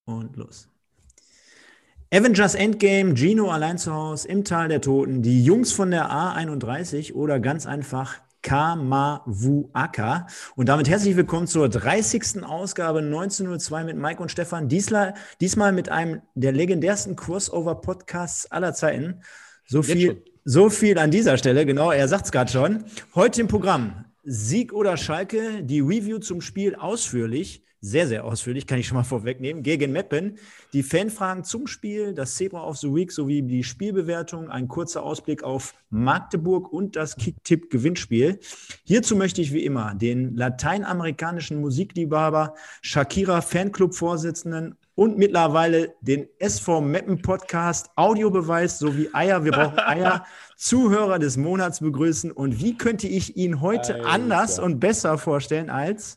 Und los. Avengers Endgame, Gino allein zu Hause, im Tal der Toten, die Jungs von der A31 oder ganz einfach Kamavuaka. Und damit herzlich willkommen zur 30. Ausgabe 1902 mit Mike und Stefan. Diesmal mit einem der legendärsten Crossover-Podcasts aller Zeiten. So viel an dieser Stelle, genau, er sagt es gerade schon. Heute im Programm Sieg oder Schalke, die Review zum Spiel ausführlich, sehr, sehr ausführlich, kann ich schon mal vorwegnehmen, gegen Meppen, die Fanfragen zum Spiel, das Zebra of the Week sowie die Spielbewertung, ein kurzer Ausblick auf Magdeburg und das Kick-Tipp-Gewinnspiel. Hierzu möchte ich wie immer den lateinamerikanischen Musikliebhaber, Shakira Fanclub-Vorsitzenden und mittlerweile den SV Meppen Podcast, Audiobeweis sowie Eier, wir brauchen Eier, Zuhörer des Monats begrüßen. Und wie könnte ich ihn heute anders und besser vorstellen als...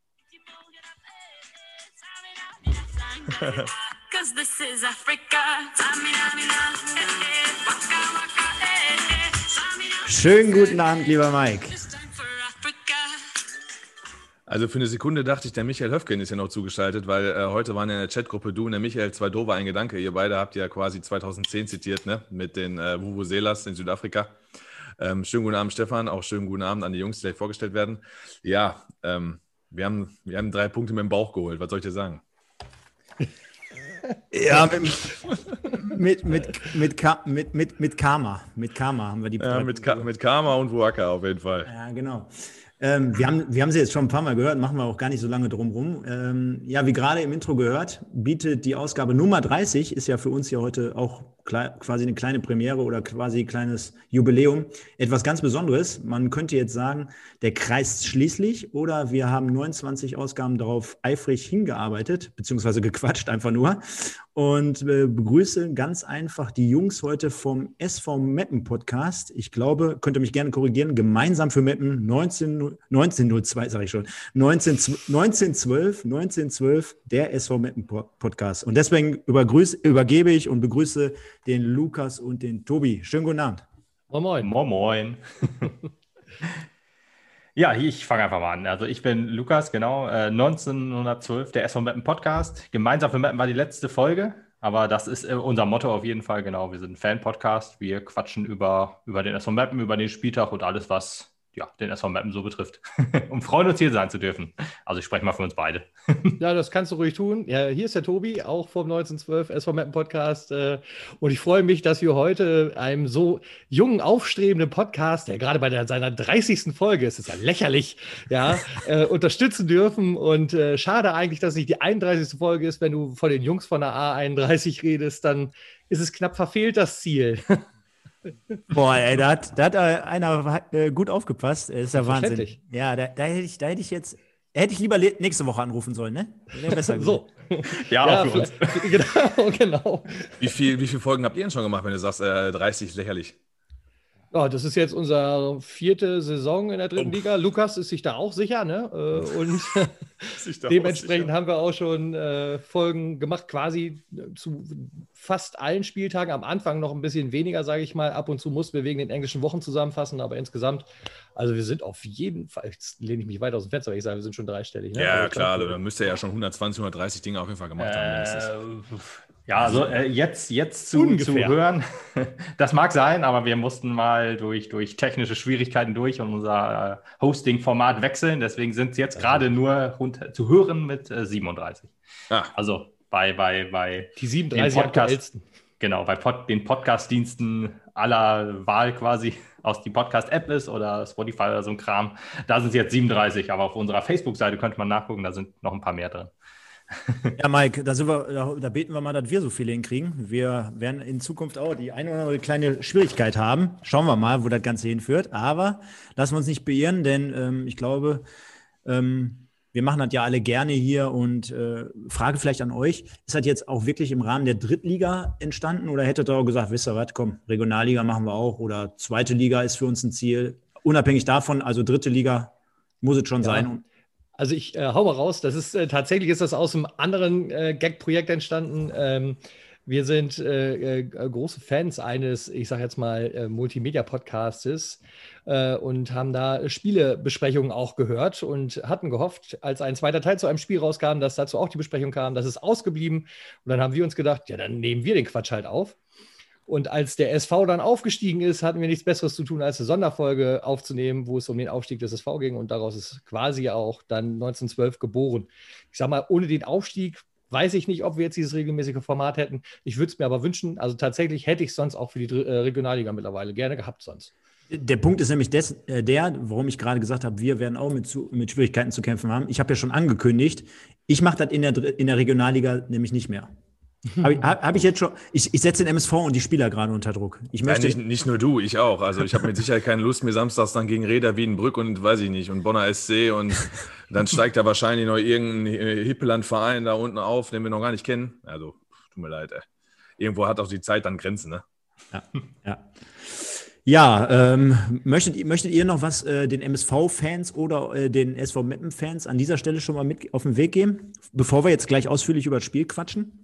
Schönen guten Abend, lieber Mike. Also für eine Sekunde dachte ich, der Michael Höfgen ist ja noch zugeschaltet, weil heute waren ja in der Chatgruppe du und der Michael, zwei doofe, ein Gedanke. Ihr beide habt ja quasi 2010 zitiert, ne? Mit den Vuvuzelas in Südafrika. Schönen guten Abend, Stefan. Auch schönen guten Abend an die Jungs, die gleich vorgestellt werden. Ja, wir haben 3 Punkte mit dem Bauch geholt. Was soll ich dir sagen? Ja, mit Karma. Mit Karma haben wir die. Ja, mit Karma und Wuaka auf jeden Fall. Ja, genau. Wir haben sie jetzt schon ein paar Mal gehört, machen wir auch gar nicht so lange drum rum. Ja, wie gerade im Intro gehört, bietet die Ausgabe Nummer 30, ist ja für uns ja heute auch quasi eine kleine Premiere oder quasi ein kleines Jubiläum, etwas ganz Besonderes. Man könnte jetzt sagen, der kreist schließlich oder wir haben 29 Ausgaben darauf eifrig hingearbeitet, beziehungsweise gequatscht einfach nur. Und begrüße ganz einfach die Jungs heute vom SV Meppen Podcast. Ich glaube, könnt ihr mich gerne korrigieren, gemeinsam für Meppen 1902, sage ich schon, 1912, der SV Meppen Podcast. Und deswegen übergebe ich und begrüße den Lukas und den Tobi. Schönen guten Abend. Moin. Moin. Moin. Ja, ich fange einfach mal an. Also ich bin Lukas, genau, 1912, der SV Meppen Podcast. Gemeinsam für Meppen war die letzte Folge, aber das ist unser Motto auf jeden Fall, genau. Wir sind ein Fan-Podcast, wir quatschen über den SV Meppen, über den Spieltag und alles, was den SV Meppen so betrifft. Und freuen uns, hier sein zu dürfen. Also ich spreche mal für uns beide. Ja, das kannst du ruhig tun. Ja, hier ist der Tobi, auch vom 1912 SV Meppen Podcast. Und ich freue mich, dass wir heute einem so jungen, aufstrebenden Podcast, der gerade bei seiner 30. Folge ist ja lächerlich, ja, unterstützen dürfen. Und schade eigentlich, dass es nicht die 31. Folge ist. Wenn du von den Jungs von der A31 redest, dann ist es knapp verfehlt, das Ziel. Boah, ey, da hat einer gut aufgepasst. Das ist ja Wahnsinn. Ja, da hätte ich lieber nächste Woche anrufen sollen, ne? Wäre besser so. Ja, für uns. Genau. Wie viele Folgen habt ihr denn schon gemacht, wenn du sagst, 30 ist lächerlich? Ja, das ist jetzt unsere 4. Saison in der 3. Liga. Lukas ist sich da auch sicher, ne? Und dementsprechend haben wir auch schon Folgen gemacht, quasi zu fast allen Spieltagen. Am Anfang noch ein bisschen weniger, sage ich mal. Ab und zu mussten wir wegen den englischen Wochen zusammenfassen, aber insgesamt, also wir sind auf jeden Fall, jetzt lehne ich mich weit aus dem Fenster, weil ich sage, wir sind schon dreistellig. Ne? Ja, also klar, dann müsst ihr ja schon 120, 130 Dinge auf jeden Fall gemacht haben. Ja, also jetzt zu hören, das mag sein, aber wir mussten mal durch technische Schwierigkeiten durch und unser Hosting-Format wechseln. Deswegen sind es jetzt gerade nur zu hören mit 37. Ah. Also bei die 37 aktuellsten. Genau, bei den Podcast-Diensten aller Wahl quasi, aus die Podcast-App ist oder Spotify oder so ein Kram. Da sind es jetzt 37, aber auf unserer Facebook-Seite könnte man nachgucken, da sind noch ein paar mehr drin. Ja, Mike, da beten wir mal, dass wir so viele hinkriegen. Wir werden in Zukunft auch die eine oder andere kleine Schwierigkeit haben. Schauen wir mal, wo das Ganze hinführt. Aber lassen wir uns nicht beirren, denn ich glaube, wir machen das ja alle gerne hier und Frage vielleicht an euch, ist das jetzt auch wirklich im Rahmen der Drittliga entstanden oder hättet ihr auch gesagt, wisst ihr was, komm, Regionalliga machen wir auch oder zweite Liga ist für uns ein Ziel. Unabhängig davon, also dritte Liga muss es schon sein. Also ich hau mal raus, tatsächlich ist das aus einem anderen Gag-Projekt entstanden. Wir sind große Fans eines, ich sage jetzt mal, Multimedia-Podcastes und haben da Spielebesprechungen auch gehört und hatten gehofft, als ein zweiter Teil zu einem Spiel rauskam, dass dazu auch die Besprechung kam. Das ist ausgeblieben. Und dann haben wir uns gedacht, ja, dann nehmen wir den Quatsch halt auf. Und als der SV dann aufgestiegen ist, hatten wir nichts Besseres zu tun, als eine Sonderfolge aufzunehmen, wo es um den Aufstieg des SV ging. Und daraus ist quasi auch dann 1912 geboren. Ich sag mal, ohne den Aufstieg weiß ich nicht, ob wir jetzt dieses regelmäßige Format hätten. Ich würde es mir aber wünschen. Also tatsächlich hätte ich es sonst auch für die Regionalliga mittlerweile gerne gehabt sonst. Der Punkt ist nämlich warum ich gerade gesagt habe, wir werden auch mit Schwierigkeiten zu kämpfen haben. Ich habe ja schon angekündigt, ich mache das in der Regionalliga nämlich nicht mehr. Hab ich jetzt schon. Ich setze den MSV und die Spieler gerade unter Druck. Nicht nur du, ich auch. Also ich habe mit Sicherheit keine Lust, mir samstags dann gegen Reda Wiedenbrück und weiß ich nicht und Bonner SC und dann steigt da wahrscheinlich noch irgendein Hippeland-Verein da unten auf, den wir noch gar nicht kennen. Also, tut mir leid, ey. Irgendwo hat auch die Zeit dann Grenzen, ne? Ja. Ja, möchtet ihr noch was den MSV-Fans oder den SV Meppen-Fans an dieser Stelle schon mal mit auf den Weg geben, bevor wir jetzt gleich ausführlich über das Spiel quatschen?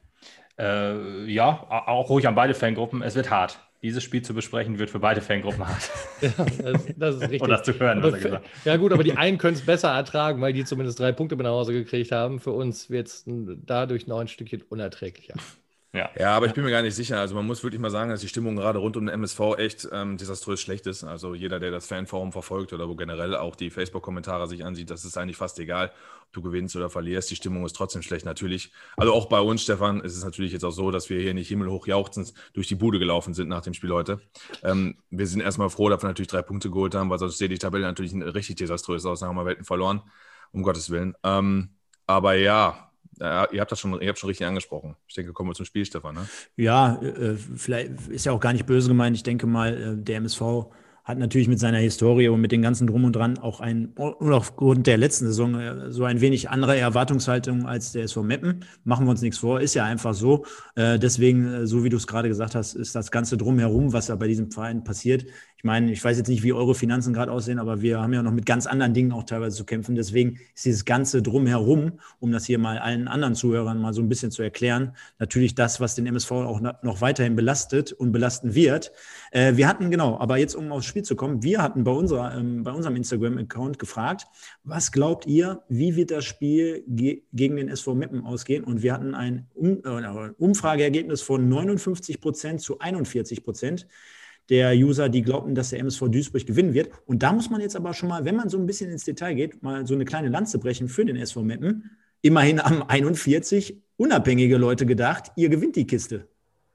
Ja, auch ruhig an beide Fangruppen. Es wird hart. Dieses Spiel zu besprechen wird für beide Fangruppen hart. Ja, das ist richtig. Und das zu hören, was er gesagt hat. Ja gut, aber die einen können es besser ertragen, weil die zumindest 3 Punkte mit nach Hause gekriegt haben. Für uns wird es dadurch noch ein Stückchen unerträglicher. Ja, aber ich bin mir gar nicht sicher. Also man muss wirklich mal sagen, dass die Stimmung gerade rund um den MSV echt desaströs schlecht ist. Also jeder, der das Fanforum verfolgt oder wo generell auch die Facebook-Kommentare sich ansieht, das ist eigentlich fast egal, ob du gewinnst oder verlierst. Die Stimmung ist trotzdem schlecht natürlich. Also auch bei uns, Stefan, ist es natürlich jetzt auch so, dass wir hier nicht himmelhoch jauchzend durch die Bude gelaufen sind nach dem Spiel heute. Wir sind erstmal froh, dass wir natürlich 3 Punkte geholt haben, weil sonst sieht die Tabelle natürlich richtig desaströs aus. Dann haben wir Welten verloren, um Gottes Willen. Aber ja, ihr habt schon richtig angesprochen. Ich denke, kommen wir zum Spiel, Stefan. Ne? Ja, vielleicht ist ja auch gar nicht böse gemeint. Ich denke mal, der MSV hat natürlich mit seiner Historie und mit den ganzen Drum und Dran auch aufgrund der letzten Saison so ein wenig andere Erwartungshaltung als der SV Meppen. Machen wir uns nichts vor, ist ja einfach so. Deswegen, so wie du es gerade gesagt hast, ist das Ganze drumherum, was da bei diesem Verein passiert. Ich meine, ich weiß jetzt nicht, wie eure Finanzen gerade aussehen, aber wir haben ja noch mit ganz anderen Dingen auch teilweise zu kämpfen. Deswegen ist dieses Ganze drumherum, um das hier mal allen anderen Zuhörern mal so ein bisschen zu erklären, natürlich das, was den MSV auch noch weiterhin belastet und belasten wird. Wir hatten, aber jetzt um aufs Spiel zu kommen, wir hatten bei unserem Instagram-Account gefragt, was glaubt ihr, wie wird das Spiel gegen den SV Meppen ausgehen? Und wir hatten ein Umfrageergebnis von 59% zu 41%. Der User, die glaubten, dass der MSV Duisburg gewinnen wird. Und da muss man jetzt aber schon mal, wenn man so ein bisschen ins Detail geht, mal so eine kleine Lanze brechen für den SV Meppen. Immerhin haben 41 unabhängige Leute gedacht, ihr gewinnt die Kiste.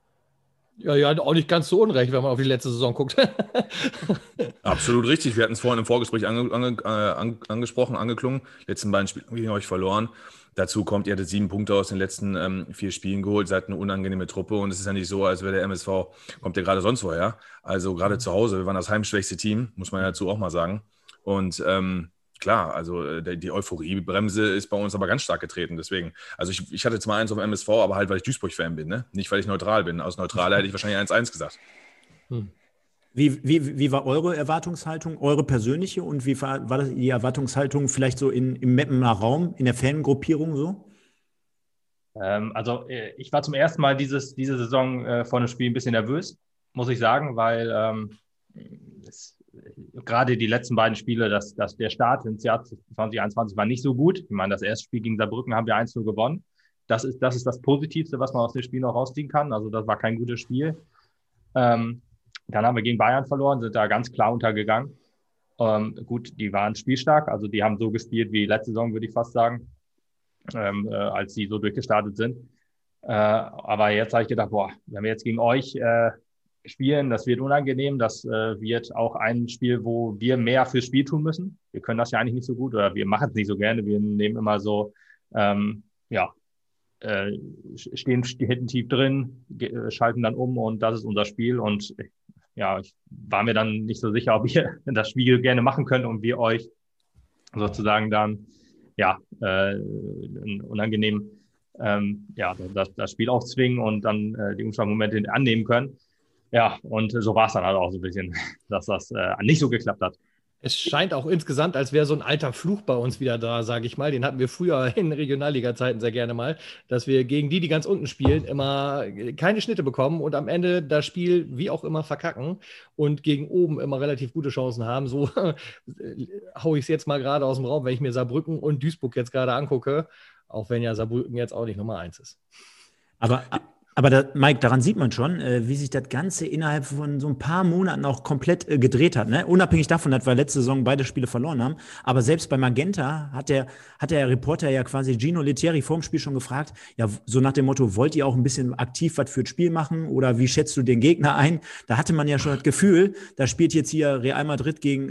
Ja, auch nicht ganz so unrecht, wenn man auf die letzte Saison guckt. Absolut richtig. Wir hatten es vorhin im Vorgespräch angeklungen. Letzten beiden Spiele gegen euch verloren. Dazu kommt, ihr hattet 7 Punkte aus den letzten 4 Spielen geholt, seid eine unangenehme Truppe und es ist ja nicht so, als wäre der MSV, kommt ja gerade sonst woher. Also gerade zu Hause, wir waren das heimschwächste Team, muss man ja dazu auch mal sagen. Und klar, also die Euphoriebremse ist bei uns aber ganz stark getreten. Deswegen, also ich hatte jetzt mal 1 auf dem MSV, aber halt, weil ich Duisburg-Fan bin, ne? Nicht, weil ich neutral bin. Aus Neutral hätte ich wahrscheinlich 1-1 gesagt. Wie war eure Erwartungshaltung, eure persönliche, und wie war das die Erwartungshaltung vielleicht so im Meppener Raum, in der Fangruppierung so? Also ich war zum ersten Mal diese Saison vor dem Spiel ein bisschen nervös, muss ich sagen, weil gerade die letzten beiden Spiele, der Start ins Jahr 2021 war nicht so gut. Ich meine, das erste Spiel gegen Saarbrücken haben wir 1-0 gewonnen. Das ist das Positivste, was man aus dem Spiel noch rausziehen kann. Also das war kein gutes Spiel. Dann haben wir gegen Bayern verloren, sind da ganz klar untergegangen. Gut, die waren spielstark, also die haben so gespielt wie letzte Saison, würde ich fast sagen, als sie so durchgestartet sind. Aber jetzt habe ich gedacht, wenn wir jetzt gegen euch spielen, das wird unangenehm, das wird auch ein Steht, wo wir mehr fürs Spiel tun müssen. Wir können das ja eigentlich nicht so gut oder wir machen es nicht so gerne. Wir nehmen immer so, stehen hinten tief drin, schalten dann um und das ist unser Spiel. Und ja, ich war mir dann nicht so sicher, ob ihr das Spiel gerne machen könnt und wir euch sozusagen dann unangenehm das Spiel aufzwingen und dann die Umschlagmomente annehmen können. Ja, und so war es dann halt auch so ein bisschen, dass das nicht so geklappt hat. Es scheint auch insgesamt, als wäre so ein alter Fluch bei uns wieder da, sage ich mal. Den hatten wir früher in Regionalliga-Zeiten sehr gerne mal, dass wir gegen die ganz unten spielen, immer keine Schnitte bekommen und am Ende das Spiel wie auch immer verkacken und gegen oben immer relativ gute Chancen haben. So haue ich es jetzt mal gerade aus dem Raum, wenn ich mir Saarbrücken und Duisburg jetzt gerade angucke, auch wenn ja Saarbrücken jetzt auch nicht Nummer 1 ist. Aber Mike, daran sieht man schon, wie sich das Ganze innerhalb von so ein paar Monaten auch komplett gedreht hat. Ne? Unabhängig davon, dass wir letzte Saison beide Spiele verloren haben. Aber selbst bei Magenta hat der Reporter ja quasi Gino Lettieri vor dem Spiel schon gefragt, ja, so nach dem Motto, wollt ihr auch ein bisschen aktiv was für das Spiel machen oder wie schätzt du den Gegner ein? Da hatte man ja schon das Gefühl, da spielt jetzt hier Real Madrid gegen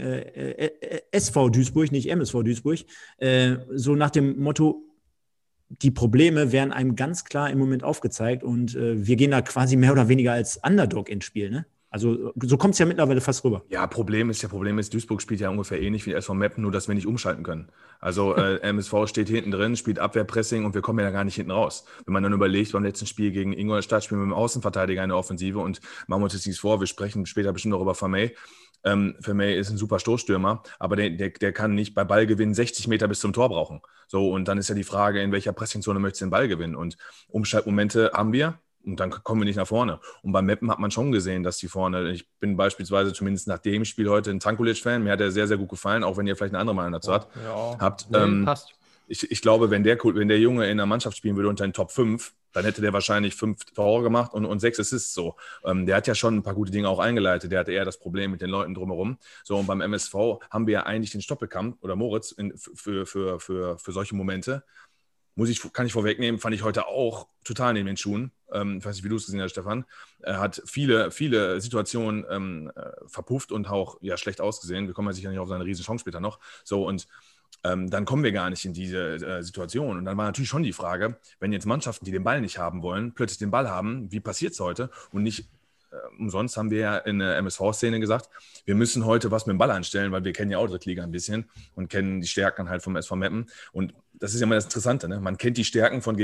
SV Duisburg, nicht MSV Duisburg. So nach dem Motto, die Probleme werden einem ganz klar im Moment aufgezeigt und wir gehen da quasi mehr oder weniger als Underdog ins Spiel, ne? Also so kommt es ja mittlerweile fast rüber. Ja, Problem ist, Duisburg spielt ja ungefähr ähnlich wie SV Meppen, nur dass wir nicht umschalten können. Also MSV steht hinten drin, spielt Abwehrpressing und wir kommen ja gar nicht hinten raus. Wenn man dann überlegt, beim letzten Spiel gegen Ingolstadt spielen wir mit dem Außenverteidiger eine Offensive und machen wir uns jetzt nichts vor, wir sprechen später bestimmt noch über Vermey. Vermey ist ein super Stoßstürmer, aber der kann nicht bei Ballgewinn 60 Meter bis zum Tor brauchen. So, und dann ist ja die Frage, in welcher Pressingzone möchtest du den Ball gewinnen? Und Umschaltmomente haben wir. Und dann kommen wir nicht nach vorne. Und beim Meppen hat man schon gesehen, dass die vorne, ich bin beispielsweise zumindest nach dem Spiel heute ein Tankulic-Fan, mir hat er sehr, sehr gut gefallen, auch wenn ihr vielleicht eine andere Meinung dazu habt. Passt. Ich glaube, wenn der Junge in der Mannschaft spielen würde unter den Top 5, dann hätte der wahrscheinlich 5 Tore gemacht und 6 Assists so. Der hat ja schon ein paar gute Dinge auch eingeleitet. Der hatte eher das Problem mit den Leuten drumherum. So, und beim MSV haben wir ja eigentlich den Stoppelkamp oder Moritz für solche Momente. Kann ich vorwegnehmen, fand ich heute auch total neben den Schuhen. Ich weiß nicht, wie du es gesehen hast, Stefan. Er hat viele Situationen verpufft und auch schlecht ausgesehen. Wir kommen ja sicher nicht auf seine Riesenchance später noch. So, und dann kommen wir gar nicht in diese Situation. Und dann war natürlich schon die Frage, wenn jetzt Mannschaften, die den Ball nicht haben wollen, plötzlich den Ball haben, wie passiert es heute? Und nicht umsonst haben wir ja in der MSV-Szene gesagt, wir müssen heute was mit dem Ball anstellen, weil wir kennen ja auch Drittliga ein bisschen und kennen die Stärken halt vom SV Meppen. Und das ist ja immer das Interessante, ne? Man kennt die Stärken vom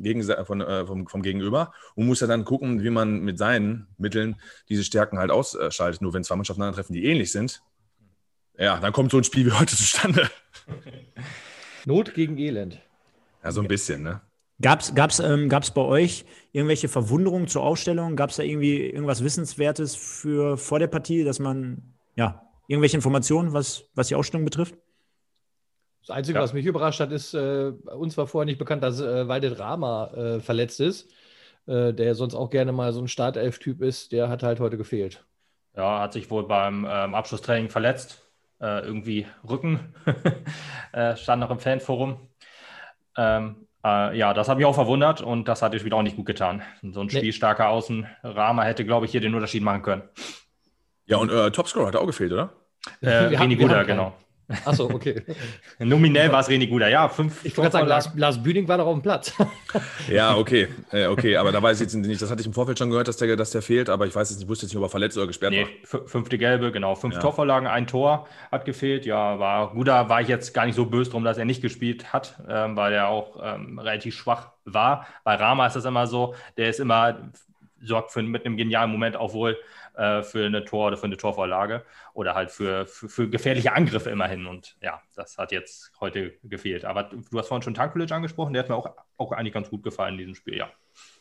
Gegenüber und muss ja dann gucken, wie man mit seinen Mitteln diese Stärken halt ausschaltet. Nur wenn zwei Mannschaften aufeinandertreffen, die ähnlich sind, ja, dann kommt so ein Spiel wie heute zustande. Not gegen Elend. Ja, so ein bisschen, ne? Gab's bei euch irgendwelche Verwunderungen zur Ausstellung? Gab es da irgendwie irgendwas Wissenswertes vor der Partie, dass man, irgendwelche Informationen, was die Ausstellung betrifft? Das Einzige, was mich überrascht hat, ist, uns war vorher nicht bekannt, dass Waldet Rama verletzt ist, der sonst auch gerne mal so ein Startelf-Typ ist, der hat halt heute gefehlt. Ja, hat sich wohl beim Abschlusstraining verletzt. Irgendwie Rücken, stand noch im Fanforum. Das hat mich auch verwundert und das hat jetzt wieder auch nicht gut getan. So ein spielstarker Außenrahmer hätte, glaube ich, hier den Unterschied machen können. Ja, und Topscorer hat auch gefehlt, oder? René Guder, genau. Achso, okay. Nominell war es René Guder, ja. 5 Ich wollte gerade sagen, Lars Bühning war doch auf dem Platz. Ja, okay, aber da weiß ich jetzt nicht, das hatte ich im Vorfeld schon gehört, dass der fehlt, aber ich weiß jetzt nicht, wusste jetzt nicht, ob er verletzt oder gesperrt war. 5. Gelbe, genau. 5 Torvorlagen, 1 Tor hat gefehlt. Ja, Guder war ich jetzt gar nicht so böse drum, dass er nicht gespielt hat, weil er auch relativ schwach war. Bei Rama ist das immer so, der ist immer, sorgt mit einem genialen Moment auch wohl für eine Tor oder für eine Torvorlage oder halt für gefährliche Angriffe immerhin. Und ja, das hat jetzt heute gefehlt. Aber du hast vorhin schon Tankulic angesprochen, der hat mir auch eigentlich ganz gut gefallen in diesem Spiel, ja.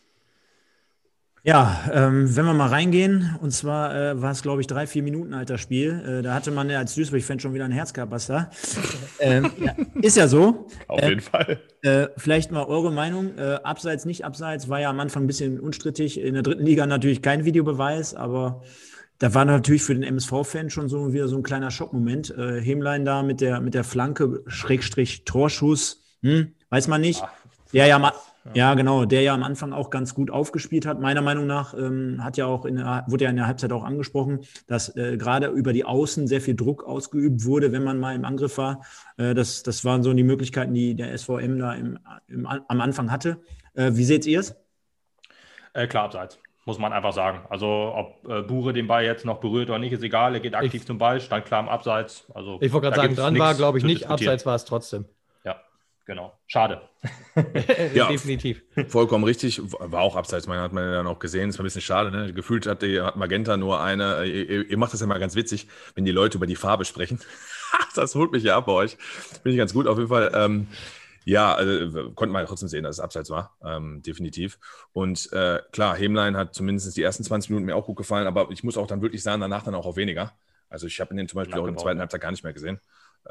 Ja, wenn wir mal reingehen, und zwar war es, glaube ich, 3-4 Minuten alter Spiel. Da hatte man ja als Duisburg-Fan schon wieder ein Herzkasper. Ist ja so. Auf jeden Fall. Vielleicht mal eure Meinung. Abseits, nicht abseits, war ja am Anfang ein bisschen unstrittig. In der dritten Liga natürlich kein Videobeweis, aber da war natürlich für den MSV-Fan schon so wieder so ein kleiner Schockmoment. Hemlein da mit der Flanke, / Torschuss, weiß man nicht. Ja, genau, der ja am Anfang auch ganz gut aufgespielt hat. Meiner Meinung nach wurde ja in der Halbzeit auch angesprochen, dass gerade über die Außen sehr viel Druck ausgeübt wurde, wenn man mal im Angriff war. Das waren so die Möglichkeiten, die der SVM da am Anfang hatte. Wie seht ihr es? Klar, abseits. Muss man einfach sagen. Also ob Bure den Ball jetzt noch berührt oder nicht, ist egal. Er geht aktiv zum Ball, stand klar im Abseits. Also, ich wollte gerade sagen, dran war, glaube ich, nicht. Abseits war es trotzdem. Ja, genau. Schade. Ja, definitiv. Vollkommen richtig. War auch abseits, hat man ja dann auch gesehen. Ist ein bisschen schade, ne? Gefühlt hat Magenta nur eine. Ihr macht das ja mal ganz witzig, wenn die Leute über die Farbe sprechen. Das holt mich ja ab bei euch. Finde ich ganz gut, auf jeden Fall. Konnte man trotzdem sehen, dass es abseits war. Definitiv. Und klar, Hämlein hat zumindest die ersten 20 Minuten mir auch gut gefallen, aber ich muss auch dann wirklich sagen, danach dann auch auf weniger. Also ich habe ihn zum Beispiel auch in der zweiten Halbzeit gar nicht mehr gesehen.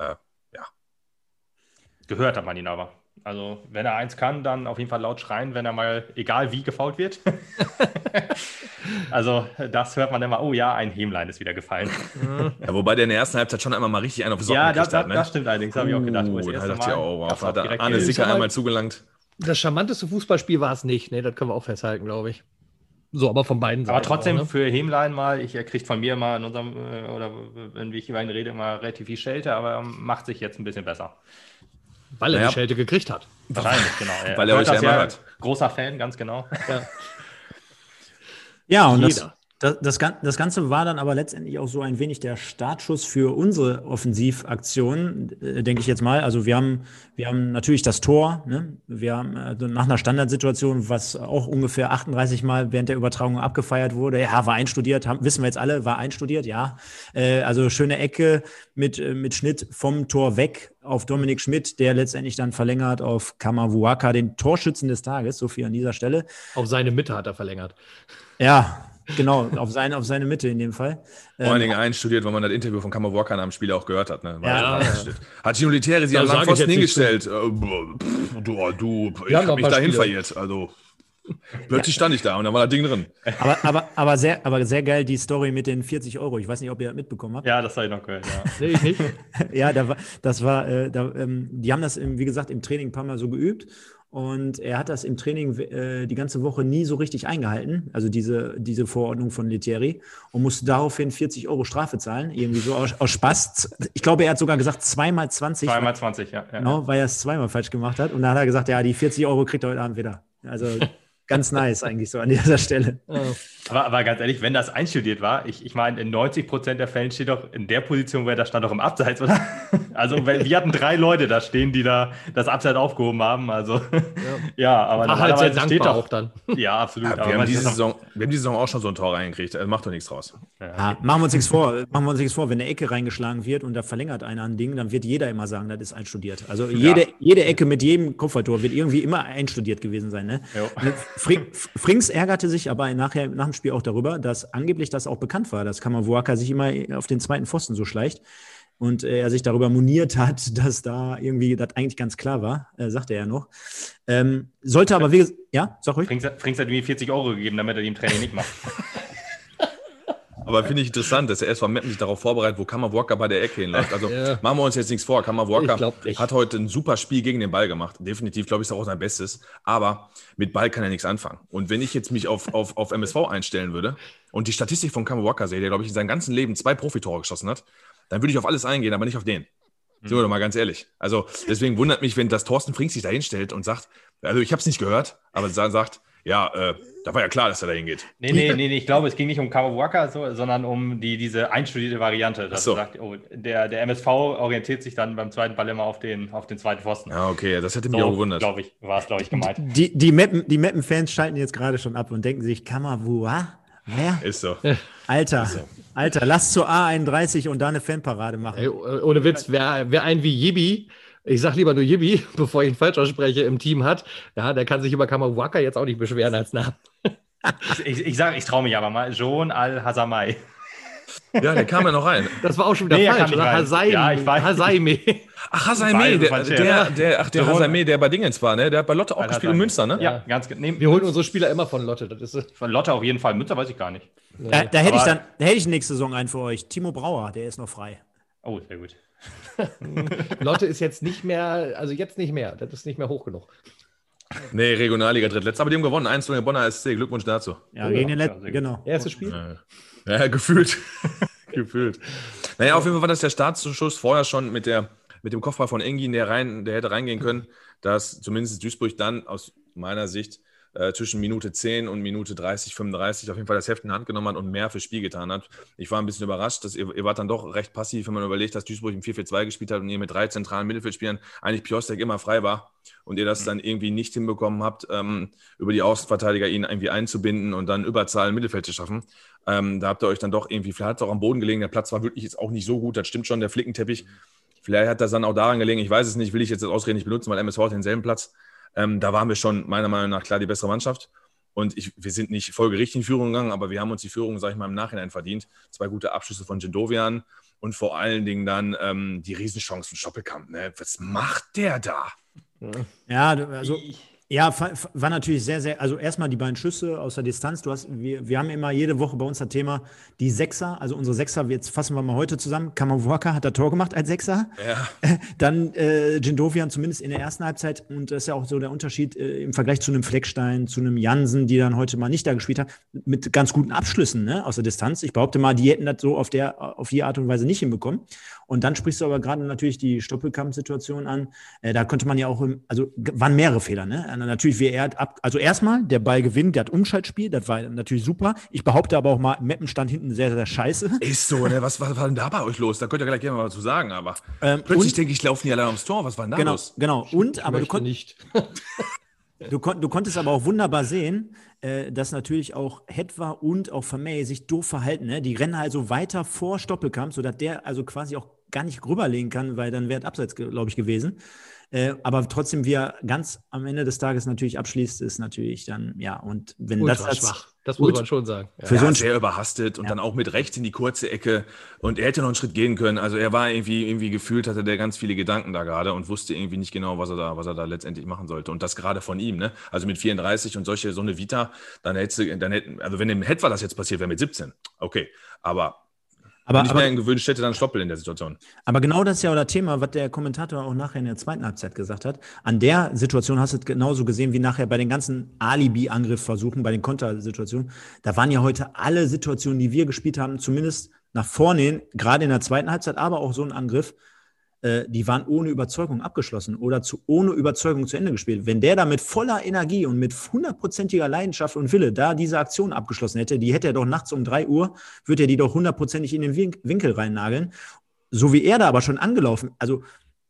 Gehört hat man ihn aber. Also wenn er eins kann, dann auf jeden Fall laut schreien, wenn er mal, egal wie, gefoult wird. Also das hört man immer, oh ja, ein Hämlein ist wieder gefallen. Ja, wobei der in der ersten Halbzeit schon einmal mal richtig einen auf die Socken gekriegt hat. Ne? Das stimmt allerdings, habe ich auch gedacht. Da dachte ich auch, hat Arne Sicker einmal zugelangt. Das charmanteste Fußballspiel war es nicht, ne? Das können wir auch festhalten, glaube ich. So, aber von beiden Seiten. Aber trotzdem auch, ne? für Hämlein mal, er kriegt von mir mal in unserem, oder wenn ich über ihn rede, immer relativ viel Schelte, aber er macht sich jetzt ein bisschen besser. Weil er die Schelte gekriegt hat. Wahrscheinlich, genau. Weil er euch ja immer hört. Großer Fan, ganz genau. Ja, und das Ganze war dann aber letztendlich auch so ein wenig der Startschuss für unsere Offensivaktion, denke ich jetzt mal. Also wir haben natürlich das Tor, ne? Wir haben nach einer Standardsituation, was auch ungefähr 38 Mal während der Übertragung abgefeiert wurde. Ja, war einstudiert, wissen wir jetzt alle, war einstudiert, ja. Also schöne Ecke mit Schnitt vom Tor weg auf Dominik Schmidt, der letztendlich dann verlängert auf Kamavuaka, den Torschützen des Tages, so viel an dieser Stelle. Auf seine Mitte hat er verlängert. Ja, genau, auf seine Mitte in dem Fall. Vor allen Dingen einstudiert, weil man das Interview von Kamavuaka nach dem Spiel auch gehört hat. Ne? Hat Gino Lettieri sie am Langpfosten hingestellt. Ich habe mich dahin verirrt. Also plötzlich stand ich da und dann war das Ding drin. Aber sehr geil die Story mit den 40 Euro. Ich weiß nicht, ob ihr das mitbekommen habt. Ja, das habe ich noch gehört. Ja. Nee, ich nicht. Ja, die haben das, wie gesagt, im Training ein paar Mal so geübt. Und er hat das im Training die ganze Woche nie so richtig eingehalten, also diese Verordnung von Lettieri, und musste daraufhin 40 Euro Strafe zahlen, irgendwie so aus Spaß. Ich glaube, er hat sogar gesagt, 2x20. 2x20, ja. Genau, weil er es zweimal falsch gemacht hat. Und dann hat er gesagt, ja, die 40 Euro kriegt er heute Abend wieder. Also ganz nice eigentlich so an dieser Stelle. Aber ganz ehrlich, wenn das einstudiert war, ich meine, in 90% der Fällen steht doch in der Position, wer da stand, doch im Abseits, oder? Also wir hatten 3 Leute da stehen, die da das Abseits aufgehoben haben. Also aber normalerweise steht doch auch dann. Ja, absolut. Ja, wir haben diese Saison auch schon so ein Tor reingekriegt. Also macht doch nichts draus. Ja, machen wir uns nichts vor. Wenn eine Ecke reingeschlagen wird und da verlängert einer ein Ding, dann wird jeder immer sagen, das ist einstudiert. Also jede Ecke mit jedem Kopfballtor wird irgendwie immer einstudiert gewesen sein. Ne? Frings ärgerte sich aber nach dem Spiel auch darüber, dass angeblich das auch bekannt war, dass Kamavuaka sich immer auf den zweiten Pfosten so schleicht und er sich darüber moniert hat, dass da irgendwie das eigentlich ganz klar war, sagte er ja noch. Sollte aber, sag ruhig. Frings hat irgendwie 40 Euro gegeben, damit er die im Training nicht macht. Aber finde ich interessant, dass der SV Meppen sich darauf vorbereitet, wo Kamavuaka bei der Ecke hinläuft. Also machen wir uns jetzt nichts vor. Kamavuaka hat heute ein super Spiel gegen den Ball gemacht. Definitiv, glaube ich, ist auch sein Bestes. Aber mit Ball kann er nichts anfangen. Und wenn ich jetzt mich auf MSV einstellen würde und die Statistik von Kamavuaka sehe, der, glaube ich, in seinem ganzen Leben 2 Profitore geschossen hat, dann würde ich auf alles eingehen, aber nicht auf den. Sind wir doch mal ganz ehrlich. Also deswegen wundert mich, wenn das Thorsten Frings sich da hinstellt und sagt, also ich habe es nicht gehört, aber sagt, da war ja klar, dass er da hingeht. Nee, ich glaube, es ging nicht um Kamavuaka, sondern um diese einstudierte Variante. Dass er sagt, der MSV orientiert sich dann beim zweiten Ball immer auf den zweiten Pfosten. Ja, okay, das hätte mich auch gewundert. War es, glaube ich, gemeint. Die Meppen-Fans schalten jetzt gerade schon ab und denken sich, Kamavuaka? Wer? Ist so. Alter, lass zur A31 und da eine Fanparade machen. Ey, ohne Witz, wer einen wie Yibi, ich sag lieber nur Yibi, bevor ich ihn falsch ausspreche, im Team hat, der kann sich über Kamavuaka jetzt auch nicht beschweren als Namen. Ich traue mich aber mal. John Al-Hazamai. Ja, der kam ja noch rein. Das war auch schon wieder falsch, oder? Hasaime. Ach, Hasaime, der Hasaime, der bei Dingens war, ne? Der hat bei Lotte auch gespielt in Münster, ne? Ja, ganz genau. Wir holen unsere Spieler immer von Lotte. Das ist von Lotte auf jeden Fall. Münster weiß ich gar nicht. Da hätte ich nächste Saison einen für euch. Timo Brauer, der ist noch frei. Oh, sehr gut. Lotte ist jetzt nicht mehr. Das ist nicht mehr hoch genug. Nee, Regionalliga drittletzt. Aber die haben gewonnen. 1-0 in Bonner SC. Glückwunsch dazu. Ja, gegen den letzten, genau. Erstes Spiel? Ja, gefühlt. Gefühlt. Naja, auf jeden Fall war das der Startschuss vorher schon mit dem Kopfball von Engin, der hätte reingehen können, dass zumindest Duisburg dann aus meiner Sicht zwischen Minute 10 und Minute 30, 35 auf jeden Fall das Heft in die Hand genommen hat und mehr fürs Spiel getan hat. Ich war ein bisschen überrascht, dass ihr wart dann doch recht passiv, wenn man überlegt, dass Duisburg im 4-4-2 gespielt hat und ihr mit 3 zentralen Mittelfeldspielern eigentlich Piostek immer frei war und ihr das dann irgendwie nicht hinbekommen habt, über die Außenverteidiger ihn irgendwie einzubinden und dann Überzahl im Mittelfeld zu schaffen. Da habt ihr euch dann doch irgendwie, vielleicht hat es auch am Boden gelegen, der Platz war wirklich jetzt auch nicht so gut, das stimmt schon, der Flickenteppich. Vielleicht hat das dann auch daran gelegen, ich weiß es nicht, will ich jetzt das Ausreden nicht benutzen, weil MSV hat denselben Platz. Da waren wir schon meiner Meinung nach klar die bessere Mannschaft. Und wir sind nicht folgerichtig in Führung gegangen, aber wir haben uns die Führung, sage ich mal, im Nachhinein verdient. 2 gute Abschlüsse von Gindovian und vor allen Dingen dann die Riesenchance von Stoppelkamp. Ne? Was macht der da? Ja, also ja, war natürlich sehr, sehr, also erstmal die beiden Schüsse aus der Distanz. Wir haben immer jede Woche bei uns das Thema, die Sechser, also unsere Sechser, jetzt fassen wir mal heute zusammen. Kamawaka hat das Tor gemacht als Sechser. Ja. Dann Gindovian zumindest in der ersten Halbzeit. Und das ist ja auch so der Unterschied im Vergleich zu einem Fleckstein, zu einem Jansen, die dann heute mal nicht da gespielt haben, mit ganz guten Abschlüssen, ne, aus der Distanz. Ich behaupte mal, die hätten das so auf die Art und Weise nicht hinbekommen. Und dann sprichst du aber gerade natürlich die Stoppelkamp-Situation an. Da konnte man ja auch, also waren mehrere Fehler, ne? Natürlich, also erstmal, der Ball gewinnt, der hat Umschaltspiel, das war natürlich super. Ich behaupte aber auch mal, Meppen stand hinten sehr, sehr scheiße. Ist so, ne? Was war denn da bei euch los? Da könnt ihr gleich gerne mal was zu sagen, aber plötzlich denke ich, laufen die alle aufs Tor. Was war denn da los? Genau, aber du konntest aber auch wunderbar sehen, dass natürlich auch Hetwa und auch Vermey sich doof verhalten. Ne? Die rennen also weiter vor Stoppelkamp, sodass der also quasi auch gar nicht rüberlegen kann, weil dann wäre es abseits, glaube ich, gewesen. Aber trotzdem, wie er ganz am Ende des Tages natürlich abschließt, ist natürlich dann, ja, und wenn das schwach. Das muss man schon sagen. Ja. Für so sehr überhastet und dann auch mit rechts in die kurze Ecke und er hätte noch einen Schritt gehen können. Also er war irgendwie gefühlt, hatte der ganz viele Gedanken da gerade und wusste irgendwie nicht genau, was er da letztendlich machen sollte. Und das gerade von ihm, ne? Also mit 34 und so eine Vita, also wenn dem Hetwa das jetzt passiert wäre mit 17, okay, aber nicht mehr gewünscht hätte, dann Stoppel in der Situation. Aber genau das ist ja auch das Thema, was der Kommentator auch nachher in der zweiten Halbzeit gesagt hat. An der Situation hast du es genauso gesehen wie nachher bei den ganzen Alibi-Angriffversuchen, bei den Kontersituationen. Da waren ja heute alle Situationen, die wir gespielt haben, zumindest nach vorne hin, gerade in der zweiten Halbzeit, aber auch so ein Angriff, die waren ohne Überzeugung abgeschlossen oder ohne Überzeugung zu Ende gespielt. Wenn der da mit voller Energie und mit 100%iger Leidenschaft und Wille da diese Aktion abgeschlossen hätte, die hätte er doch nachts um 3 Uhr, würde er die doch 100%ig in den Winkel reinnageln. So wie er da aber schon angelaufen, also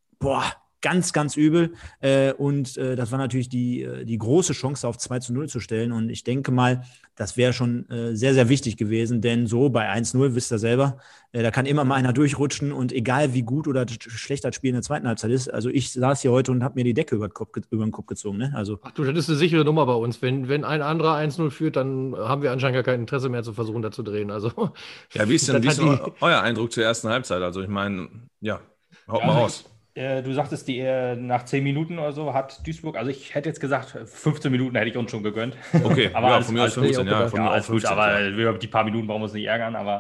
ganz, ganz übel. Und das war natürlich die große Chance, auf 2-0 zu stellen. Und ich denke mal, das wäre schon sehr, sehr wichtig gewesen, denn so bei 1-0, wisst ihr selber, da kann immer mal einer durchrutschen und egal wie gut oder schlecht das Spiel in der zweiten Halbzeit ist, also ich saß hier heute und habe mir die Decke über den Kopf gezogen. Ne? Also, ach du, das ist eine sichere Nummer bei uns. Wenn ein anderer 1-0 führt, dann haben wir anscheinend gar kein Interesse mehr zu versuchen, da zu drehen. Also, ja, wie ist denn euer Eindruck zur ersten Halbzeit? Also ich meine, ja, haut mal raus. Du sagtest, nach 10 Minuten oder so hat Duisburg, also ich hätte jetzt gesagt, 15 Minuten hätte ich uns schon gegönnt. Okay, aber ja, von mir aus 15, ja. Von mir alles 15, gut, aber über die paar Minuten brauchen wir uns nicht ärgern, aber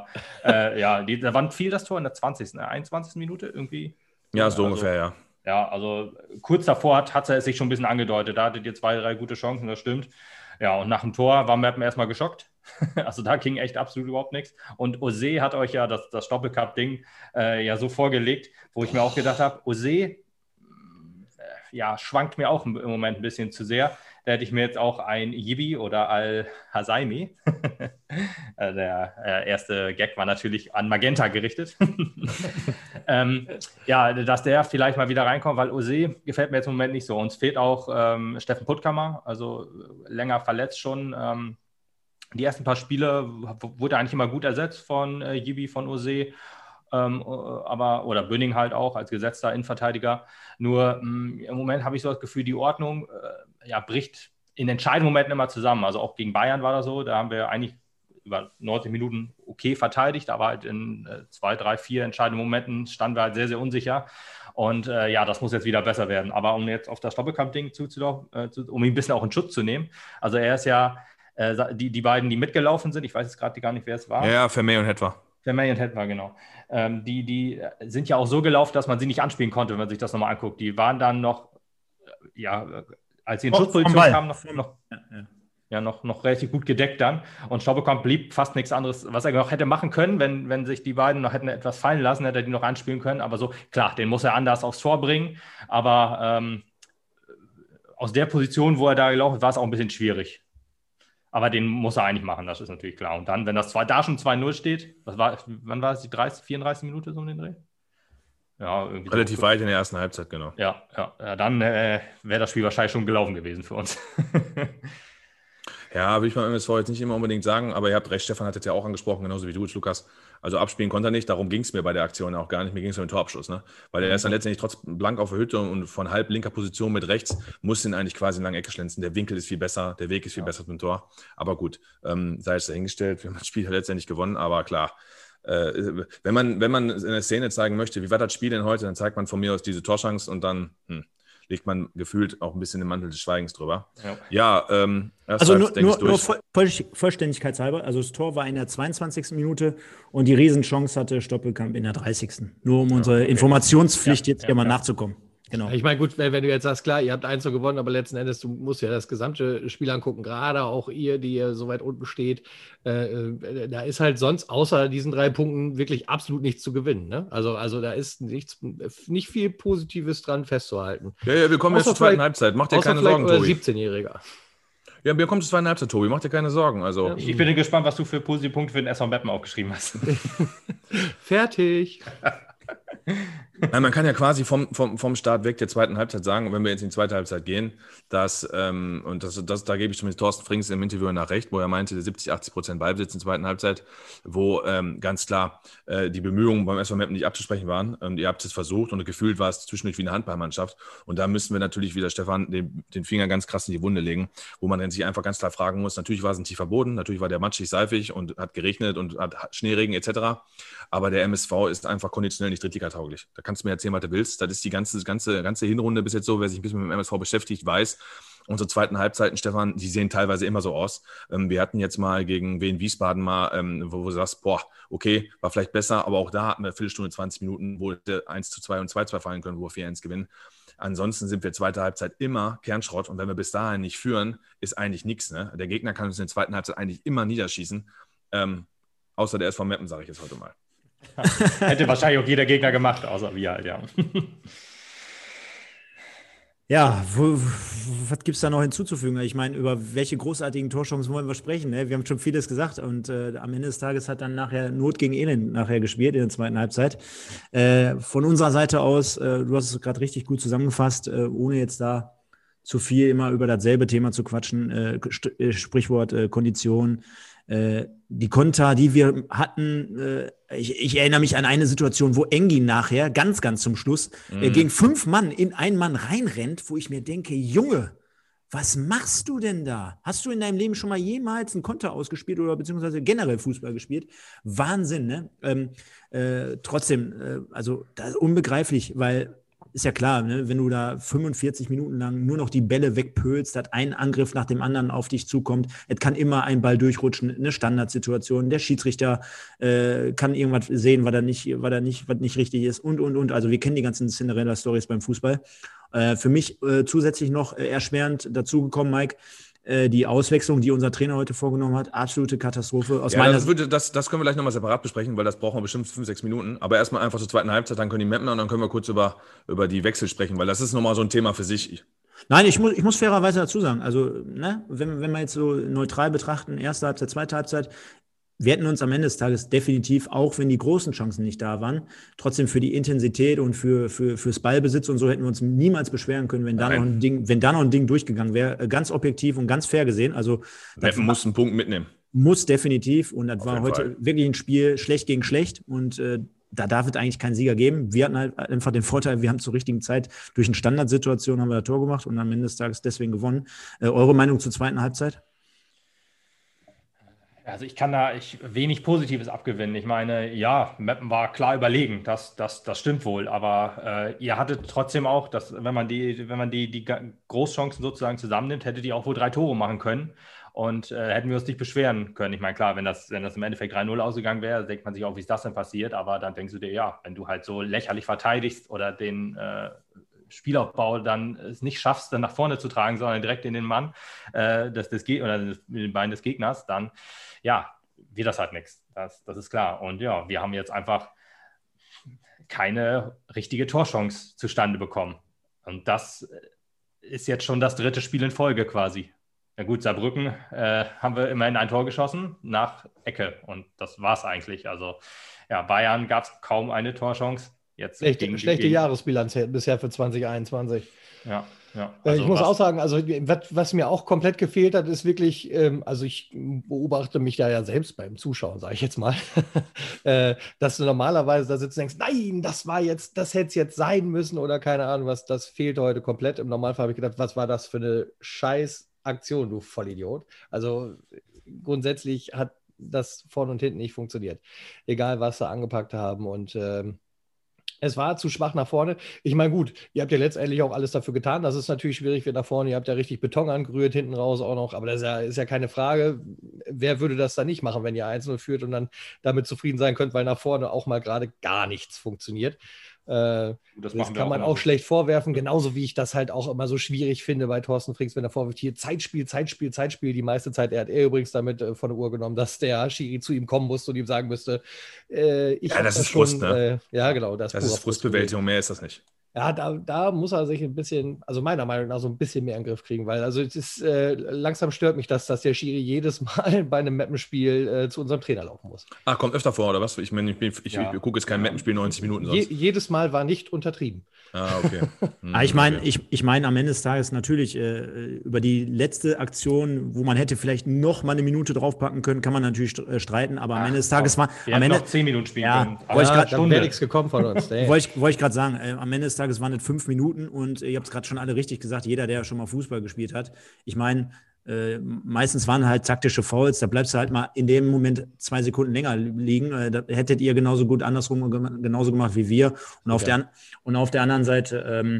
da wann fiel das Tor in der 20., 21. Minute irgendwie? Ja, so ungefähr, ja. Ja, also kurz davor hat es sich schon ein bisschen angedeutet, da hattet ihr 2, 3 gute Chancen, das stimmt. Ja, und nach dem Tor waren wir erstmal geschockt. Also da ging echt absolut überhaupt nichts. Und Ose hat euch ja das Doppelcup-Ding ja so vorgelegt, wo ich mir auch gedacht habe, Ose schwankt mir auch im Moment ein bisschen zu sehr. Da hätte ich mir jetzt auch ein Yibi oder Al-Hasaimi, der erste Gag war natürlich an Magenta gerichtet, dass der vielleicht mal wieder reinkommt, weil Ose gefällt mir jetzt im Moment nicht so. Uns fehlt auch Steffen Puttkammer, also länger verletzt schon. Die ersten paar Spiele wurde eigentlich immer gut ersetzt von Yibi, von Ose, oder Bünning halt auch als gesetzter Innenverteidiger. Nur im Moment habe ich so das Gefühl, die Ordnung bricht in entscheidenden Momenten immer zusammen. Also auch gegen Bayern war das so, da haben wir eigentlich über 90 Minuten okay verteidigt, aber halt in 2, 3, 4 entscheidenden Momenten standen wir halt sehr, sehr unsicher. Und das muss jetzt wieder besser werden. Aber um jetzt auf das Doppelkampf-Ding um ihn ein bisschen auch in Schutz zu nehmen, also er ist ja die beiden, die mitgelaufen sind, ich weiß jetzt gerade gar nicht, wer es war. Ja, Vermey und Hetwa. Vermey und Hetwa, genau. Die sind ja auch so gelaufen, dass man sie nicht anspielen konnte, wenn man sich das nochmal anguckt. Die waren dann noch, als sie in Schussposition kamen, noch relativ gut gedeckt dann. Und Stoppelkamp blieb fast nichts anderes, was er noch hätte machen können, wenn sich die beiden noch hätten etwas fallen lassen, hätte er die noch anspielen können. Aber so, klar, den muss er anders aufs Tor bringen. Aber aus der Position, wo er da gelaufen ist, war es auch ein bisschen schwierig. Aber den muss er eigentlich machen, das ist natürlich klar. Und dann, wenn das da schon 2-0 steht, wann war es, die 34 Minute so um den Dreh? Ja, irgendwie relativ so weit in der ersten Halbzeit, genau. Ja, dann wäre das Spiel wahrscheinlich schon gelaufen gewesen für uns. Ja, will ich beim MSV jetzt nicht immer unbedingt sagen, aber ihr habt recht, Stefan hat das ja auch angesprochen, genauso wie du, Lukas. Also abspielen konnte er nicht, darum ging es mir bei der Aktion auch gar nicht, mir ging es um den Torabschluss, ne? Weil er ist dann letztendlich trotz blank auf der Hütte und von halb linker Position mit rechts, muss ihn eigentlich quasi in lange Ecke schlänzen. Der Winkel ist viel besser, der Weg ist viel besser zum Tor. Aber gut, sei es dahingestellt, wir haben das Spiel ja letztendlich gewonnen, aber klar, wenn man in der Szene zeigen möchte, wie war das Spiel denn heute, dann zeigt man von mir aus diese Torchance und dann legt man gefühlt auch ein bisschen den Mantel des Schweigens drüber. Also nur Vollständigkeitshalber, also das Tor war in der 22. Minute und die Riesenchance hatte Stoppelkamp in der 30. Nur um unsere Informationspflicht hier mal nachzukommen. Genau. Ich meine, gut, wenn du jetzt sagst, klar, ihr habt 1 gewonnen, aber letzten Endes, du musst ja das gesamte Spiel angucken, gerade auch ihr, die ihr so weit unten steht, da ist halt sonst außer diesen 3 Punkten wirklich absolut nichts zu gewinnen. Ne? Also da ist nicht viel Positives dran festzuhalten. Ja, wir kommen jetzt zur zweiten Halbzeit. Mach dir keine Sorgen, Tobi. 17-Jähriger. Ja, wir kommen zur zweiten Halbzeit, Tobi. Mach dir keine Sorgen. Also. Ich bin gespannt, was du für positive Punkte für den SV Meppen aufgeschrieben hast. Fertig. Nein, man kann ja quasi vom Start weg der zweiten Halbzeit sagen, wenn wir jetzt in die zweite Halbzeit gehen, da gebe ich zumindest Thorsten Frings im Interview nach recht, wo er meinte, 70-80% Ballbesitz in der zweiten Halbzeit, wo ganz klar die Bemühungen beim SV Meppen nicht abzusprechen waren. Ihr habt es versucht und gefühlt war es zwischendurch wie eine Handballmannschaft. Und da müssen wir natürlich wieder, Stefan, den Finger ganz krass in die Wunde legen, wo man dann sich einfach ganz klar fragen muss, natürlich war es ein tiefer Boden, natürlich war der matschig, seifig und hat geregnet und hat Schneeregen etc., aber der MSV ist einfach konditionell nicht drittligatauglich. Da kannst du mir erzählen, was du willst. Das ist die ganze Hinrunde bis jetzt so. Wer sich ein bisschen mit dem MSV beschäftigt, weiß, unsere zweiten Halbzeiten, Stefan, die sehen teilweise immer so aus. Wir hatten jetzt mal gegen Wien Wiesbaden mal, wo du sagst, okay, war vielleicht besser, aber auch da hatten wir eine Viertelstunde, 20 Minuten, wo 1-2 und 2-2 fallen können, wo wir 4-1 gewinnen. Ansonsten sind wir zweite Halbzeit immer Kernschrott und wenn wir bis dahin nicht führen, ist eigentlich nichts. Ne? Der Gegner kann uns in der zweiten Halbzeit eigentlich immer niederschießen. Außer der SV Meppen, sage ich jetzt heute mal. Hätte wahrscheinlich auch jeder Gegner gemacht, außer wir halt, ja. Ja, was gibt es da noch hinzuzufügen? Ich meine, über welche großartigen Torchancen wollen wir sprechen? Ne? Wir haben schon vieles gesagt und am Ende des Tages hat dann nachher Not gegen Elend gespielt in der zweiten Halbzeit. Von unserer Seite aus, du hast es gerade richtig gut zusammengefasst, ohne jetzt da zu viel immer über dasselbe Thema zu quatschen, Sprichwort Kondition. Die Konter, die wir hatten, ich erinnere mich an eine Situation, wo Engin nachher, ganz, ganz zum Schluss, gegen 5 Mann in einen Mann reinrennt, wo ich mir denke, Junge, was machst du denn da? Hast du in deinem Leben schon mal jemals einen Konter ausgespielt oder beziehungsweise generell Fußball gespielt? Wahnsinn, ne? Trotzdem, also das ist unbegreiflich, weil ist ja klar, ne? Wenn du da 45 Minuten lang nur noch die Bälle wegpölst, dass ein Angriff nach dem anderen auf dich zukommt, es kann immer ein Ball durchrutschen, eine Standardsituation, der Schiedsrichter kann irgendwas sehen, was nicht richtig ist und. Also wir kennen die ganzen Cinderella-Stories beim Fußball. Für mich zusätzlich noch erschwerend dazugekommen, Mike, die Auswechslung, die unser Trainer heute vorgenommen hat, absolute Katastrophe. Das können wir gleich nochmal separat besprechen, weil das brauchen wir bestimmt 5-6 Minuten. Aber erstmal einfach zur zweiten Halbzeit, dann können die Mappen und dann können wir kurz über die Wechsel sprechen, weil das ist nochmal so ein Thema für sich. Nein, ich muss fairerweise dazu sagen, also ne, wenn wir jetzt so neutral betrachten, erste Halbzeit, zweite Halbzeit, wir hätten uns am Ende des Tages definitiv, auch wenn die großen Chancen nicht da waren, trotzdem für die Intensität und fürs Ballbesitz und so hätten wir uns niemals beschweren können, wenn da noch ein Ding durchgegangen wäre. Ganz objektiv und ganz fair gesehen. Also Meppen muss einen Punkt mitnehmen. Muss definitiv. Und das war heute wirklich ein Spiel schlecht gegen schlecht. Und da darf es eigentlich keinen Sieger geben. Wir hatten halt einfach den Vorteil, wir haben zur richtigen Zeit durch eine Standardsituation haben wir das Tor gemacht und am Ende des Tages deswegen gewonnen. Eure Meinung zur zweiten Halbzeit? Also ich kann da wenig Positives abgewinnen. Ich meine, ja, Meppen war klar überlegen, das stimmt wohl, aber ihr hattet trotzdem auch, wenn man die Großchancen sozusagen zusammennimmt, hättet ihr auch wohl 3 Tore machen können und hätten wir uns nicht beschweren können. Ich meine, klar, wenn das im Endeffekt 3-0 ausgegangen wäre, denkt man sich auch, wie ist das denn passiert, aber dann denkst du dir, ja, wenn du halt so lächerlich verteidigst oder den Spielaufbau dann es nicht schaffst, dann nach vorne zu tragen, sondern direkt in den Mann oder den Bein des Gegners, dann ja, wird das halt nichts. Das ist klar. Und ja, wir haben jetzt einfach keine richtige Torchance zustande bekommen. Und das ist jetzt schon das 3. Spiel in Folge quasi. Ja gut, Saarbrücken haben wir immerhin ein Tor geschossen nach Ecke und das war's eigentlich. Also ja, Bayern gab es kaum eine Torchance. Jetzt schlechte Jahresbilanz bisher für 2021. Ja. Also ich muss auch sagen, also was mir auch komplett gefehlt hat, ist wirklich, also ich beobachte mich da ja selbst beim Zuschauen, sage ich jetzt mal, dass du normalerweise da sitzt und denkst, nein, das hätte es jetzt sein müssen oder keine Ahnung was, das fehlt heute komplett. Im Normalfall habe ich gedacht, was war das für eine Scheißaktion, du Vollidiot. Also grundsätzlich hat das vorne und hinten nicht funktioniert. Egal, was sie angepackt haben und es war zu schwach nach vorne. Ich meine, gut, ihr habt ja letztendlich auch alles dafür getan. Das ist natürlich schwierig wird nach vorne. Ihr habt ja richtig Beton angerührt, hinten raus auch noch. Aber das ist ja keine Frage. Wer würde das dann nicht machen, wenn ihr 1-0 führt und dann damit zufrieden sein könnt, weil nach vorne auch mal gerade gar nichts funktioniert. Das kann man auch schlecht vorwerfen, genauso wie ich das halt auch immer so schwierig finde bei Thorsten Frings, wenn er vorwirft, hier Zeitspiel, die meiste Zeit. Er hat übrigens damit von der Uhr genommen, dass der Schiri zu ihm kommen musste und ihm sagen müsste, das ist Frust, ne? Ja, genau. Das ist Frustbewältigung, mehr ist das nicht. Ja, da muss er sich ein bisschen, also meiner Meinung nach so ein bisschen mehr in den Griff kriegen, weil also es ist, langsam stört mich das, dass der Schiri jedes Mal bei einem Mappenspiel zu unserem Trainer laufen muss. Ach, kommt öfter vor, oder was? Ich meine, ich gucke jetzt kein Mappenspiel 90 Minuten sonst. Jedes Mal war nicht untertrieben. Okay. Ich meine, am Ende des Tages natürlich über die letzte Aktion, wo man hätte vielleicht noch mal eine Minute draufpacken können, kann man natürlich streiten, aber am Ende des Tages war... Wir hätten noch 10 Minuten spielen können. Da wäre nichts gekommen von uns. Wollte ich gerade sagen, am Ende des Tages waren es 5 Minuten und ihr habt es gerade schon alle richtig gesagt, jeder, der schon mal Fußball gespielt hat. Ich meine, meistens waren halt taktische Fouls, da bleibst du halt mal in dem Moment 2 Sekunden länger liegen. Da hättet ihr genauso gut andersrum genauso gemacht wie wir. Und auf der anderen Seite,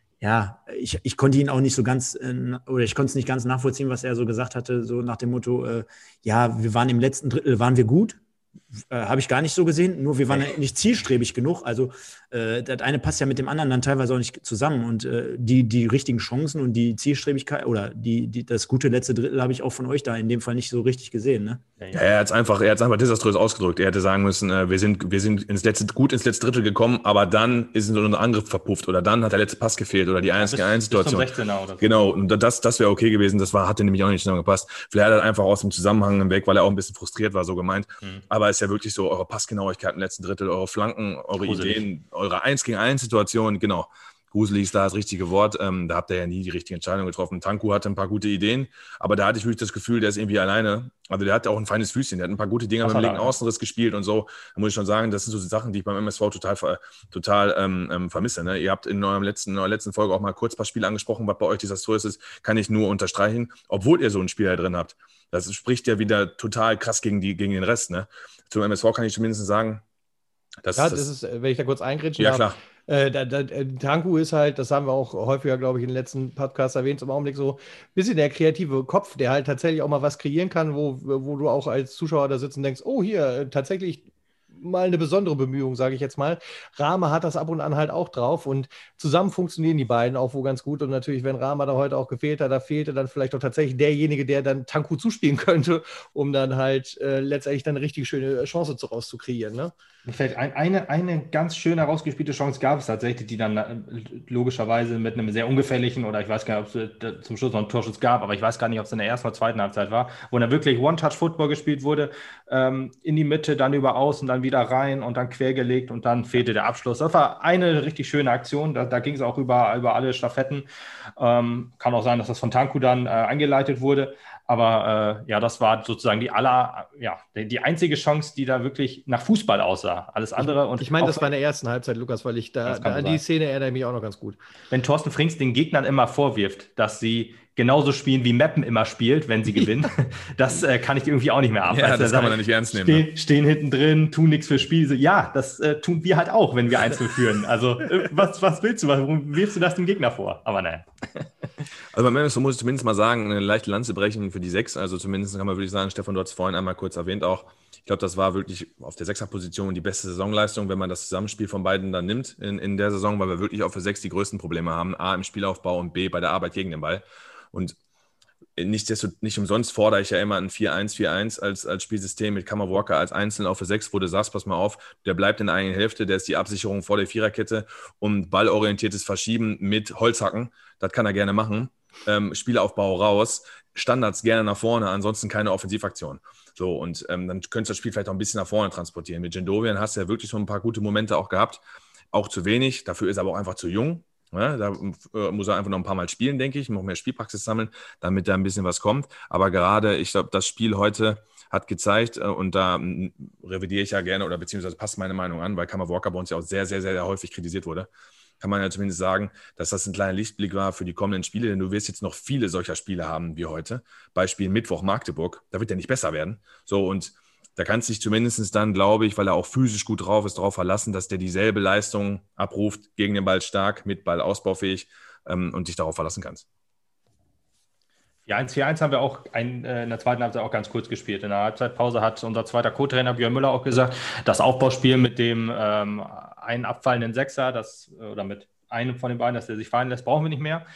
ich konnte ihn auch nicht so ganz, oder ich konnte es nicht ganz nachvollziehen, was er so gesagt hatte, so nach dem Motto, wir waren im letzten Drittel, waren wir gut. Habe ich gar nicht so gesehen, nur wir waren nicht zielstrebig genug. Also das eine passt ja mit dem anderen dann teilweise auch nicht zusammen. Und die richtigen Chancen und die Zielstrebigkeit oder das gute letzte Drittel habe ich auch von euch da in dem Fall nicht so richtig gesehen. Ne? Ja, er hat es einfach desaströs ausgedrückt. Er hätte sagen müssen, wir sind ins letzte Drittel gekommen, aber dann ist unser Angriff verpufft oder dann hat der letzte Pass gefehlt oder die 1-1-Situation. Genau, und das wäre okay gewesen. Das hatte nämlich auch nicht zusammengepasst. Vielleicht hat er einfach aus dem Zusammenhang weg, weil er auch ein bisschen frustriert war, so gemeint. Aber es ist ja wirklich so, eure Passgenauigkeit im letzten Drittel, eure Flanken, eure Ideen, eure 1-gegen-1-Situation, genau. Gruselig ist da das richtige Wort. Da habt ihr ja nie die richtige Entscheidung getroffen. Tanku hatte ein paar gute Ideen, aber da hatte ich wirklich das Gefühl, der ist irgendwie alleine. Also der hat auch ein feines Füßchen. Der hat ein paar gute Dinger mit dem linken Außenriss gespielt und so. Da muss ich schon sagen, das sind so Sachen, die ich beim MSV total vermisse. Ne? Ihr habt in eurer letzten Folge auch mal kurz ein paar Spiele angesprochen, was bei euch desaströs ist, kann ich nur unterstreichen, obwohl ihr so einen Spieler drin habt. Das spricht ja wieder total krass gegen den Rest. Ne? Zum MSV kann ich zumindest sagen, das ist, wenn ich da kurz eingrätschen darf. Ja, klar. Tanku ist halt, das haben wir auch häufiger, glaube ich, in den letzten Podcasts erwähnt, im Augenblick so ein bisschen der kreative Kopf, der halt tatsächlich auch mal was kreieren kann, wo du auch als Zuschauer da sitzt und denkst, oh, hier, tatsächlich mal eine besondere Bemühung, sage ich jetzt mal. Rama hat das ab und an halt auch drauf und zusammen funktionieren die beiden auch wohl ganz gut und natürlich, wenn Rama da heute auch gefehlt hat, da fehlte dann vielleicht auch tatsächlich derjenige, der dann Tanku zuspielen könnte, um dann halt letztendlich dann eine richtig schöne Chance rauszukreieren, ne? Vielleicht eine ganz schön herausgespielte Chance gab es tatsächlich, die dann logischerweise mit einem sehr ungefährlichen oder ich weiß gar nicht, ob es zum Schluss noch einen Torschuss gab, aber ich weiß gar nicht, ob es in der ersten oder zweiten Halbzeit war, wo dann wirklich One-Touch-Football gespielt wurde, in die Mitte, dann über außen, dann wieder rein und dann quergelegt und dann fehlte der Abschluss. Das war eine richtig schöne Aktion, da ging es auch über alle Staffetten. Kann auch sein, dass das von Tanku dann eingeleitet wurde. Aber das war sozusagen die einzige Chance, die da wirklich nach Fußball aussah. Alles andere. Und ich meine, das war in der ersten Halbzeit, Lukas, weil ich da an die Szene erinnere ich mich auch noch ganz gut. Wenn Thorsten Frings den Gegnern immer vorwirft, dass sie genauso spielen, wie Meppen immer spielt, wenn sie gewinnen, das kann ich irgendwie auch nicht mehr ab. Ja, das kann man ja nicht ernst nehmen. Stehen hinten drin, tun nichts für Spiel. Ja, das tun wir halt auch, wenn wir 1-0 führen. Also was willst du? Warum wirfst du das dem Gegner vor? Aber nein. Also beim MSV muss ich zumindest mal sagen, eine leichte Lanze brechen für die 6. Also zumindest kann man wirklich sagen, Stefan, du hast es vorhin einmal kurz erwähnt auch. Ich glaube, das war wirklich auf der 6er-Position die beste Saisonleistung, wenn man das Zusammenspiel von beiden dann nimmt in der Saison, weil wir wirklich auch für 6 die größten Probleme haben. A, im Spielaufbau und B, bei der Arbeit gegen den Ball. Und Nicht umsonst fordere ich ja immer ein 4-1-4-1 als Spielsystem mit Kemba Walker als Einzelner auf der 6, wo du sagst, pass mal auf, der bleibt in der eigenen Hälfte, der ist die Absicherung vor der Viererkette und ballorientiertes Verschieben mit Holzhacken, das kann er gerne machen. Spielaufbau raus, Standards gerne nach vorne, ansonsten keine Offensivaktion. So, und dann könntest du das Spiel vielleicht auch ein bisschen nach vorne transportieren. Mit Gindovian hast du ja wirklich so ein paar gute Momente auch gehabt, auch zu wenig, dafür ist er aber auch einfach zu jung. Ja, da muss er einfach noch ein paar Mal spielen, denke ich, noch mehr Spielpraxis sammeln, damit da ein bisschen was kommt. Aber gerade, ich glaube, das Spiel heute hat gezeigt, und da revidiere ich ja gerne, oder beziehungsweise passt meine Meinung an, weil Kemba Walker bei uns ja auch sehr, sehr, sehr häufig kritisiert wurde, kann man ja zumindest sagen, dass das ein kleiner Lichtblick war für die kommenden Spiele, denn du wirst jetzt noch viele solcher Spiele haben wie heute. Beispiel Mittwoch Magdeburg, da wird der nicht besser werden. So, und da kannst du dich zumindest dann, glaube ich, weil er auch physisch gut drauf ist, darauf verlassen, dass der dieselbe Leistung abruft, gegen den Ball stark, mit Ball ausbaufähig, und dich darauf verlassen kannst. 4-1-4-1 haben wir auch in der zweiten Halbzeit auch ganz kurz gespielt. In der Halbzeitpause hat unser zweiter Co-Trainer Björn Müller auch gesagt, das Aufbauspiel mit dem einen abfallenden Sechser, oder mit einem von den beiden, dass der sich fallen lässt, brauchen wir nicht mehr.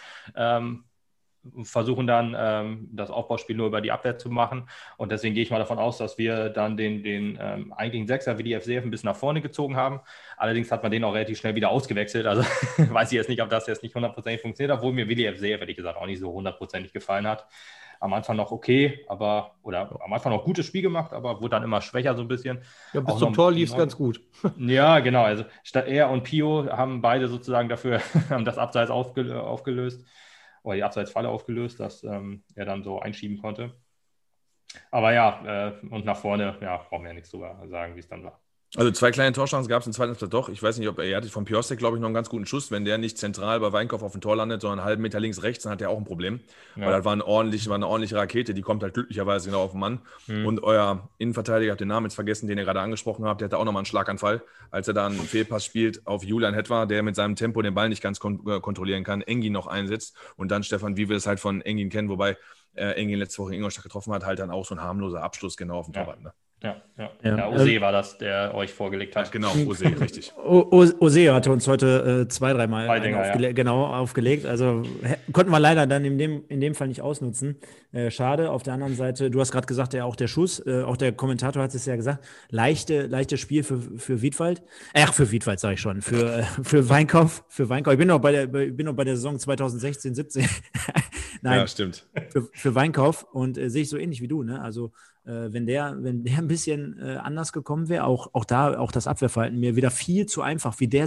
Versuchen dann das Aufbauspiel nur über die Abwehr zu machen, und deswegen gehe ich mal davon aus, dass wir dann den eigentlichen Sechser wie die FCF ein bisschen nach vorne gezogen haben. Allerdings hat man den auch relativ schnell wieder ausgewechselt, also weiß ich jetzt nicht, ob das jetzt nicht 100% funktioniert, obwohl mir Willi FCF, ehrlich gesagt, auch nicht so 100% gefallen hat. Am Anfang noch okay, oder am Anfang noch gutes Spiel gemacht, aber wurde dann immer schwächer so ein bisschen. Ja, bis zum Tor lief es ganz gut. Ja, genau, also statt er und Pio haben beide sozusagen dafür haben das Abseits aufgelöst. Oder die Abseitsfalle aufgelöst, dass er dann so einschieben konnte. Aber ja, und nach vorne, ja, brauchen wir ja nichts drüber sagen, wie es dann war. Also 2 kleine Torchancen gab es im zweiten Halbzeit doch. Ich weiß nicht, ob er hatte von Piostek, glaube ich, noch einen ganz guten Schuss. Wenn der nicht zentral bei Weinkauf auf dem Tor landet, sondern einen halben Meter links, rechts, dann hat er auch ein Problem. Ja. Weil das war eine ordentliche Rakete, die kommt halt glücklicherweise genau auf den Mann. Und euer Innenverteidiger, ich habe den Namen jetzt vergessen, den ihr gerade angesprochen habt, der hatte auch nochmal einen Schlaganfall, als er da einen Fehlpass spielt auf Julian Hetwa, der mit seinem Tempo den Ball nicht ganz kontrollieren kann, Engin noch einsetzt. Und dann Stefan, wie wir es halt von Engin kennen, wobei Engin letzte Woche in Ingolstadt getroffen hat, halt dann auch so ein harmloser Abschluss genau auf dem Torwart. Ne? Ja, Ose war das, der euch vorgelegt hat. Ja, genau, Ose, richtig. Ose hatte uns heute 2-3 Mal aufgelegt. Also konnten wir leider dann in dem Fall nicht ausnutzen. Schade. Auf der anderen Seite, du hast gerade gesagt, auch der Schuss, auch der Kommentator hat es ja gesagt, leichtes Spiel für Wiedwald. Für Wiedwald sage ich schon, für Weinkauf. Ich bin noch bei der Saison 2016, 17. Nein, ja, stimmt. Für Weinkauf, und sehe ich so ähnlich wie du, ne? Also wenn der ein bisschen anders gekommen wäre, auch das Abwehrverhalten mir wieder viel zu einfach, wie der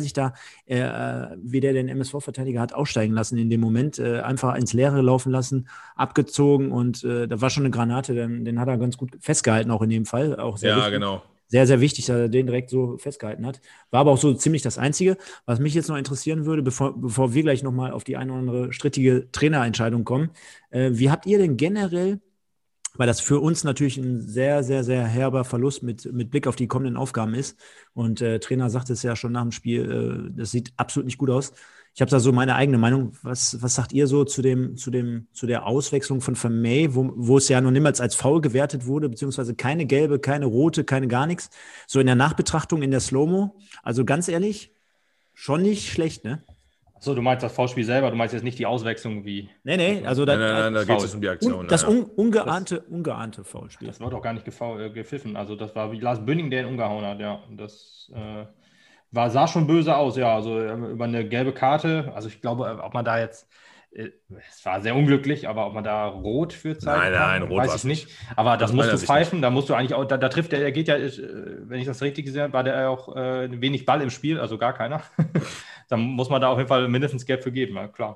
den MSV-Verteidiger hat aussteigen lassen in dem Moment, einfach ins Leere laufen lassen, abgezogen, und da war schon eine Granate, den hat er ganz gut festgehalten, auch in dem Fall. Auch sehr wichtig. Genau. Sehr, sehr wichtig, dass er den direkt so festgehalten hat. War aber auch so ziemlich das Einzige. Was mich jetzt noch interessieren würde, bevor wir gleich nochmal auf die eine oder andere strittige Trainerentscheidung kommen, wie habt ihr denn generell, weil das für uns natürlich ein sehr, sehr, sehr herber Verlust mit Blick auf die kommenden Aufgaben ist, und Trainer sagt es ja schon nach dem Spiel, das sieht absolut nicht gut aus. Ich habe da so meine eigene Meinung. Was sagt ihr so zu der Auswechslung von Vermey, wo es ja noch niemals als Foul gewertet wurde, beziehungsweise keine gelbe, keine rote, keine gar nichts. So in der Nachbetrachtung, in der Slow-Mo. Also ganz ehrlich, schon nicht schlecht, ne? Achso, du meinst das Foulspiel selber, du meinst jetzt nicht die Auswechslung wie... Nee, also da geht es um die Aktion. Das ungeahnte Foulspiel. Das war doch gar nicht gepfiffen. Also das war wie Lars Bünning, der ihn umgehauen hat, ja. Das sah schon böse aus, ja. Also über eine gelbe Karte, also ich glaube, ob man da jetzt... Es war sehr unglücklich, aber ob man da rot für zeigen kann, rot weiß ich nicht. Aber das musst du pfeifen, da musst du eigentlich auch, da trifft er geht ja, wenn ich das richtig gesehen habe, war der auch wenig Ball im Spiel, also gar keiner. Dann muss man da auf jeden Fall mindestens Gelb für geben, ja, klar.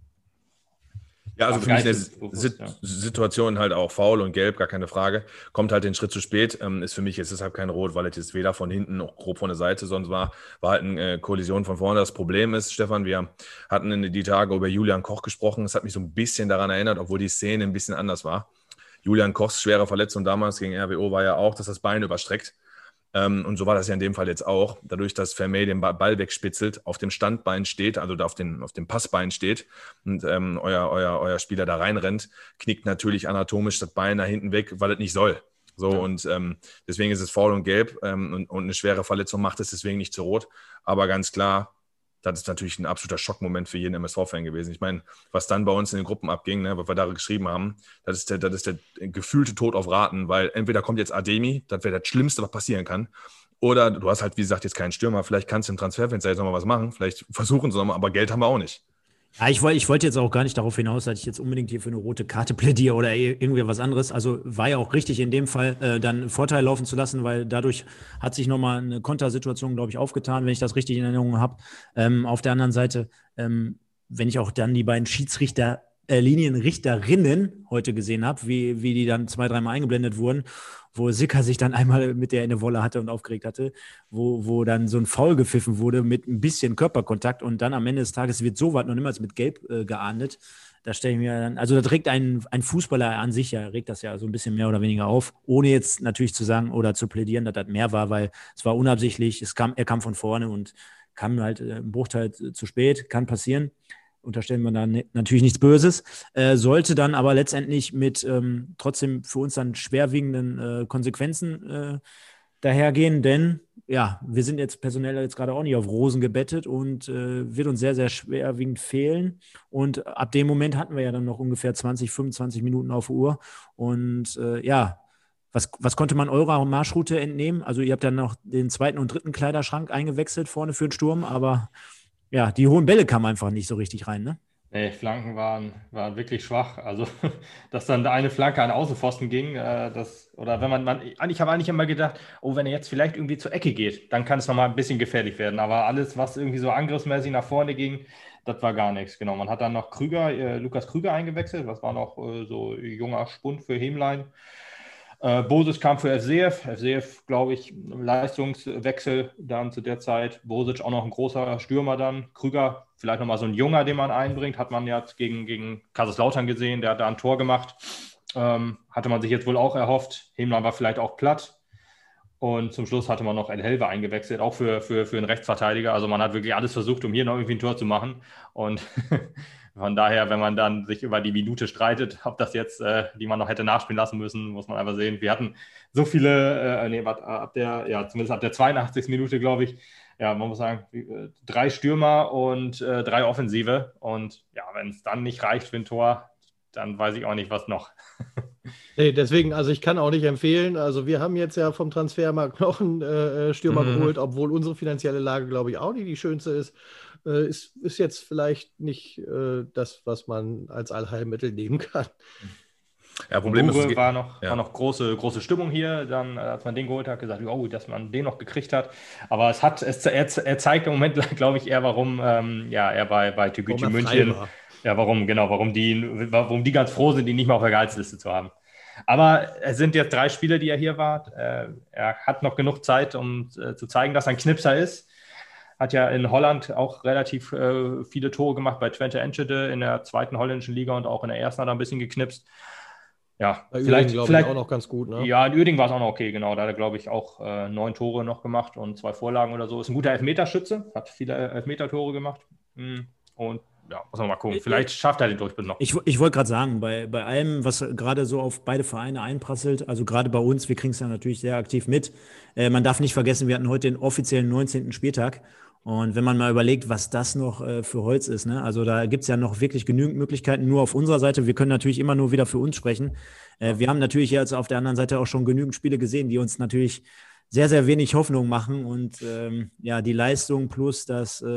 Ja, also für mich eine Situation halt auch faul und gelb, gar keine Frage. Kommt halt den Schritt zu spät, ist für mich jetzt deshalb kein Rot, weil es jetzt weder von hinten noch grob von der Seite, sonst war halt eine Kollision von vorne. Das Problem ist, Stefan, wir hatten in die Tage über Julian Koch gesprochen. Es hat mich so ein bisschen daran erinnert, obwohl die Szene ein bisschen anders war. Julian Kochs schwere Verletzung damals gegen RWO war ja auch, dass das Bein überstreckt. Und so war das ja in dem Fall jetzt auch. Dadurch, dass Vermey den Ball wegspitzelt, auf dem Standbein steht, also auf dem Passbein steht und euer Spieler da reinrennt, knickt natürlich anatomisch das Bein nach hinten weg, weil es nicht soll. So, ja. Und deswegen ist es faul und gelb und eine schwere Verletzung macht es deswegen nicht zu rot. Aber ganz klar, das ist natürlich ein absoluter Schockmoment für jeden MSV-Fan gewesen. Ich meine, was dann bei uns in den Gruppen abging, ne, was wir da geschrieben haben, das ist der gefühlte Tod auf Raten, weil entweder kommt jetzt Ademi, das wäre das Schlimmste, was passieren kann, oder du hast halt, wie gesagt, jetzt keinen Stürmer, vielleicht kannst du im Transferfenster jetzt nochmal was machen, vielleicht versuchen sie nochmal, aber Geld haben wir auch nicht. Ja, ich wollte jetzt auch gar nicht darauf hinaus, dass ich jetzt unbedingt hier für eine rote Karte plädiere oder irgendwie was anderes. Also war ja auch richtig in dem Fall, dann einen Vorteil laufen zu lassen, weil dadurch hat sich nochmal eine Kontersituation, glaube ich, aufgetan, wenn ich das richtig in Erinnerung habe. Auf der anderen Seite, wenn ich auch dann die beiden Linienrichterinnen heute gesehen habe, wie die dann 2-3 Mal eingeblendet wurden, wo Sicker sich dann einmal mit der in der Wolle hatte und aufgeregt hatte, wo dann so ein Foul gepfiffen wurde mit ein bisschen Körperkontakt und dann am Ende des Tages wird sowas noch niemals mit Gelb geahndet. Da stelle ich mir dann, also da regt ein Fußballer an sich ja, regt das ja so ein bisschen mehr oder weniger auf, ohne jetzt natürlich zu sagen oder zu plädieren, dass das mehr war, weil es war unabsichtlich, er kam von vorne und kam halt im Bruchteil zu spät, kann passieren. Unterstellen wir dann natürlich nichts Böses, sollte dann aber letztendlich mit trotzdem für uns dann schwerwiegenden Konsequenzen dahergehen, denn ja, wir sind jetzt personell jetzt gerade auch nicht auf Rosen gebettet und wird uns sehr, sehr schwerwiegend fehlen und ab dem Moment hatten wir ja dann noch ungefähr 20, 25 Minuten auf der Uhr und ja, was konnte man eurer Marschroute entnehmen? Also ihr habt dann noch den zweiten und dritten Kleiderschrank eingewechselt vorne für den Sturm, aber ja, die hohen Bälle kamen einfach nicht so richtig rein, ne? Nee, Flanken waren wirklich schwach. Also, dass dann eine Flanke an Außenpfosten ging, oder wenn ich habe eigentlich immer gedacht, oh, wenn er jetzt vielleicht irgendwie zur Ecke geht, dann kann es nochmal ein bisschen gefährlich werden. Aber alles, was irgendwie so angriffsmäßig nach vorne ging, das war gar nichts. Genau, man hat dann noch Lukas Krüger eingewechselt, das war noch so junger Spund für Hemlein. Bosic kam für FCF, glaube ich, Leistungswechsel dann zu der Zeit. Bosic auch noch ein großer Stürmer dann. Krüger, vielleicht nochmal so ein Junger, den man einbringt, hat man jetzt gegen Kaiserslautern gesehen, der hat da ein Tor gemacht. Hatte man sich jetzt wohl auch erhofft. Hemlein war vielleicht auch platt. Und zum Schluss hatte man noch El Helve eingewechselt, auch für einen Rechtsverteidiger. Also man hat wirklich alles versucht, um hier noch irgendwie ein Tor zu machen. Und von daher, wenn man dann sich über die Minute streitet, ob das jetzt, die man noch hätte nachspielen lassen müssen, muss man einfach sehen. Wir hatten so viele, zumindest ab der 82. Minute, glaube ich, ja, man muss sagen, 3 Stürmer und 3 Offensive. Und ja, wenn es dann nicht reicht für ein Tor, dann weiß ich auch nicht, was noch. Nee, deswegen, also ich kann auch nicht empfehlen, also wir haben jetzt ja vom Transfermarkt noch einen Stürmer geholt, obwohl unsere finanzielle Lage, glaube ich, auch nicht die schönste ist. Ist jetzt vielleicht nicht das, was man als Allheilmittel nehmen kann. Ja, Problem ist, war noch große Stimmung hier, dann, als man den geholt hat, gesagt, oh, dass man den noch gekriegt hat. Aber er zeigt im Moment, glaube ich, eher, warum er bei Tegucigalpa München, ja, warum die ganz froh sind, ihn nicht mehr auf der Gehaltsliste zu haben. Aber es sind jetzt 3 Spiele, die er hier war. Er hat noch genug Zeit, um zu zeigen, dass er ein Knipser ist. Hat ja in Holland auch relativ viele Tore gemacht bei Twente Enschede in der 2. holländischen Liga und auch in der 1. hat er ein bisschen geknipst. Ja, bei vielleicht glaube ich auch noch ganz gut, ne? Ja, in Uerdingen war es auch noch okay, genau. Da hat er, glaube ich, auch 9 Tore noch gemacht und 2 Vorlagen oder so. Ist ein guter Elfmeterschütze, hat viele Elfmetertore gemacht. Und ja, muss man mal gucken. Vielleicht schafft er den Durchbruch noch. Ich wollte gerade sagen, bei allem, was gerade so auf beide Vereine einprasselt, also gerade bei uns, wir kriegen es ja natürlich sehr aktiv mit. Man darf nicht vergessen, wir hatten heute den offiziellen 19. Spieltag. Und wenn man mal überlegt, was das noch für Holz ist, ne? Also da gibt es ja noch wirklich genügend Möglichkeiten, nur auf unserer Seite. Wir können natürlich immer nur wieder für uns sprechen. Wir haben natürlich jetzt auf der anderen Seite auch schon genügend Spiele gesehen, die uns natürlich sehr, sehr wenig Hoffnung machen. Und die Leistung plus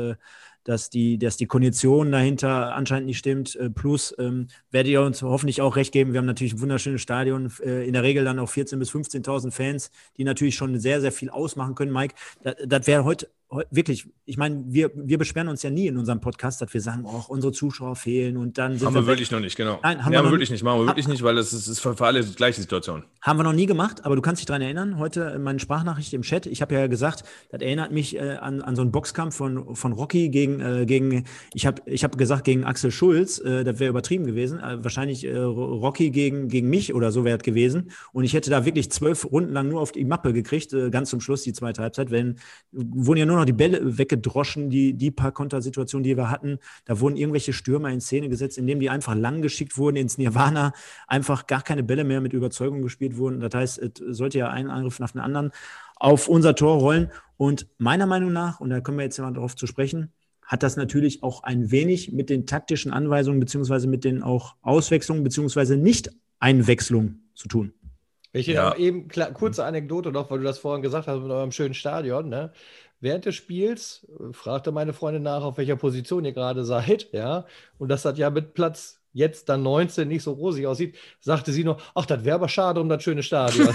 dass die Kondition dahinter anscheinend nicht stimmt. Plus werdet ihr uns hoffentlich auch recht geben. Wir haben natürlich ein wunderschönes Stadion, in der Regel dann auch 14.000 bis 15.000 Fans, die natürlich schon sehr, sehr viel ausmachen können, Mike. Das wäre heute wirklich, ich meine, wir beschweren uns ja nie in unserem Podcast, dass wir sagen, unsere Zuschauer fehlen und dann sind haben wir wirklich noch nicht, genau. Nein, machen wir wirklich nicht, weil es ist für alle die gleiche Situation. Haben wir noch nie gemacht, aber du kannst dich daran erinnern, heute in meiner Sprachnachricht im Chat, ich habe ja gesagt, das erinnert mich an so einen Boxkampf von Rocky gegen ich hab gesagt, gegen Axel Schulz, das wäre übertrieben gewesen, wahrscheinlich Rocky gegen mich oder so wäre es gewesen und ich hätte da wirklich 12 Runden lang nur auf die Mappe gekriegt, ganz zum Schluss die zweite Halbzeit, wurden ja nur noch die Bälle weggedroschen, die paar Kontersituationen, die wir hatten. Da wurden irgendwelche Stürmer in Szene gesetzt, indem die einfach lang geschickt wurden ins Nirvana, einfach gar keine Bälle mehr mit Überzeugung gespielt wurden. Das heißt, es sollte ja ein Angriff nach dem anderen auf unser Tor rollen. Und meiner Meinung nach, und da kommen wir jetzt mal darauf zu sprechen, hat das natürlich auch ein wenig mit den taktischen Anweisungen beziehungsweise mit den auch Auswechslungen beziehungsweise Nicht-Einwechslungen zu tun. Kurze Anekdote noch, weil du das vorhin gesagt hast mit eurem schönen Stadion, ne? Während des Spiels fragte meine Freundin nach, auf welcher Position ihr gerade seid, ja, und das hat ja mit Platz jetzt dann 19 nicht so rosig aussieht, sagte sie noch, ach, das wäre aber schade um das schöne Stadion.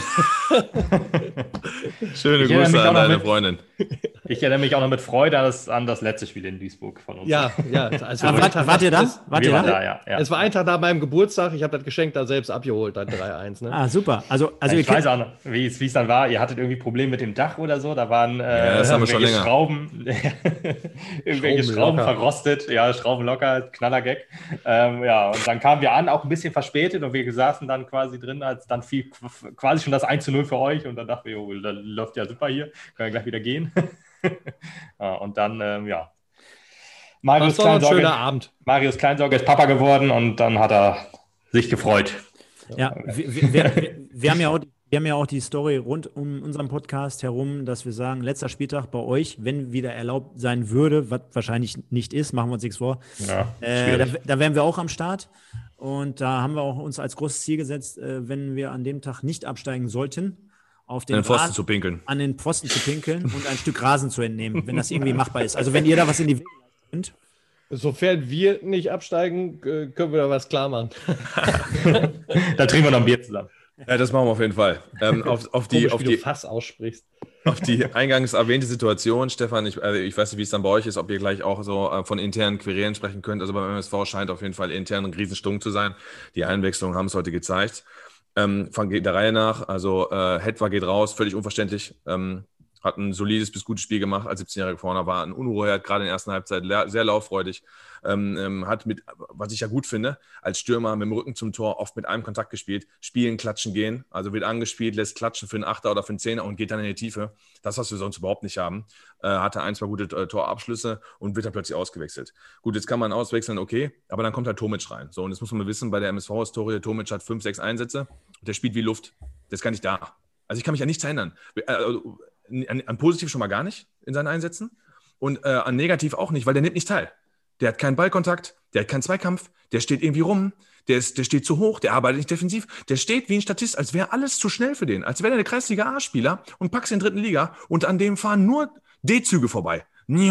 Schöne Grüße an deine Freundin. Ich erinnere mich auch noch mit Freude an das letzte Spiel in Duisburg von uns. Ja. Also wart ihr da? Wir waren da, ja. Es war ein Tag nach meinem Geburtstag. Ich habe das Geschenk dann selbst abgeholt, dann 3-1. Ne? Ah, super. Also ich weiß auch noch, wie es dann war. Ihr hattet irgendwie Probleme mit dem Dach oder so. Da waren das haben wir schon länger. irgendwelche Schrauben verrostet. Ja, Schrauben locker, Knallergag. Und dann kamen wir an, auch ein bisschen verspätet. Und wir saßen dann quasi drin, als dann fiel quasi schon das 1:0 für euch. Und dann dachten wir, das läuft ja super hier. Können wir gleich wieder gehen. Und dann, Marius Kleinsorge ist Papa geworden und dann hat er sich gefreut. Ja, wir haben ja auch die Story rund um unseren Podcast herum, dass wir sagen, letzter Spieltag bei euch, wenn wieder erlaubt sein würde, was wahrscheinlich nicht ist, machen wir uns nichts vor, da wären wir auch am Start. Und da haben wir auch uns als großes Ziel gesetzt, wenn wir an dem Tag nicht absteigen sollten, an den Pfosten zu pinkeln und ein Stück Rasen zu entnehmen, wenn das irgendwie machbar ist. Also wenn ihr da was in die Wege könnt. Sofern wir nicht absteigen, können wir da was klar machen. Da trinken wir noch ein Bier zusammen. Ja, das machen wir auf jeden Fall. Wie du Fass aussprichst. Auf die eingangs erwähnte Situation, Stefan, ich weiß nicht, wie es dann bei euch ist, ob ihr gleich auch so von internen Querelen sprechen könnt. Also beim MSV scheint auf jeden Fall intern ein Riesenstunk zu sein. Die Einwechslungen haben es heute gezeigt. Geht der Reihe nach, also Hetwa geht raus, völlig unverständlich, hat ein solides bis gutes Spiel gemacht, als 17-Jähriger vorne war, ein Unruheherd, gerade in der ersten Halbzeit, sehr lauffreudig, hat mit, was ich ja gut finde, als Stürmer mit dem Rücken zum Tor oft mit einem Kontakt gespielt, spielen, klatschen, gehen, also wird angespielt, lässt klatschen für einen Achter oder für einen Zehner und geht dann in die Tiefe, das, was wir sonst überhaupt nicht haben, hatte 1-2 gute Torabschlüsse und wird dann plötzlich ausgewechselt. Gut, jetzt kann man auswechseln, okay, aber dann kommt halt Tomic rein, so, und jetzt muss man wissen, bei der MSV-Historie, Tomic hat 5, 6 Einsätze und der spielt wie Luft, der ist gar nicht da. Also ich kann mich an nichts erinnern. An positiv schon mal gar nicht in seinen Einsätzen und an negativ auch nicht, weil der nimmt nicht teil. Der hat keinen Ballkontakt, der hat keinen Zweikampf, der steht irgendwie rum, der steht zu hoch, der arbeitet nicht defensiv, der steht wie ein Statist, als wäre alles zu schnell für den, als wäre der eine Kreisliga A-Spieler und packst in der 3. Liga und an dem fahren nur D-Züge vorbei.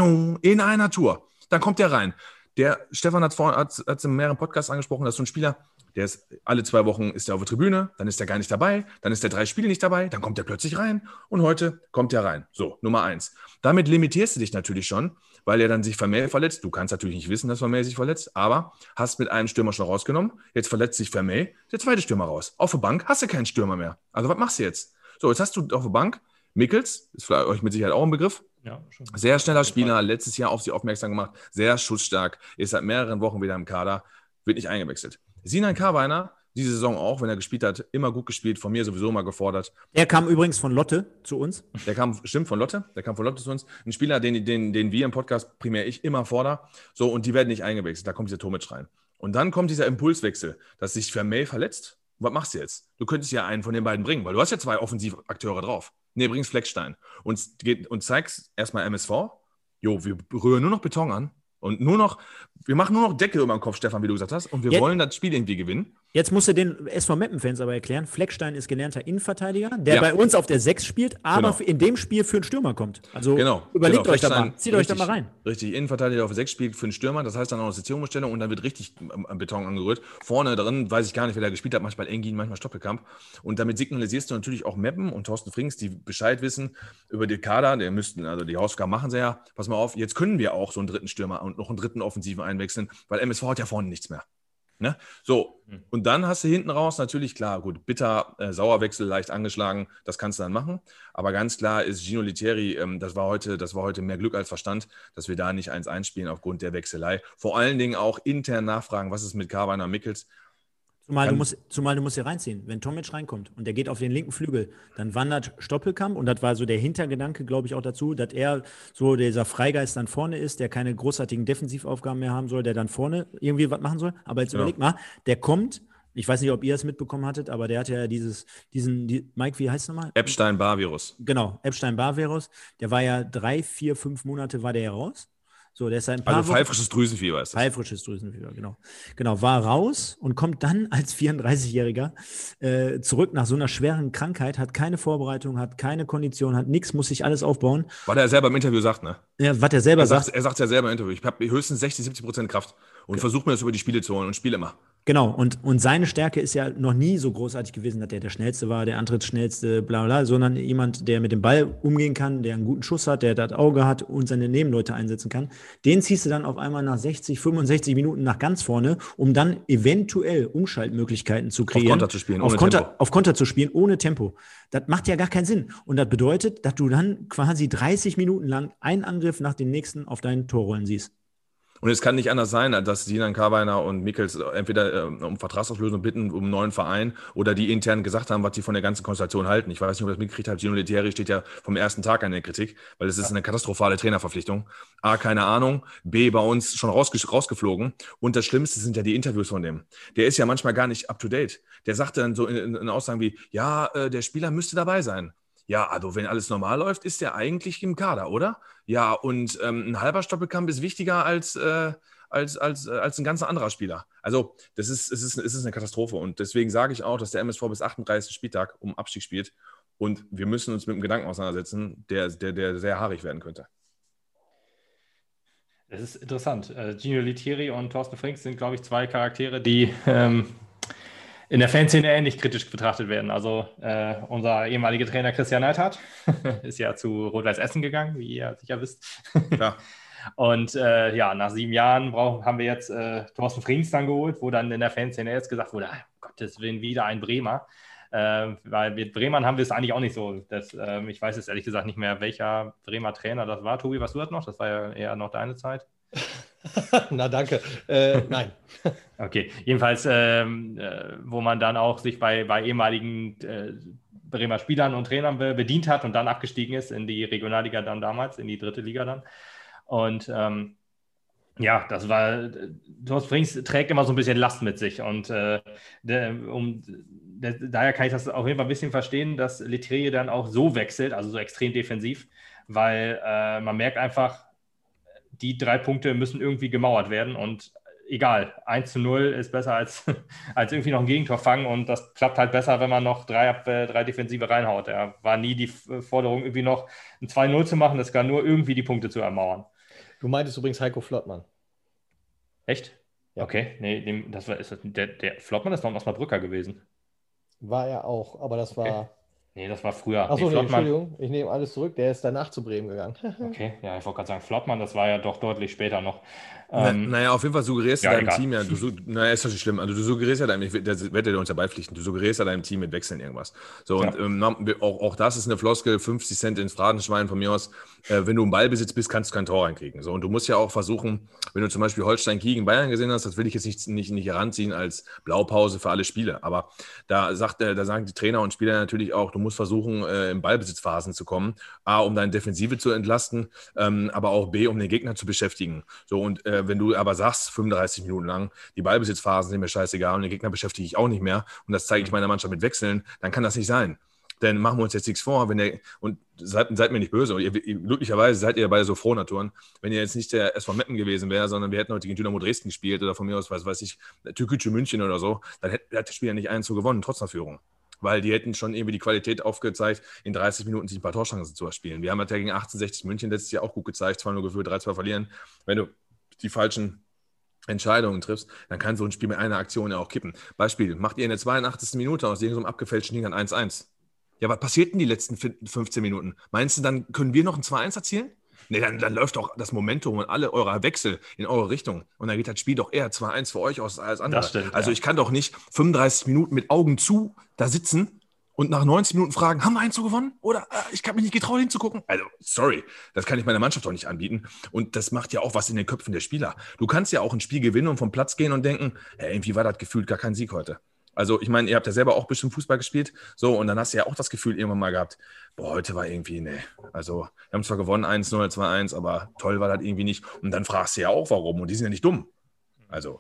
In einer Tour. Dann kommt der rein. Der Stefan hat es in mehreren Podcasts angesprochen, dass so ein Spieler, der ist alle 2 Wochen ist der auf der Tribüne, dann ist der gar nicht dabei, dann ist der 3 Spiele nicht dabei, dann kommt der plötzlich rein und heute kommt der rein. So, Nummer 1. Damit limitierst du dich natürlich schon, weil er dann sich Vermeer verletzt. Du kannst natürlich nicht wissen, dass Vermeer sich verletzt, aber hast mit einem Stürmer schon rausgenommen, jetzt verletzt sich Vermeer, der zweite Stürmer raus. Auf der Bank hast du keinen Stürmer mehr. Also was machst du jetzt? So, jetzt hast du auf der Bank Mickels, ist für euch mit Sicherheit auch ein Begriff. Ja, schon. Sehr schneller Spieler, letztes Jahr auf sie aufmerksam gemacht, sehr schussstark, ist seit mehreren Wochen wieder im Kader, wird nicht eingewechselt. Sinan Karweiner, diese Saison auch, wenn er gespielt hat, immer gut gespielt, von mir sowieso mal gefordert. Er kam übrigens von Lotte zu uns. Der kam von Lotte zu uns. Ein Spieler, den wir im Podcast, primär ich, immer fordern. So, und die werden nicht eingewechselt, da kommt dieser Tomic rein. Und dann kommt dieser Impulswechsel, dass sich Vermeer verletzt. Was machst du jetzt? Du könntest ja einen von den beiden bringen, weil du hast ja 2 Offensivakteure drauf. Nee, bringst Fleckstein und zeigst erstmal MSV, wir rühren nur noch Beton an und wir machen nur noch Decke über den Kopf, Stefan, wie du gesagt hast, und wir wollen das Spiel irgendwie gewinnen. Jetzt musst du den SV Meppen-Fans aber erklären, Fleckstein ist gelernter Innenverteidiger, der bei uns auf der 6 spielt, aber in dem Spiel für einen Stürmer kommt. Also überlegt euch da mal, zieht euch da mal rein. Richtig, Innenverteidiger auf der 6 spielt für einen Stürmer, das heißt dann auch eine Sitzungsumstellung und dann wird richtig Beton angerührt. Vorne drin weiß ich gar nicht, wer da gespielt hat, manchmal Engin, manchmal Stoppelkamp. Und damit signalisierst du natürlich auch Meppen und Thorsten Frings, die Bescheid wissen über die Kader, also die Hausaufgaben machen sie ja, pass mal auf, jetzt können wir auch so einen 3. Stürmer und noch einen 3. Offensiven einwechseln, weil MSV hat ja vorne nichts mehr. Ne? So, und dann hast du hinten raus natürlich, klar, gut, bitter, Sauerwechsel, leicht angeschlagen, das kannst du dann machen, aber ganz klar ist Gino Lettieri, das war heute mehr Glück als Verstand, dass wir da nicht 1-1 spielen aufgrund der Wechselei. Vor allen Dingen auch intern nachfragen, was ist mit Karweiner und Mickels. Zumal du musst hier reinziehen. Wenn Tomic reinkommt und der geht auf den linken Flügel, dann wandert Stoppelkamp und das war so der Hintergedanke, glaube ich, auch dazu, dass er so dieser Freigeist dann vorne ist, der keine großartigen Defensivaufgaben mehr haben soll, der dann vorne irgendwie was machen soll. Aber jetzt überleg mal, der kommt, ich weiß nicht, ob ihr es mitbekommen hattet, aber der hat ja Mike, wie heißt es nochmal? Epstein-Barr-Virus. Genau, Epstein-Barr-Virus. Der war ja 3, 4, 5 Monate war der ja raus. So, der ist seit ein paar Wochen. Pfeifrisches Drüsenfieber ist das. Pfeifrisches Drüsenfieber, genau. Genau, war raus und kommt dann als 34-Jähriger zurück nach so einer schweren Krankheit, hat keine Vorbereitung, hat keine Kondition, hat nichts, muss sich alles aufbauen. Was er selber im Interview sagt, ne? Ja, was er selber sagt. Er sagt es ja selber im Interview. Ich habe höchstens 60-70% Kraft und versuche mir das über die Spiele zu holen und spiele immer. Genau, und seine Stärke ist ja noch nie so großartig gewesen, dass der Schnellste war, der Antrittsschnellste, bla bla, sondern jemand, der mit dem Ball umgehen kann, der einen guten Schuss hat, der das Auge hat und seine Nebenleute einsetzen kann. Den ziehst du dann auf einmal nach 60, 65 Minuten nach ganz vorne, um dann eventuell Umschaltmöglichkeiten zu kreieren. Auf Konter zu spielen, ohne Tempo. Auf Konter zu spielen, ohne Tempo. Das macht ja gar keinen Sinn. Und das bedeutet, dass du dann quasi 30 Minuten lang einen Angriff nach dem nächsten auf deinen Torrollen siehst. Und es kann nicht anders sein, dass Sinan Karweiner und Michels entweder um Vertragsauflösung bitten, um einen neuen Verein, oder die intern gesagt haben, was sie von der ganzen Konstellation halten. Ich weiß nicht, ob ihr das mitgekriegt habt. Gino Lettieri steht ja vom ersten Tag an der Kritik, weil es ist eine katastrophale Trainerverpflichtung. A, keine Ahnung. B, bei uns schon rausgeflogen. Und das Schlimmste sind ja die Interviews von dem. Der ist ja manchmal gar nicht up to date. Der sagt dann so in Aussagen wie, ja, der Spieler müsste dabei sein. Ja, also wenn alles normal läuft, ist der eigentlich im Kader, oder? Ja, und ein halber Stoppelkampf ist wichtiger als ein ganz anderer Spieler. Also es ist eine Katastrophe. Und deswegen sage ich auch, dass der MSV bis 38. Spieltag um Abstieg spielt. Und wir müssen uns mit dem Gedanken auseinandersetzen, der sehr haarig werden könnte. Das ist interessant. Gino Lettieri und Thorsten Frings sind, glaube ich, zwei Charaktere, die in der Fanszene ähnlich kritisch betrachtet werden. Also unser ehemaliger Trainer Christian Neidhardt ist ja zu Rot-Weiß Essen gegangen, wie ihr sicher wisst. Klar. Und nach 7 Jahren haben wir jetzt Thorsten Frings dann geholt, wo dann in der Fanszene jetzt gesagt wurde, um Gottes Willen, wieder ein Bremer. Weil mit Bremern haben wir es eigentlich auch nicht so. Ich weiß jetzt ehrlich gesagt nicht mehr, welcher Bremer Trainer das war. Tobi, was du das noch? Das war ja eher noch deine Zeit. Na, danke. Nein. Okay, jedenfalls, wo man dann auch sich bei ehemaligen Bremer Spielern und Trainern bedient hat und dann abgestiegen ist in die Regionalliga dann damals, in die 3. Liga dann. Und das war, Thorsten Frings trägt immer so ein bisschen Last mit sich und daher kann ich das auf jeden Fall ein bisschen verstehen, dass Lettieri dann auch so wechselt, also so extrem defensiv, weil man merkt einfach, die 3 Punkte müssen irgendwie gemauert werden und egal, 1:0 ist besser als irgendwie noch ein Gegentor fangen und das klappt halt besser, wenn man noch 3 Defensive reinhaut. Da war nie die Forderung, irgendwie noch ein 2:0 zu machen, das kann nur irgendwie die Punkte zu ermauern. Du meintest übrigens Heiko Flottmann. Echt? Ja. Okay, nee, der Flottmann ist noch ein Osnabrücker gewesen. War er auch, aber das war... Okay. Nee, das war früher. Achso, nee, Entschuldigung, ich nehme alles zurück. Der ist danach zu Bremen gegangen. Okay, ja, ich wollte gerade sagen, Flottmann, das war ja doch deutlich später noch. Naja, auf jeden Fall suggerierst du deinem Team ja, ist das nicht schlimm, also du suggerierst ja deinem, das werdet ihr uns ja beipflichten, du suggerierst ja deinem Team mit Wechseln irgendwas. So, ja. Und auch das ist eine Floskel, 50 Cent ins Phrasenschwein von mir aus, wenn du im Ballbesitz bist, kannst du kein Tor reinkriegen. So, und du musst ja auch versuchen, wenn du zum Beispiel Holstein gegen Bayern gesehen hast, das will ich jetzt nicht heranziehen als Blaupause für alle Spiele, aber da sagen die Trainer und Spieler natürlich auch, du musst versuchen, in Ballbesitzphasen zu kommen, A, um deine Defensive zu entlasten, aber auch B, um den Gegner zu beschäftigen. So, und wenn du aber sagst, 35 Minuten lang, die Ballbesitzphasen sind mir scheißegal und den Gegner beschäftige ich auch nicht mehr und das zeige ich meiner Mannschaft mit Wechseln, dann kann das nicht sein. Denn machen wir uns jetzt nichts vor, und seid mir nicht böse, glücklicherweise seid ihr beide so Frohnaturen, wenn ihr jetzt nicht der SV Meppen gewesen wäre, sondern wir hätten heute gegen Dynamo Dresden gespielt oder von mir aus, weiß ich, Türkgücü München oder so, dann hat das Spiel ja nicht 1:0 gewonnen, trotz einer Führung. Weil die hätten schon irgendwie die Qualität aufgezeigt, in 30 Minuten sich ein paar Torchancen zu erspielen. Wir haben ja gegen 1860 München letztes Jahr auch gut gezeigt, 2:0 geführt, 3:2 verlieren. Wenn du die falschen Entscheidungen triffst, dann kann so ein Spiel mit einer Aktion ja auch kippen. Beispiel, macht ihr in der 82. Minute aus irgendeinem abgefälschten Ding an 1:1. Ja, was passiert in die letzten 15 Minuten? Meinst du, dann können wir noch ein 2:1 erzielen? Nee, dann läuft auch das Momentum und alle eure Wechsel in eure Richtung. Und dann geht das Spiel doch eher 2:1 für euch aus als andere. Das stimmt, also ja. Ich kann doch nicht 35 Minuten mit Augen zu da sitzen und nach 90 Minuten fragen, haben wir 1:0 gewonnen? Oder ich habe mich nicht getraut hinzugucken. Also, sorry, das kann ich meiner Mannschaft doch nicht anbieten. Und das macht ja auch was in den Köpfen der Spieler. Du kannst ja auch ein Spiel gewinnen und vom Platz gehen und denken, irgendwie war das gefühlt gar kein Sieg heute. Also ich meine, ihr habt ja selber auch bestimmt Fußball gespielt, so, und dann hast du ja auch das Gefühl irgendwann mal gehabt, heute war irgendwie, nee, also wir haben zwar gewonnen 1:0, 2:1, aber toll war das irgendwie nicht. Und dann fragst du ja auch, warum, und die sind ja nicht dumm. Also.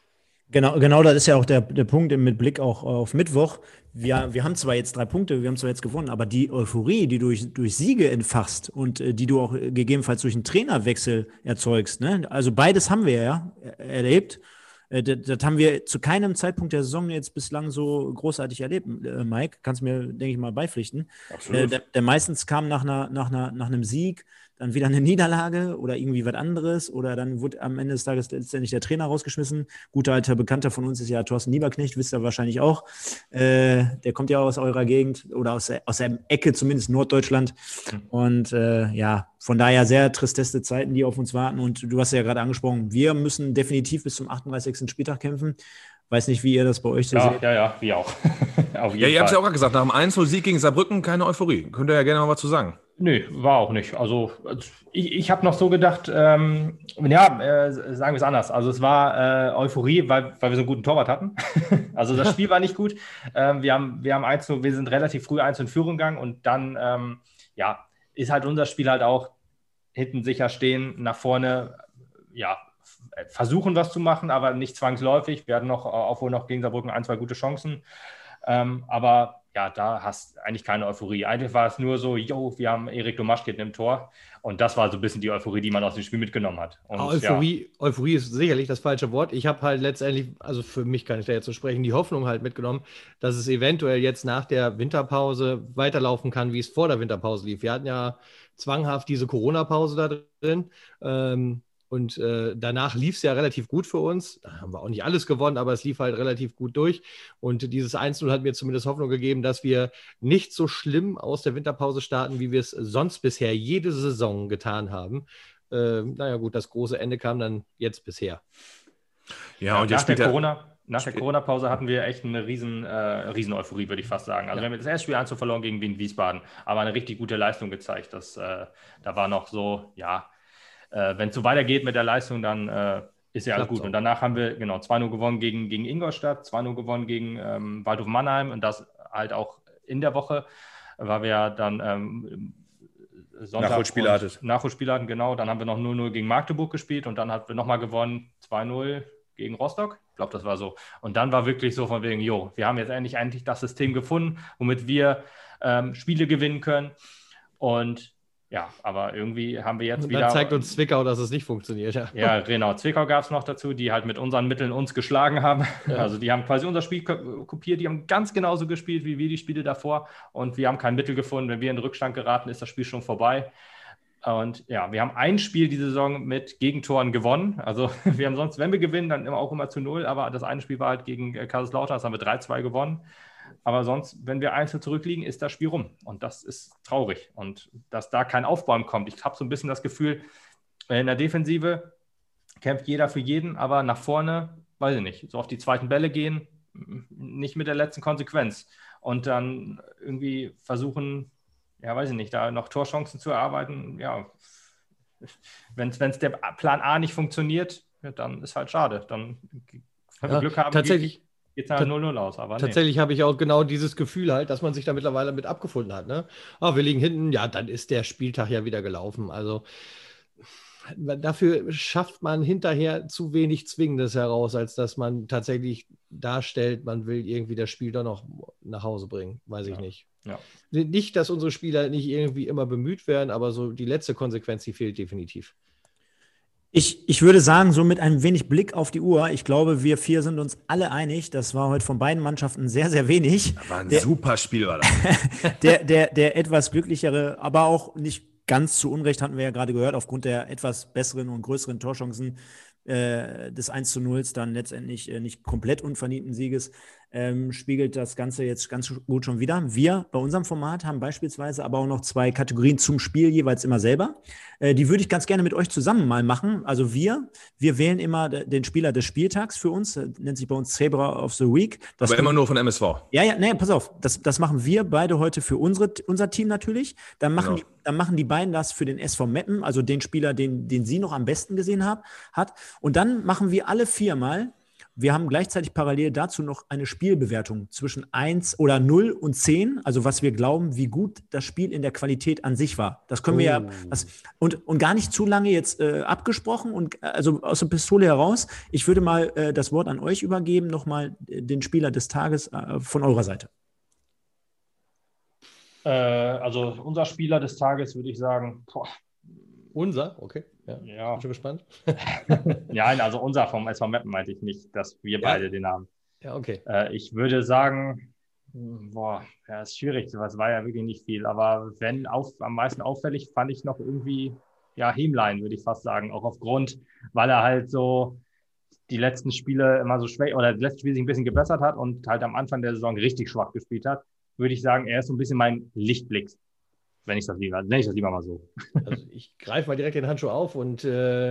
Genau, das ist ja auch der Punkt mit Blick auch auf Mittwoch. Wir haben zwar jetzt 3 Punkte, wir haben zwar jetzt gewonnen, aber die Euphorie, die durch Siege entfachst und die du auch gegebenenfalls durch einen Trainerwechsel erzeugst, ne? Also beides haben wir ja erlebt. Das haben wir zu keinem Zeitpunkt der Saison jetzt bislang so großartig erlebt, Mike. Kannst mir, denke ich mal, beipflichten. Absolut. Der meistens kam nach einem Sieg dann wieder eine Niederlage oder irgendwie was anderes oder dann wurde am Ende des Tages letztendlich der Trainer rausgeschmissen. Guter alter Bekannter von uns ist ja Thorsten Lieberknecht, wisst ihr wahrscheinlich auch. Der kommt ja aus eurer Gegend oder aus der Ecke, zumindest Norddeutschland. Und von daher sehr tristeste Zeiten, die auf uns warten. Und du hast ja gerade angesprochen, wir müssen definitiv bis zum 38. Spieltag kämpfen. Weiß nicht, wie ihr das bei euch so seht. Ja, wir auch. Auf jeden Fall. Ihr habt es ja auch gesagt, nach dem 1-0-Sieg gegen Saarbrücken keine Euphorie. Könnt ihr ja gerne mal was zu sagen. Nö, war auch nicht. Also ich habe noch so gedacht, sagen wir es anders. Also es war Euphorie, weil wir so einen guten Torwart hatten. Also das Spiel war nicht gut. Wir sind relativ früh 1 in Führung gegangen und dann ist halt unser Spiel halt auch hinten sicher stehen, nach vorne, versuchen was zu machen, aber nicht zwangsläufig. Wir hatten obwohl noch gegen Saarbrücken 1, 2 gute Chancen. Aber ja, da hast du eigentlich keine Euphorie. Eigentlich war es nur so, wir haben Erik Domaschke im Tor. Und das war so ein bisschen die Euphorie, die man aus dem Spiel mitgenommen hat. Und, Euphorie ist sicherlich das falsche Wort. Ich habe halt letztendlich, also für mich kann ich da jetzt so sprechen, die Hoffnung halt mitgenommen, dass es eventuell jetzt nach der Winterpause weiterlaufen kann, wie es vor der Winterpause lief. Wir hatten ja zwanghaft diese Corona-Pause da drin. Und danach lief es ja relativ gut für uns. Da haben wir auch nicht alles gewonnen, aber es lief halt relativ gut durch. Und dieses 1-0 hat mir zumindest Hoffnung gegeben, dass wir nicht so schlimm aus der Winterpause starten, wie wir es sonst bisher jede Saison getan haben. Gut, das große Ende kam dann jetzt bisher. Ja, und nach der Corona-Pause hatten wir echt eine riesen Euphorie, würde ich fast sagen. Also wir haben das erste Spiel 1 verloren gegen Wien Wiesbaden, aber eine richtig gute Leistung gezeigt. Da war noch so, wenn es so weitergeht mit der Leistung, dann ist ja alles gut. Und danach haben wir 2-0 gewonnen gegen Ingolstadt, 2-0 gewonnen gegen Waldhof Mannheim und das halt auch in der Woche, weil wir ja dann Sonntag Nachholspiele hatten, genau. Dann haben wir noch 0-0 gegen Magdeburg gespielt und dann haben wir nochmal gewonnen, 2-0 gegen Rostock. Ich glaube, das war so. Und dann war wirklich so von wegen, wir haben jetzt endlich das System gefunden, womit wir Spiele gewinnen können. Und ja, aber irgendwie haben wir jetzt wieder... Dann zeigt uns Zwickau, dass es nicht funktioniert. Ja, genau. Zwickau gab es noch dazu, die halt mit unseren Mitteln uns geschlagen haben. Ja. Also die haben quasi unser Spiel kopiert, die haben ganz genauso gespielt wie wir die Spiele davor und wir haben kein Mittel gefunden. Wenn wir in den Rückstand geraten, ist das Spiel schon vorbei. Und ja, wir haben ein Spiel diese Saison mit Gegentoren gewonnen. Also wir haben sonst, wenn wir gewinnen, dann auch immer zu 0. Aber das eine Spiel war halt gegen Kaiserslautern, das haben wir 3-2 gewonnen. Aber sonst, wenn wir einzeln zurückliegen, ist das Spiel rum. Und das ist traurig. Und dass da kein Aufbäumen kommt. Ich habe so ein bisschen das Gefühl, in der Defensive kämpft jeder für jeden, aber nach vorne, weiß ich nicht, so auf die zweiten Bälle gehen, nicht mit der letzten Konsequenz. Und dann irgendwie versuchen, weiß ich nicht, da noch Torchancen zu erarbeiten. Ja, wenn der Plan A nicht funktioniert, dann ist halt schade. Dann, wenn wir Glück haben, tatsächlich. Geht es halt 0-0 aus. Aber tatsächlich habe ich auch genau dieses Gefühl halt, dass man sich da mittlerweile mit abgefunden hat. Ne? Wir liegen hinten, dann ist der Spieltag ja wieder gelaufen. Also dafür schafft man hinterher zu wenig Zwingendes heraus, als dass man tatsächlich darstellt, man will irgendwie das Spiel doch noch nach Hause bringen. Weiß ich nicht. Ja. Nicht, dass unsere Spieler nicht irgendwie immer bemüht werden, aber so die letzte Konsequenz, die fehlt definitiv. Ich würde sagen, so mit ein wenig Blick auf die Uhr, ich glaube, wir 4 sind uns alle einig, das war heute von beiden Mannschaften sehr, sehr wenig. Das war ein super Spiel, war das. der etwas glücklichere, aber auch nicht ganz zu Unrecht, hatten wir ja gerade gehört, aufgrund der etwas besseren und größeren Torchancen des 1-0 dann letztendlich nicht komplett unverdienten Sieges, spiegelt das Ganze jetzt ganz gut schon wieder. Wir bei unserem Format haben beispielsweise aber auch noch 2 Kategorien zum Spiel jeweils immer selber. Die würde ich ganz gerne mit euch zusammen mal machen. Also wir wählen immer den Spieler des Spieltags für uns, nennt sich bei uns Zebra of the Week. Aber immer nur von MSV. Pass auf, das machen wir beide heute für unser Team natürlich. Dann machen die beiden das für den SV Meppen, also den Spieler, den sie noch am besten gesehen hat. Und dann machen wir alle 4 mal Wir haben gleichzeitig parallel dazu noch eine Spielbewertung zwischen 1 oder 0 und 10, also was wir glauben, wie gut das Spiel in der Qualität an sich war. Das können wir und gar nicht zu lange jetzt abgesprochen und also aus der Pistole heraus. Ich würde mal das Wort an euch übergeben, nochmal den Spieler des Tages von eurer Seite. Also unser Spieler des Tages würde ich sagen, Unser? Okay. Ja. Bin schon gespannt. Ja, also unser vom SV Meppen meinte ich nicht, dass wir beide den haben. Ja, okay. Ich würde sagen, ist schwierig, das war ja wirklich nicht viel, aber am meisten auffällig fand ich noch irgendwie, Hemlein, würde ich fast sagen, auch aufgrund, weil er halt so die letzten Spiele immer so schwach, oder das letzte Spiel sich ein bisschen gebessert hat und halt am Anfang der Saison richtig schwach gespielt hat, würde ich sagen, er ist so ein bisschen mein Lichtblick. Nenne ich das lieber mal so. Also ich greife mal direkt den Handschuh auf und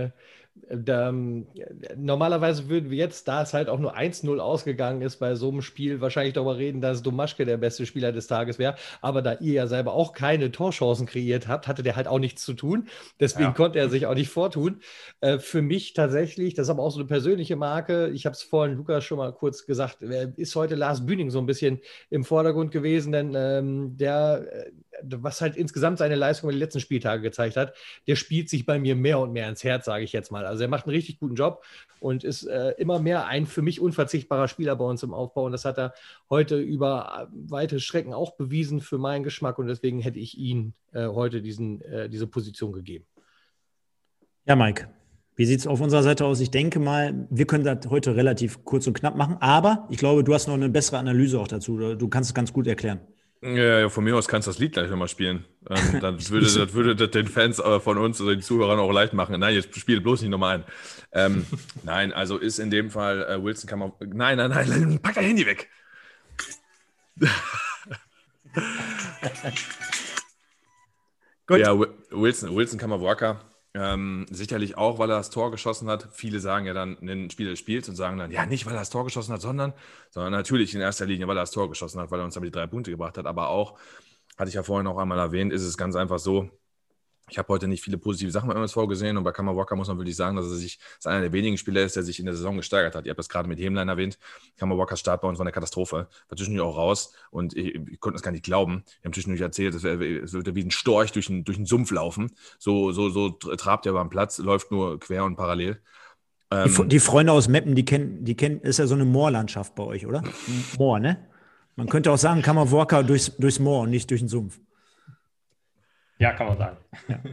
normalerweise würden wir jetzt, da es halt auch nur 1-0 ausgegangen ist, bei so einem Spiel wahrscheinlich darüber reden, dass Domaschke der beste Spieler des Tages wäre. Aber da ihr ja selber auch keine Torchancen kreiert habt, hatte der halt auch nichts zu tun. Deswegen konnte er sich auch nicht vortun. Für mich tatsächlich, das ist aber auch so eine persönliche Marke. Ich habe es vorhin Lukas schon mal kurz gesagt, ist heute Lars Bühning so ein bisschen im Vordergrund gewesen, denn was halt insgesamt seine Leistung in den letzten Spieltagen gezeigt hat, der spielt sich bei mir mehr und mehr ins Herz, sage ich jetzt mal. Also er macht einen richtig guten Job und ist immer mehr ein für mich unverzichtbarer Spieler bei uns im Aufbau. Und das hat er heute über weite Strecken auch bewiesen für meinen Geschmack. Und deswegen hätte ich ihm heute diese Position gegeben. Ja, Mike, wie sieht es auf unserer Seite aus? Ich denke mal, wir können das heute relativ kurz und knapp machen. Aber ich glaube, du hast noch eine bessere Analyse auch dazu. Du kannst es ganz gut erklären. Ja, von mir aus kannst du das Lied gleich nochmal spielen. Das würde das den Fans von uns oder den Zuhörern auch leicht machen. Nein, jetzt spiel bloß nicht nochmal ein. Nein, also ist in dem Fall Wilson kann man. Nein, pack dein Handy weg. Gut. Ja, Wilson Kammerwaka. Sicherlich auch, weil er das Tor geschossen hat. Viele sagen ja dann, ein Spieler spielt und sagen dann, ja, nicht, weil er das Tor geschossen hat, sondern natürlich in erster Linie, weil er das Tor geschossen hat, weil er uns damit die 3 Punkte gebracht hat. Aber auch, hatte ich ja vorhin auch einmal erwähnt, ist es ganz einfach so, ich habe heute nicht viele positive Sachen beim MSV gesehen und bei Kammerwaka muss man wirklich sagen, dass er einer der wenigen Spieler ist, der sich in der Saison gesteigert hat. Ihr habt das gerade mit Hemlein erwähnt. Kammerwakas Start bei uns war eine Katastrophe. War zwischendurch auch raus und ich konnte das gar nicht glauben. Wir haben zwischendurch erzählt, es würde wie ein Storch durch einen Sumpf laufen. So trabt er über den Platz, läuft nur quer und parallel. Die Freunde aus Meppen, die kennen, ist ja so eine Moorlandschaft bei euch, oder? Moor, ne? Man könnte auch sagen, Kammerwaka durchs Moor und nicht durch den Sumpf. Ja, kann man sagen.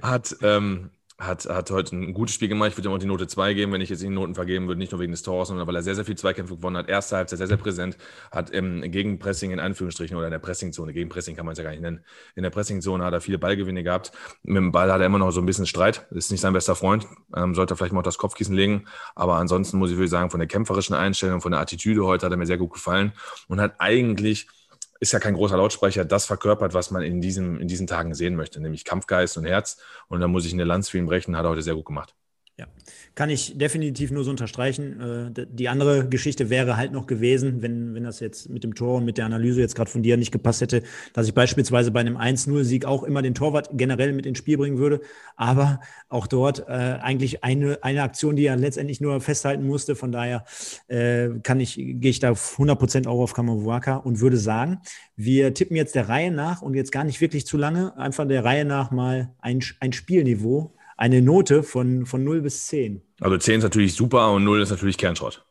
Hat heute ein gutes Spiel gemacht. Ich würde ihm auch die Note 2 geben, wenn ich jetzt die Noten vergeben würde. Nicht nur wegen des Tors, sondern weil er sehr, sehr viel Zweikämpfe gewonnen hat. Erste Halbzeit sehr, sehr präsent. Hat im Gegenpressing in Anführungsstrichen oder in der Pressingzone, Gegenpressing kann man es ja gar nicht nennen, in der Pressingzone hat er viele Ballgewinne gehabt. Mit dem Ball hat er immer noch so ein bisschen Streit. Ist nicht sein bester Freund. Sollte er vielleicht mal auf das Kopfkissen legen. Aber ansonsten muss ich wirklich sagen, von der kämpferischen Einstellung, von der Attitüde heute hat er mir sehr gut gefallen und hat eigentlich, ist ja kein großer Lautsprecher, das verkörpert, was man in diesen Tagen sehen möchte, nämlich Kampfgeist und Herz. Und da muss ich eine Lanze für ihn brechen, hat er heute sehr gut gemacht. Ja, kann ich definitiv nur so unterstreichen. Die andere Geschichte wäre halt noch gewesen, wenn das jetzt mit dem Tor und mit der Analyse jetzt gerade von dir nicht gepasst hätte, dass ich beispielsweise bei einem 1-0-Sieg auch immer den Torwart generell mit ins Spiel bringen würde. Aber auch dort eigentlich eine Aktion, die er letztendlich nur festhalten musste. Von daher gehe ich da 100% auch auf Kammerwaka und würde sagen, wir tippen jetzt der Reihe nach und jetzt gar nicht wirklich zu lange, einfach der Reihe nach mal ein Spielniveau. Eine Note von 0 bis 10. Also 10 ist natürlich super und 0 ist natürlich Kernschrott.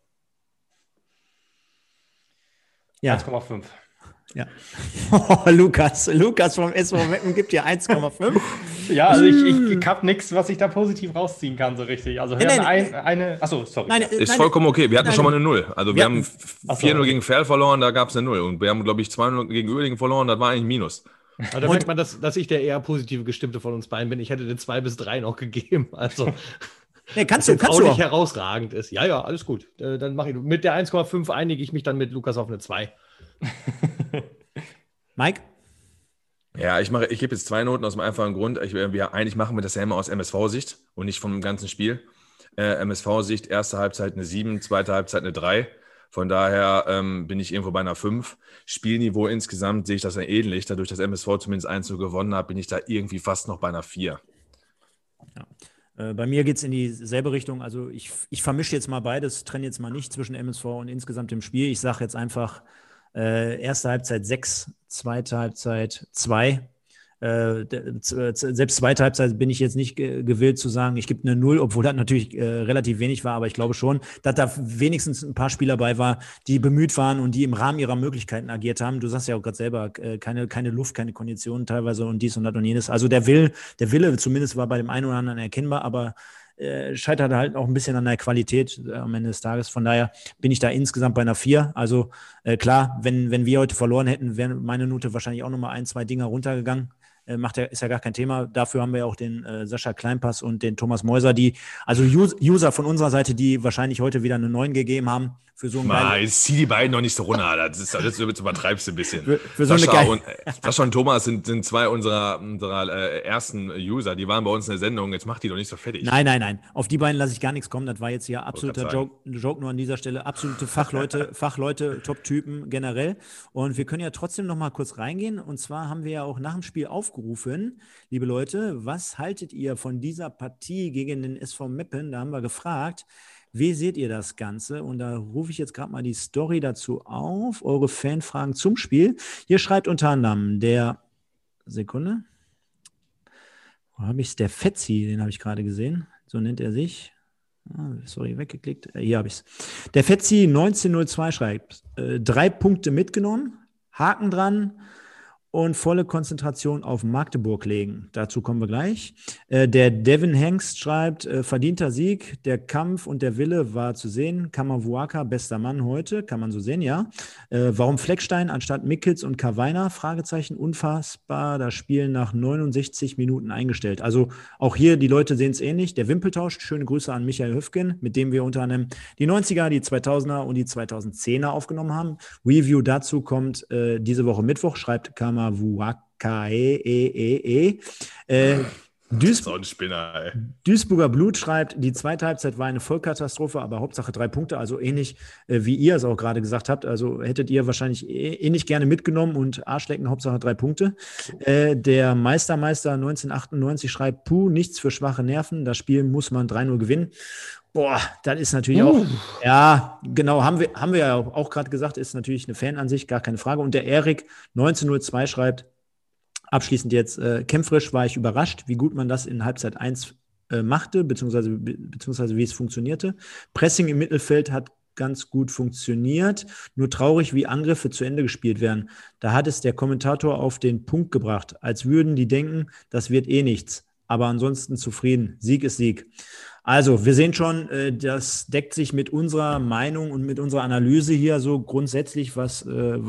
Ja. 1,5. Ja. Lukas vom SV Meppen gibt dir 1,5. Ja, also ich habe nichts, was ich da positiv rausziehen kann, so richtig. Also achso, sorry. Ist vollkommen okay. Wir hatten schon mal eine 0. Also wir haben 4-0 gegen Ferl verloren, da gab es eine 0. Und wir haben, glaube ich, 2-0 gegen Uerdingen verloren, das war eigentlich ein Minus. Aber da merkt man, dass ich der eher positive Gestimmte von uns beiden bin. Ich hätte den 2 bis 3 noch gegeben. Also, kannst du auch nicht herausragend ist. Ja, alles gut. Dann mache ich mit der 1,5 einige ich mich dann mit Lukas auf eine 2. Mike? Ja, ich gebe jetzt 2 Noten aus dem einfachen Grund. Eigentlich machen wir das ja immer aus MSV-Sicht und nicht vom ganzen Spiel. MSV-Sicht, erste Halbzeit eine 7, zweite Halbzeit eine 3. Von daher bin ich irgendwo bei einer 5. Spielniveau insgesamt sehe ich das ja ähnlich. Dadurch, dass MSV zumindest 1-0 gewonnen hat, bin ich da irgendwie fast noch bei einer 4. Bei mir geht es in dieselbe Richtung. Also ich vermische jetzt mal beides, trenne jetzt mal nicht zwischen MSV und insgesamt dem Spiel. Ich sage jetzt einfach erste Halbzeit 6, zweite Halbzeit 2. Selbst zweite Halbzeit bin ich jetzt nicht gewillt zu sagen, ich gebe eine 0, obwohl das natürlich relativ wenig war, aber ich glaube schon, dass da wenigstens ein paar Spieler bei war, die bemüht waren und die im Rahmen ihrer Möglichkeiten agiert haben. Du sagst ja auch gerade selber, keine Luft, keine Konditionen teilweise und dies und das und jenes. Also der Wille zumindest war bei dem einen oder anderen erkennbar, aber scheitert halt auch ein bisschen an der Qualität am Ende des Tages. Von daher bin ich da insgesamt bei einer 4. Also klar, wenn wir heute verloren hätten, wäre meine Note wahrscheinlich auch nochmal 1, 2 Dinger runtergegangen. Ist ja gar kein Thema. Dafür haben wir ja auch den Sascha Kleinpass und den Thomas Meuser, also User von unserer Seite, die wahrscheinlich heute wieder eine 9 gegeben haben. Für so jetzt zieh die beiden noch nicht so runter. Das übertreibst du ein bisschen. Für so Sascha und Thomas sind 2 unserer ersten User. Die waren bei uns in der Sendung. Jetzt macht die doch nicht so fertig. Nein. Auf die beiden lasse ich gar nichts kommen. Das war jetzt hier absoluter Joke nur an dieser Stelle. Absolute Fachleute, Top-Typen generell. Und wir können ja trotzdem noch mal kurz reingehen. Und zwar haben wir ja auch nach dem Spiel aufgerufen, liebe Leute, was haltet ihr von dieser Partie gegen den SV Meppen? Da haben wir gefragt, wie seht ihr das Ganze? Und da rufe ich jetzt gerade mal die Story dazu auf, eure Fanfragen zum Spiel. Hier schreibt unter anderem der wo habe ich es? Der Fetzi, den habe ich gerade gesehen. So nennt er sich. Weggeklickt. Hier habe ich es. Der Fetzi 1902 schreibt, 3 Punkte mitgenommen, Haken dran und volle Konzentration auf Magdeburg legen. Dazu kommen wir gleich. Der Devin Hengst schreibt, verdienter Sieg, der Kampf und der Wille war zu sehen. Kamavuaka, bester Mann heute, kann man so sehen, ja. Warum Fleckstein anstatt Mickels und Karweiner? Fragezeichen, unfassbar, das Spiel nach 69 Minuten eingestellt. Also auch hier, die Leute sehen es ähnlich. Der Wimpeltausch, schöne Grüße an Michael Höfgen, mit dem wir unter anderem die 90er, die 2000er und die 2010er aufgenommen haben. Review dazu kommt diese Woche Mittwoch, schreibt Kamavuaka. Duisburger Blut schreibt, die zweite Halbzeit war eine Vollkatastrophe, aber Hauptsache 3 Punkte, also ähnlich wie ihr es auch gerade gesagt habt. Also hättet ihr wahrscheinlich ähnlich gerne mitgenommen und Arschlecken, Hauptsache 3 Punkte. Der Meister 1998 schreibt, puh, nichts für schwache Nerven, das Spiel muss man 3-0 gewinnen. Boah, das ist natürlich auch, ja, genau, haben wir ja auch gerade gesagt, ist natürlich eine Fanansicht, gar keine Frage. Und der Erik 1902 schreibt, abschließend jetzt, kämpferisch war ich überrascht, wie gut man das in Halbzeit 1 machte, beziehungsweise wie es funktionierte. Pressing im Mittelfeld hat ganz gut funktioniert, nur traurig, wie Angriffe zu Ende gespielt werden. Da hat es der Kommentator auf den Punkt gebracht, als würden die denken, das wird eh nichts. Aber ansonsten zufrieden. Sieg ist Sieg. Also, wir sehen schon, das deckt sich mit unserer Meinung und mit unserer Analyse hier so grundsätzlich, was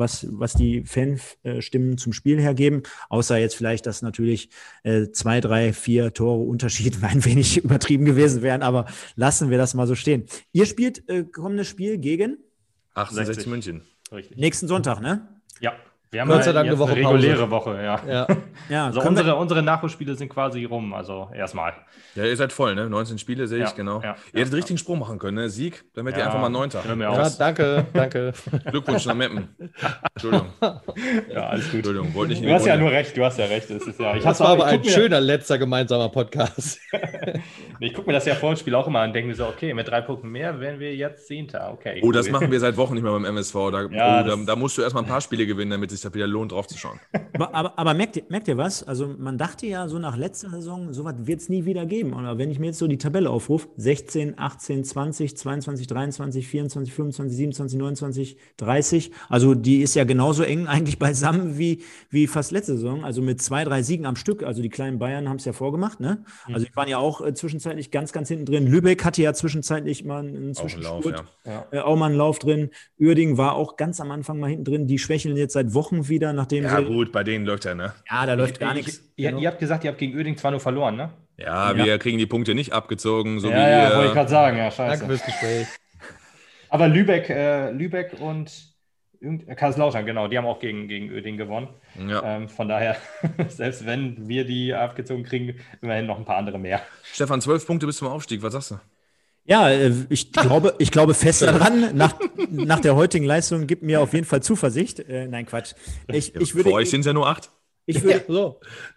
die Fanstimmen zum Spiel hergeben. Außer jetzt vielleicht, dass natürlich 2, 3, 4 Tore Unterschied ein wenig übertrieben gewesen wären. Aber lassen wir das mal so stehen. Ihr spielt kommendes Spiel gegen 68 München. Richtig. Nächsten Sonntag, ne? Ja. Wir haben Gott sei Dank eine Woche reguläre Woche, ja. Also unsere Nachholspiele sind quasi rum, also erstmal. Ja, ihr seid voll, ne? 19 Spiele sehe ich, genau. Ihr hättet einen richtigen Sprung machen können, ne? Sieg, dann werdet ihr einfach mal 9. Ja, danke. Glückwunsch nach Meppen. Entschuldigung. Ja, alles gut. Entschuldigung, wollte nicht. Du hast ja nur recht, Es ist ja, das war aber ein schöner letzter gemeinsamer Podcast. Ich gucke mir das ja vor dem Spiel auch immer an und denke mir so, okay, mit 3 Punkten mehr wären wir jetzt 10. Okay. Oh, das machen wir seit Wochen nicht mehr beim MSV. Da musst du erstmal ein paar Spiele gewinnen, damit es sich da wieder lohnt, drauf zu schauen. Aber merkt ihr was? Also man dachte ja so nach letzter Saison, sowas wird es nie wieder geben. Oder wenn ich mir jetzt so die Tabelle aufrufe, 16, 18, 20, 22, 23, 24, 25, 27, 29, 30. Also die ist ja genauso eng eigentlich beisammen wie fast letzte Saison. Also mit 2, 3 Siegen am Stück. Also die kleinen Bayern haben es ja vorgemacht. Ne? Also die waren ja auch zwischenzeitlich ganz, ganz hinten drin. Lübeck hatte ja zwischenzeitlich mal einen Zwischenspurt. Auch mal einen Lauf drin. Uerdingen war auch ganz am Anfang mal hinten drin. Die schwächeln jetzt seit Wochen wieder, nachdem gut, bei denen läuft ja, ne? Ja, da läuft gar nichts. Ihr habt gesagt, ihr habt gegen Uerdingen zwar nur verloren, ne? Ja, wir kriegen die Punkte nicht abgezogen. So ja, wollte ich gerade sagen, ja, scheiße. Danke fürs Gespräch. Aber Lübeck und Kaiserslautern, genau, die haben auch gegen Uerdingen gewonnen. Ja. Von daher, selbst wenn wir die abgezogen kriegen, immerhin noch ein paar andere mehr. Stefan, 12 Punkte bis zum Aufstieg, was sagst du? Ja, ich glaube fest daran, nach der heutigen Leistung gibt mir auf jeden Fall Zuversicht. Nein, Quatsch. Für euch sind es ja nur 8. Ich würde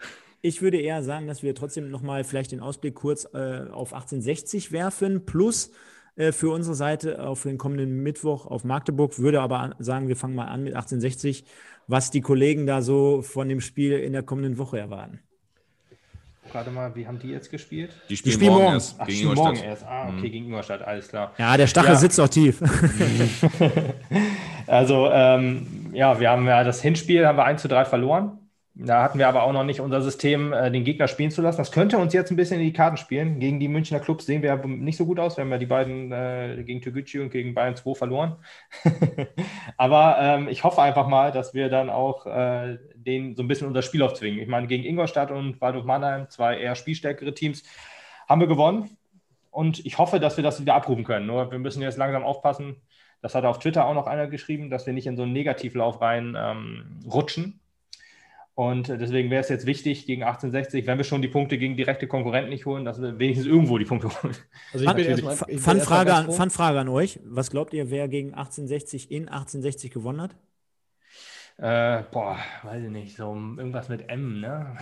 Ich würde eher sagen, dass wir trotzdem nochmal vielleicht den Ausblick kurz auf 1860 werfen, plus für unsere Seite auf den kommenden Mittwoch auf Magdeburg. Würde aber sagen, wir fangen mal an mit 1860, was die Kollegen da so von dem Spiel in der kommenden Woche erwarten. Gerade mal, wie haben die jetzt gespielt? Die spielen morgen erst gegen Ingolstadt. Morgen erst. Okay, gegen Ingolstadt, alles klar. Ja, der Stachel sitzt auch tief. Also, wir haben ja das Hinspiel haben wir 1:3 verloren. Da hatten wir aber auch noch nicht unser System, den Gegner spielen zu lassen. Das könnte uns jetzt ein bisschen in die Karten spielen. Gegen die Münchner Clubs sehen wir ja nicht so gut aus. Wir haben ja die beiden gegen Türkgücü und gegen Bayern 2 verloren. Aber ich hoffe einfach mal, dass wir dann auch denen so ein bisschen unser Spiel aufzwingen. Ich meine, gegen Ingolstadt und Waldhof Mannheim, 2 eher spielstärkere Teams, haben wir gewonnen. Und ich hoffe, dass wir das wieder abrufen können. Nur wir müssen jetzt langsam aufpassen. Das hat auf Twitter auch noch einer geschrieben, dass wir nicht in so einen Negativlauf rein rutschen. Und deswegen wäre es jetzt wichtig, gegen 1860, wenn wir schon die Punkte gegen direkte Konkurrenten nicht holen, dass wir wenigstens irgendwo die Punkte holen. Also Fanfrage an euch. Was glaubt ihr, wer gegen 1860 in 1860 gewonnen hat? Weiß ich nicht. So irgendwas mit M, ne?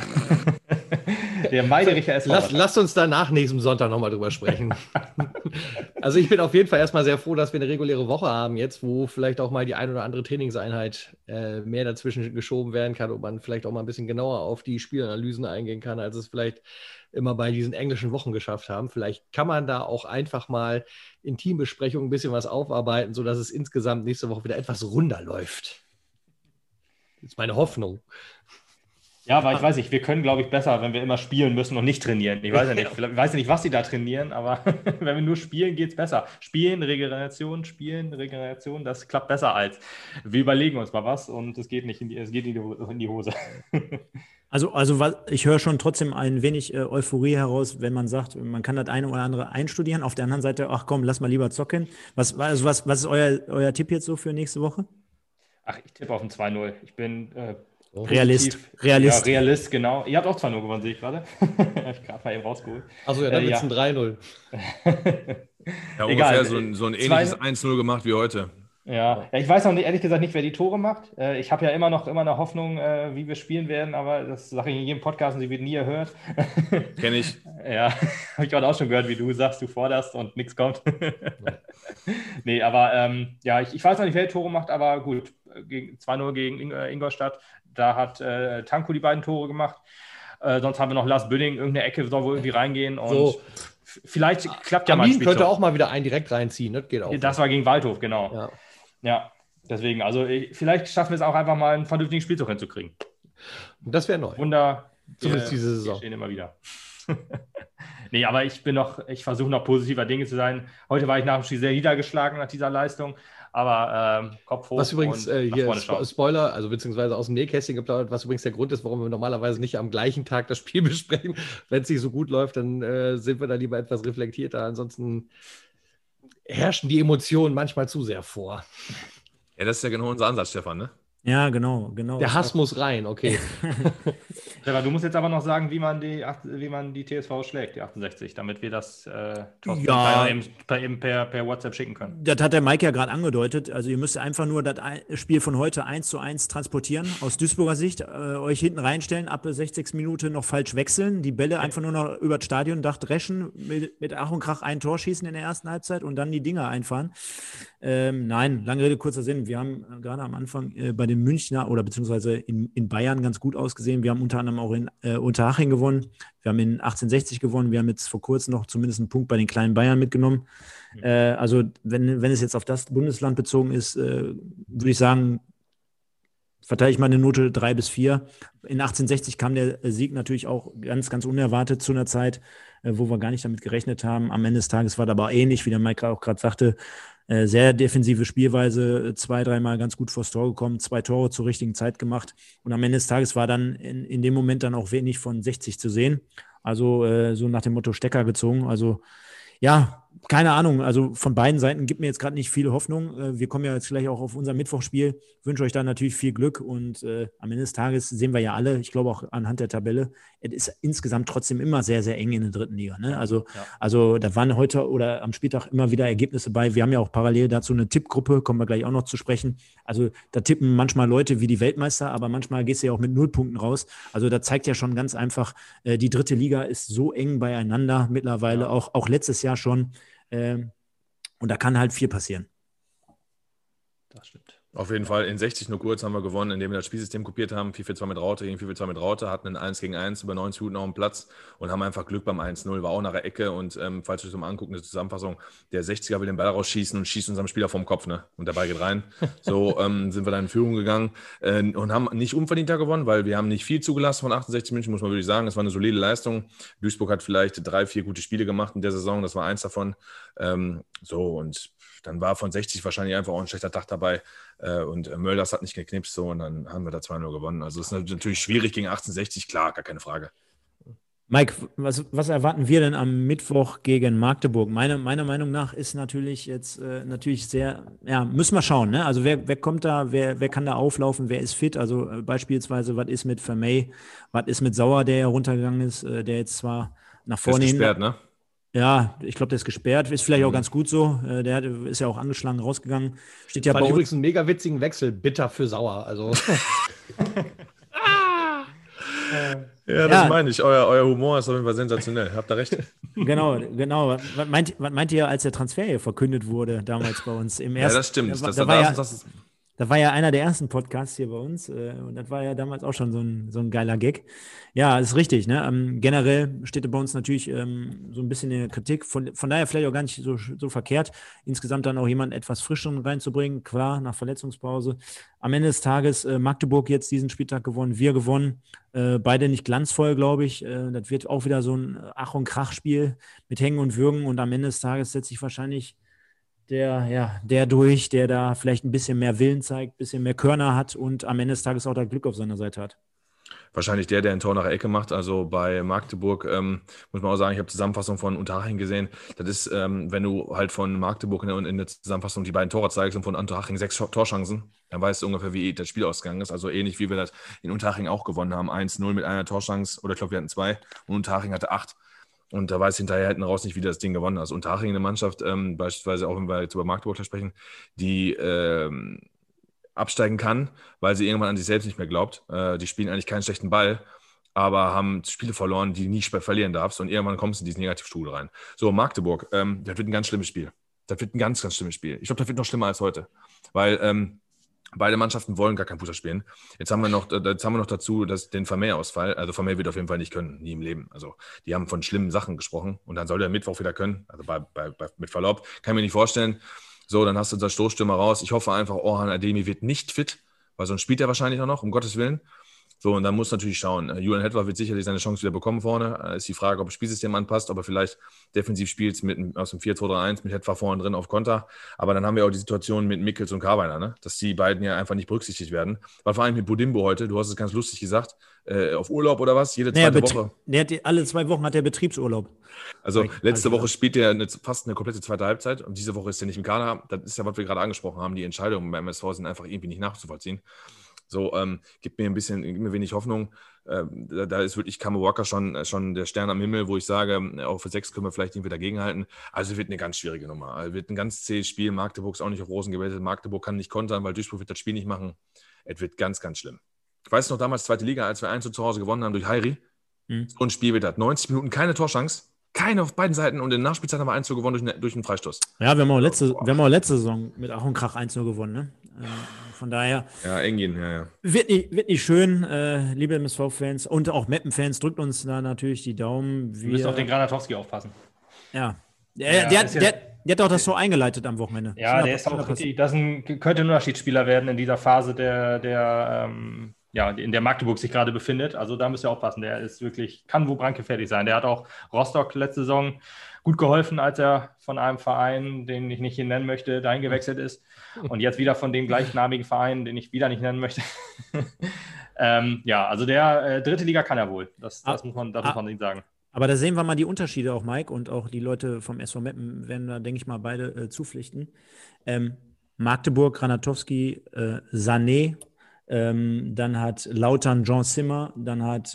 Der Meidericher SV. Lasst uns danach nächsten Sonntag nochmal drüber sprechen. Also ich bin auf jeden Fall erstmal sehr froh, dass wir eine reguläre Woche haben jetzt, wo vielleicht auch mal die ein oder andere Trainingseinheit mehr dazwischen geschoben werden kann und man vielleicht auch mal ein bisschen genauer auf die Spielanalysen eingehen kann, als es vielleicht immer bei diesen englischen Wochen geschafft haben. Vielleicht kann man da auch einfach mal in Teambesprechungen ein bisschen was aufarbeiten, sodass es insgesamt nächste Woche wieder etwas runder läuft. Das ist meine Hoffnung. Ja, aber ich weiß nicht, wir können, glaube ich, besser, wenn wir immer spielen müssen und nicht trainieren. Ich weiß ja nicht, ich weiß ja nicht, was sie da trainieren, aber wenn wir nur spielen, geht es besser. Spielen, Regeneration, das klappt besser als wir überlegen uns mal was und es geht nicht in die Hose. Also ich höre schon trotzdem ein wenig Euphorie heraus, wenn man sagt, man kann das eine oder andere einstudieren. Auf der anderen Seite, ach komm, lass mal lieber zocken. Was ist euer Tipp jetzt so für nächste Woche? Ach, ich tippe auf ein 2-0. Ich bin Realist. Ja, Realist, genau. Ihr habt auch 2-0 gewonnen, sehe ich gerade. Habe ich gerade mal eben rausgeholt. Also ja, dann wird es ein 3-0. Ja, ungefähr so ein ähnliches 1-0 gemacht wie heute. Ja, ich weiß auch nicht, ehrlich gesagt nicht, wer die Tore macht. Ich habe ja immer noch eine Hoffnung, wie wir spielen werden, aber das sage ich in jedem Podcast und sie wird nie erhört. Kenn ich. Ja, habe ich gerade auch schon gehört, wie du sagst, du forderst und nichts kommt. Nee, aber ich weiß noch nicht, wer die Tore macht, aber gut, 2-0 gegen Ingolstadt, da hat Tanko die beiden Tore gemacht. Sonst haben wir noch Lars Bünding, irgendeine Ecke soll wohl irgendwie reingehen und so. Vielleicht klappt ja mal ein Spiel. Könnte auch mal wieder einen direkt reinziehen, das geht auch. Das war gegen Waldhof, genau. Ja, deswegen, also vielleicht schaffen wir es auch einfach mal, einen vernünftigen Spielzug hinzukriegen. Das wäre neu. Wunder. Zumindest diese Saison. Wir stehen immer wieder. Nee, aber ich versuche noch positiver Dinge zu sein. Heute war ich nach dem Spiel sehr niedergeschlagen nach dieser Leistung, aber Kopf hoch. Was übrigens hier Spoiler, also beziehungsweise aus dem Nähkästchen geplaudert, was übrigens der Grund ist, warum wir normalerweise nicht am gleichen Tag das Spiel besprechen. Wenn es nicht so gut läuft, dann sind wir da lieber etwas reflektierter. Ansonsten herrschen die Emotionen manchmal zu sehr vor. Ja, das ist ja genau unser Ansatz, Stefan, ne? Ja, genau. Der Hass muss rein, okay. Stefan, du musst jetzt aber noch sagen, wie man die TSV schlägt, die 68, damit wir das per WhatsApp schicken können. Das hat der Mike ja gerade angedeutet. Also ihr müsst einfach nur das Spiel von heute 1:1 transportieren, aus Duisburger Sicht, euch hinten reinstellen, ab der 60. Minute noch falsch wechseln, die Bälle einfach nur noch über das Stadiondach dreschen, mit Ach und Krach ein Tor schießen in der ersten Halbzeit und dann die Dinger einfahren. Nein, lange Rede, kurzer Sinn. Wir haben gerade am Anfang bei den Münchner oder beziehungsweise in Bayern ganz gut ausgesehen. Wir haben unter anderem auch in Unterhaching gewonnen. Wir haben in 1860 gewonnen. Wir haben jetzt vor kurzem noch zumindest einen Punkt bei den kleinen Bayern mitgenommen. Also wenn es jetzt auf das Bundesland bezogen ist, würde ich sagen, verteile ich mal eine Note 3 bis 4. In 1860 kam der Sieg natürlich auch ganz, ganz unerwartet zu einer Zeit, wo wir gar nicht damit gerechnet haben. Am Ende des Tages war das aber ähnlich, wie der Mike auch gerade sagte, sehr defensive Spielweise, 2-3 Mal ganz gut vors Tor gekommen, 2 Tore zur richtigen Zeit gemacht und am Ende des Tages war dann in dem Moment dann auch wenig von 60 zu sehen. Also so nach dem Motto Stecker gezogen. Also ja, keine Ahnung, also von beiden Seiten gibt mir jetzt gerade nicht viel Hoffnung. Wir kommen ja jetzt gleich auch auf unser Mittwochspiel. Ich wünsche euch da natürlich viel Glück und am Ende des Tages sehen wir ja alle, ich glaube auch anhand der Tabelle, es ist insgesamt trotzdem immer sehr, sehr eng in der dritten Liga. Ne? Also da waren heute oder am Spieltag immer wieder Ergebnisse bei. Wir haben ja auch parallel dazu eine Tippgruppe, kommen wir gleich auch noch zu sprechen. Also da tippen manchmal Leute wie die Weltmeister, aber manchmal gehst du ja auch mit 0 Punkten raus. Also da zeigt ja schon ganz einfach, die dritte Liga ist so eng beieinander mittlerweile, auch letztes Jahr schon. Und da kann halt viel passieren. Das stimmt. Auf jeden Fall in 60 nur kurz haben wir gewonnen, indem wir das Spielsystem kopiert haben. 4-4-2 mit Raute gegen 4-4-2 mit Raute, hatten ein 1 gegen 1 über 90 Minuten auf dem Platz und haben einfach Glück beim 1-0. War auch nach der Ecke und falls ihr euch das mal anguckt, eine Zusammenfassung, der 60er will den Ball rausschießen und schießt unserem Spieler vom Kopf, ne? Und der Ball geht rein. So sind wir dann in Führung gegangen und haben nicht unverdienter gewonnen, weil wir haben nicht viel zugelassen von 68 München, muss man wirklich sagen. Es war eine solide Leistung. Duisburg hat vielleicht 3-4 gute Spiele gemacht in der Saison, das war eins davon. Und dann war von 60 wahrscheinlich einfach auch ein schlechter Tag dabei und Mölders hat nicht geknipst so und dann haben wir da 2-0 gewonnen. Also es ist natürlich schwierig gegen 1860, klar, gar keine Frage. Mike, was erwarten wir denn am Mittwoch gegen Magdeburg? Meiner Meinung nach ist natürlich jetzt natürlich sehr, ja, müssen wir schauen, ne? Also wer kommt da, wer kann da auflaufen, wer ist fit? Also beispielsweise, was ist mit Vermey, was ist mit Sauer, der ja runtergegangen ist, der jetzt zwar nach vorne hin... gesperrt, ne? Ja, ich glaube, der ist gesperrt. Ist vielleicht auch ganz gut so. Der ist ja auch angeschlagen rausgegangen. Steht ja bei uns. Übrigens einen mega witzigen Wechsel. Bitter für Sauer. Also. Ja, das meine ich. Euer Humor ist auf jeden Fall sensationell. Habt ihr recht? Genau. Was meint ihr, als der Transfer hier verkündet wurde, damals bei uns im ersten? Ja, das stimmt. Da war ja einer der ersten Podcasts hier bei uns und das war ja damals auch schon so ein geiler Gag. Ja, ist richtig. Ne? Generell steht bei uns natürlich so ein bisschen in der Kritik. Von daher vielleicht auch gar nicht so verkehrt, insgesamt dann auch jemanden etwas Frischeren reinzubringen. Klar, nach Verletzungspause. Am Ende des Tages Magdeburg jetzt diesen Spieltag gewonnen, wir gewonnen. Beide nicht glanzvoll, glaube ich. Das wird auch wieder so ein Ach- und Krach-Spiel mit Hängen und Würgen und am Ende des Tages setzt sich wahrscheinlich der durch, der da vielleicht ein bisschen mehr Willen zeigt, ein bisschen mehr Körner hat und am Ende des Tages auch das Glück auf seiner Seite hat. Wahrscheinlich der ein Tor nach der Ecke macht. Also bei Magdeburg muss man auch sagen, ich habe Zusammenfassung von Unterhaching gesehen. Das ist, wenn du halt von Magdeburg in der Zusammenfassung die beiden Tore zeigst und von Unterhaching 6 Torchancen, dann weißt du ungefähr, wie das Spiel ausgegangen ist. Also ähnlich wie wir das in Unterhaching auch gewonnen haben. 1-0 mit einer Torchance, oder ich glaube, wir hatten 2 und Unterhaching hatte 8. Und da weiß hinterher hinten raus nicht, wie das Ding gewonnen hat. Also Unterhaching eine Mannschaft, beispielsweise auch wenn wir jetzt über Magdeburg sprechen, die absteigen kann, weil sie irgendwann an sich selbst nicht mehr glaubt. Die spielen eigentlich keinen schlechten Ball, aber haben Spiele verloren, die du nie verlieren darfst und irgendwann kommst du in diesen Negativstuhl rein. So, Magdeburg, das wird ein ganz schlimmes Spiel. Das wird ein ganz, ganz schlimmes Spiel. Ich glaube, das wird noch schlimmer als heute, weil beide Mannschaften wollen gar keinen Fußball spielen. Jetzt haben wir noch dazu den Vermey-Ausfall. Also Vermey wird auf jeden Fall nicht können, nie im Leben. Also die haben von schlimmen Sachen gesprochen und dann soll der Mittwoch wieder können. Also mit Verlaub, kann ich mir nicht vorstellen. So, dann hast du unser Stoßstürmer raus. Ich hoffe einfach, Orhan Ademi wird nicht fit, weil sonst spielt er wahrscheinlich auch noch, um Gottes Willen. So, und dann muss natürlich schauen. Julian Hetwer wird sicherlich seine Chance wieder bekommen vorne. Ist die Frage, ob das Spielsystem anpasst, ob er vielleicht defensiv spielt aus dem 4-2-3-1 mit Hetwer vorne drin auf Konter. Aber dann haben wir auch die Situation mit Mickels und Karweiner, ne? Dass die beiden ja einfach nicht berücksichtigt werden. Weil vor allem mit Budimbo heute, du hast es ganz lustig gesagt, auf Urlaub oder was? Jede zweite Woche. Alle 2 Wochen hat er Betriebsurlaub. Also letzte Woche spielt er fast eine komplette zweite Halbzeit und diese Woche ist er nicht im Kader. Das ist ja, was wir gerade angesprochen haben. Die Entscheidungen beim MSV sind einfach irgendwie nicht nachzuvollziehen. So, gibt mir wenig Hoffnung. Da ist wirklich Kamo Walker schon der Stern am Himmel, wo ich sage, auch für 6 können wir vielleicht irgendwie dagegenhalten. Also wird eine ganz schwierige Nummer. Also wird ein ganz zähes Spiel. Magdeburg ist auch nicht auf Rosen gebettet. Magdeburg kann nicht kontern, weil Duisburg wird das Spiel nicht machen. Es wird ganz, ganz schlimm. Ich weiß noch damals, zweite Liga, als wir 1-0 zu Hause gewonnen haben durch Heiri. So ein Spiel wird das. 90 Minuten, keine Torchance. Keine auf beiden Seiten und in der Nachspielzeit haben wir 1-0 gewonnen durch einen Freistoß. Ja, wir haben auch letzte Saison mit Ach und Krach 1-0 gewonnen. Ne? Von daher. Ja, eng gehen, ja. Wird nicht schön, liebe MSV-Fans und auch Meppen-Fans, drückt uns da natürlich die Daumen. Wir müssen auf den Granatowski aufpassen. Ja. Der hat auch das so eingeleitet am Wochenende. Ja, der ist auch richtig. Das könnte ein Unterschiedsspieler werden in dieser Phase, in der Magdeburg sich gerade befindet. Also da müsst ihr aufpassen. Der ist wirklich, kann wo brandgefährlich sein. Der hat auch Rostock letzte Saison gut geholfen, als er von einem Verein, den ich nicht hier nennen möchte, dahin gewechselt ist. Und jetzt wieder von dem gleichnamigen Verein, den ich wieder nicht nennen möchte. Also der dritte Liga kann er wohl. Das muss man ihm sagen. Aber da sehen wir mal die Unterschiede auch, Mike, und auch die Leute vom SV Meppen werden da, denke ich mal, beide zupflichten. Magdeburg, Granatowski, Sané, dann hat Lautern Jean Zimmer, dann hat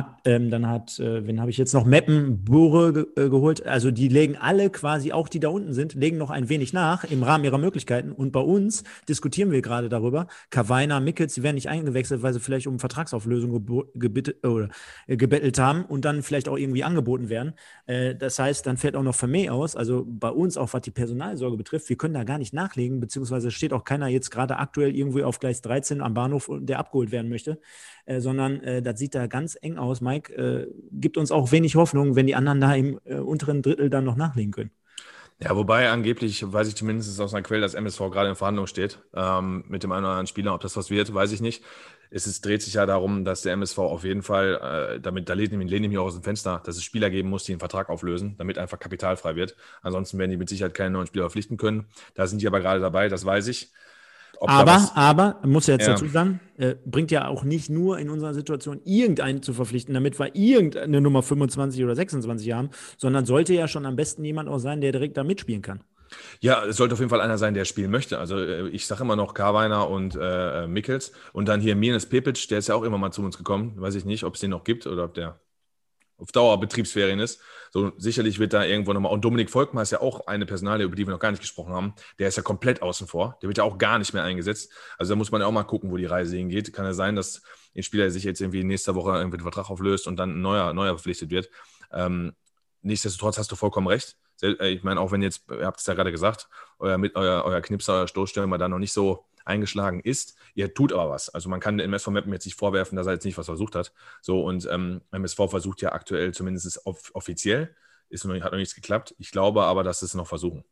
wen habe ich jetzt noch? Meppen, Bure geholt. Also die legen alle quasi, auch die da unten sind, legen noch ein wenig nach im Rahmen ihrer Möglichkeiten. Und bei uns diskutieren wir gerade darüber. Kavaina, Mickels, die werden nicht eingewechselt, weil sie vielleicht um Vertragsauflösung gebettelt haben und dann vielleicht auch irgendwie angeboten werden. Das heißt, dann fällt auch noch Vermey aus. Also bei uns, auch was die Personalsorge betrifft, wir können da gar nicht nachlegen, beziehungsweise steht auch keiner jetzt gerade aktuell irgendwie auf Gleis 13 am Bahnhof, der abgeholt werden möchte, sondern das sieht da ganz eng aus. Mike, gibt uns auch wenig Hoffnung, wenn die anderen da im unteren Drittel dann noch nachlegen können. Ja, wobei angeblich, weiß ich zumindest aus einer Quelle, dass MSV gerade in Verhandlung steht mit dem einen oder anderen Spieler. Ob das was wird, weiß ich nicht. Dreht sich ja darum, dass der MSV auf jeden Fall, da lehne ich mich auch aus dem Fenster, dass es Spieler geben muss, die einen Vertrag auflösen, damit einfach kapitalfrei wird. Ansonsten werden die mit Sicherheit keine neuen Spieler verpflichten können. Da sind die aber gerade dabei, das weiß ich. Aber, muss ja jetzt dazu sagen, bringt ja auch nicht nur in unserer Situation irgendeinen zu verpflichten, damit wir irgendeine Nummer 25 oder 26 haben, sondern sollte ja schon am besten jemand auch sein, der direkt da mitspielen kann. Ja, es sollte auf jeden Fall einer sein, der spielen möchte. Also ich sage immer noch Kavaina und Mickels und dann hier Mirnes Pepic, der ist ja auch immer mal zu uns gekommen. Weiß ich nicht, ob es den noch gibt oder ob der auf Dauer Betriebsferien ist. So sicherlich wird da irgendwo nochmal, und Dominik Volkmar ist ja auch eine Personalie, über die wir noch gar nicht gesprochen haben, der ist ja komplett außen vor, der wird ja auch gar nicht mehr eingesetzt, also da muss man ja auch mal gucken, wo die Reise hingeht. Kann ja sein, dass ein Spieler sich jetzt irgendwie nächste Woche irgendwie den Vertrag auflöst und dann ein neuer verpflichtet wird. Nichtsdestotrotz hast du vollkommen recht. Ich meine, auch wenn jetzt, ihr habt es ja gerade gesagt, euer Knipser, euer Stoßstürmer da noch nicht so eingeschlagen ist, ihr tut aber was. Also man kann dem MSV Meppen jetzt nicht vorwerfen, dass er jetzt nicht was versucht hat. So, und MSV versucht ja aktuell zumindest offiziell, hat noch nichts geklappt. Ich glaube aber, dass sie es noch versuchen.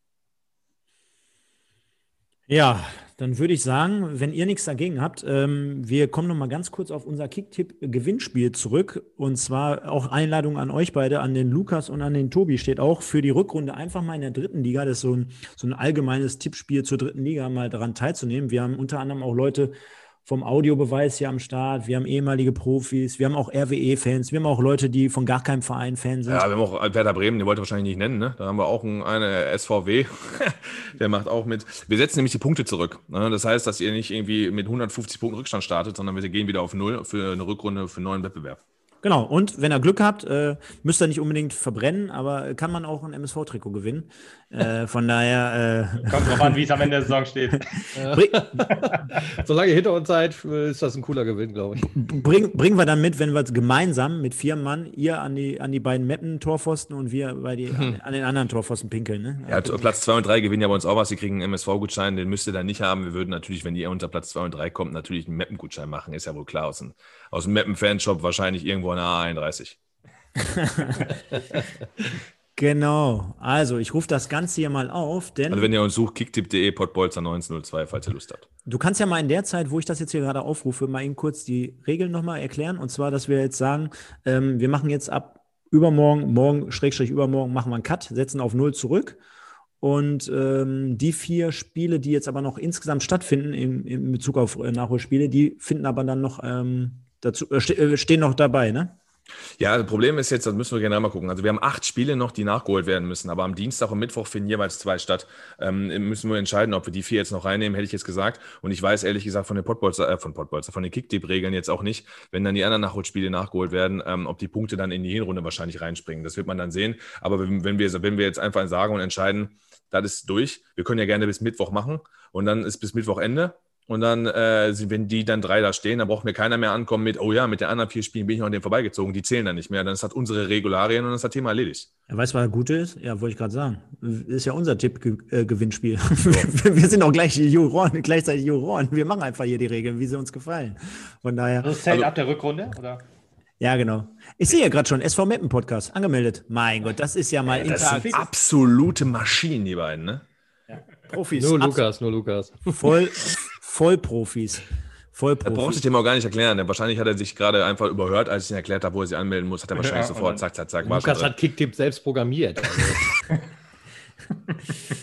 Ja, dann würde ich sagen, wenn ihr nichts dagegen habt, wir kommen noch mal ganz kurz auf unser Kicktipp-Gewinnspiel zurück. Und zwar auch Einladung an euch beide, an den Lukas und an den Tobi steht auch für die Rückrunde einfach mal in der dritten Liga. Das ist so ein allgemeines Tippspiel zur dritten Liga, mal daran teilzunehmen. Wir haben unter anderem auch Leute vom Audiobeweis hier am Start, wir haben ehemalige Profis, wir haben auch RWE-Fans, wir haben auch Leute, die von gar keinem Verein Fan sind. Ja, wir haben auch Werder Bremen, den wollt ihr wahrscheinlich nicht nennen, ne? Da haben wir auch eine SVW, der macht auch mit. Wir setzen nämlich die Punkte zurück. Ne? Das heißt, dass ihr nicht irgendwie mit 150 Punkten Rückstand startet, sondern wir gehen wieder auf 0 für eine Rückrunde, für einen neuen Wettbewerb. Genau, und wenn ihr Glück habt, müsst ihr nicht unbedingt verbrennen, aber kann man auch ein MSV-Trikot gewinnen. Von daher... Kommt drauf an, wie es am Ende der Saison steht. Solange hinter uns seid, ist das ein cooler Gewinn, glaube ich. Bringen wir dann mit, wenn wir gemeinsam mit 4 Mann, ihr an die beiden Meppen-Torpfosten und wir an den anderen Torpfosten pinkeln. Ne? Ja, Platz 2 und 3 gewinnen ja bei uns auch was. Sie kriegen einen MSV-Gutschein, den müsst ihr dann nicht haben. Wir würden natürlich, wenn ihr unter Platz 2 und 3 kommt, natürlich einen Meppen-Gutschein machen. Ist ja wohl klar, aus dem Meppen-Fanshop wahrscheinlich irgendwo an der A31. Genau, also ich rufe das Ganze hier mal auf, denn... Also wenn ihr uns sucht, kicktipp.de, Pottbolzer 1902, falls ihr Lust habt. Du kannst ja mal in der Zeit, wo ich das jetzt hier gerade aufrufe, mal eben kurz die Regeln nochmal erklären. Und zwar, dass wir jetzt sagen, wir machen jetzt ab übermorgen, machen wir einen Cut, setzen auf 0 zurück. Und die 4 Spiele, die jetzt aber noch insgesamt stattfinden in Bezug auf Nachholspiele, die finden aber dann noch stehen noch dabei, ne? Ja, das Problem ist jetzt, das müssen wir generell mal gucken. Also wir haben 8 Spiele noch, die nachgeholt werden müssen, aber am Dienstag und Mittwoch finden jeweils 2 statt. Müssen wir entscheiden, ob wir die 4 jetzt noch reinnehmen, hätte ich jetzt gesagt. Und ich weiß ehrlich gesagt von den Kicktipp-Regeln jetzt auch nicht, wenn dann die anderen Nachholspiele nachgeholt werden, ob die Punkte dann in die Hinrunde wahrscheinlich reinspringen. Das wird man dann sehen. Aber wenn wir jetzt einfach sagen und entscheiden, das ist durch, wir können ja gerne bis Mittwoch machen und dann ist bis Mittwoch Ende. Und dann, wenn die dann 3 da stehen, dann braucht mir keiner mehr ankommen mit, oh ja, mit den anderen 4 Spielen bin ich noch an denen vorbeigezogen, die zählen dann nicht mehr. Dann ist das unsere Regularien und dann ist das Thema erledigt. Ja, weißt du, was das Gute ist? Ja, wollte ich gerade sagen. Ist ja unser Tipp-Gewinnspiel. Wir sind auch gleichzeitig Juroren. Wir machen einfach hier die Regeln, wie sie uns gefallen. Von daher. Das zählt ab der Rückrunde, oder? Ja, genau. Ich sehe ja gerade schon, SV Meppen Podcast angemeldet. Mein Gott, das ist ja mal interaktiv. Das sind absolute Maschinen, die beiden, ne? Ja. Profis. Nur Lukas. Vollprofis. Da brauchte ich dem auch gar nicht erklären. Denn wahrscheinlich hat er sich gerade einfach überhört, als ich ihn erklärt habe, wo er sich anmelden muss. Hat er wahrscheinlich sofort zack. Lukas hat Kicktipp selbst programmiert. Also.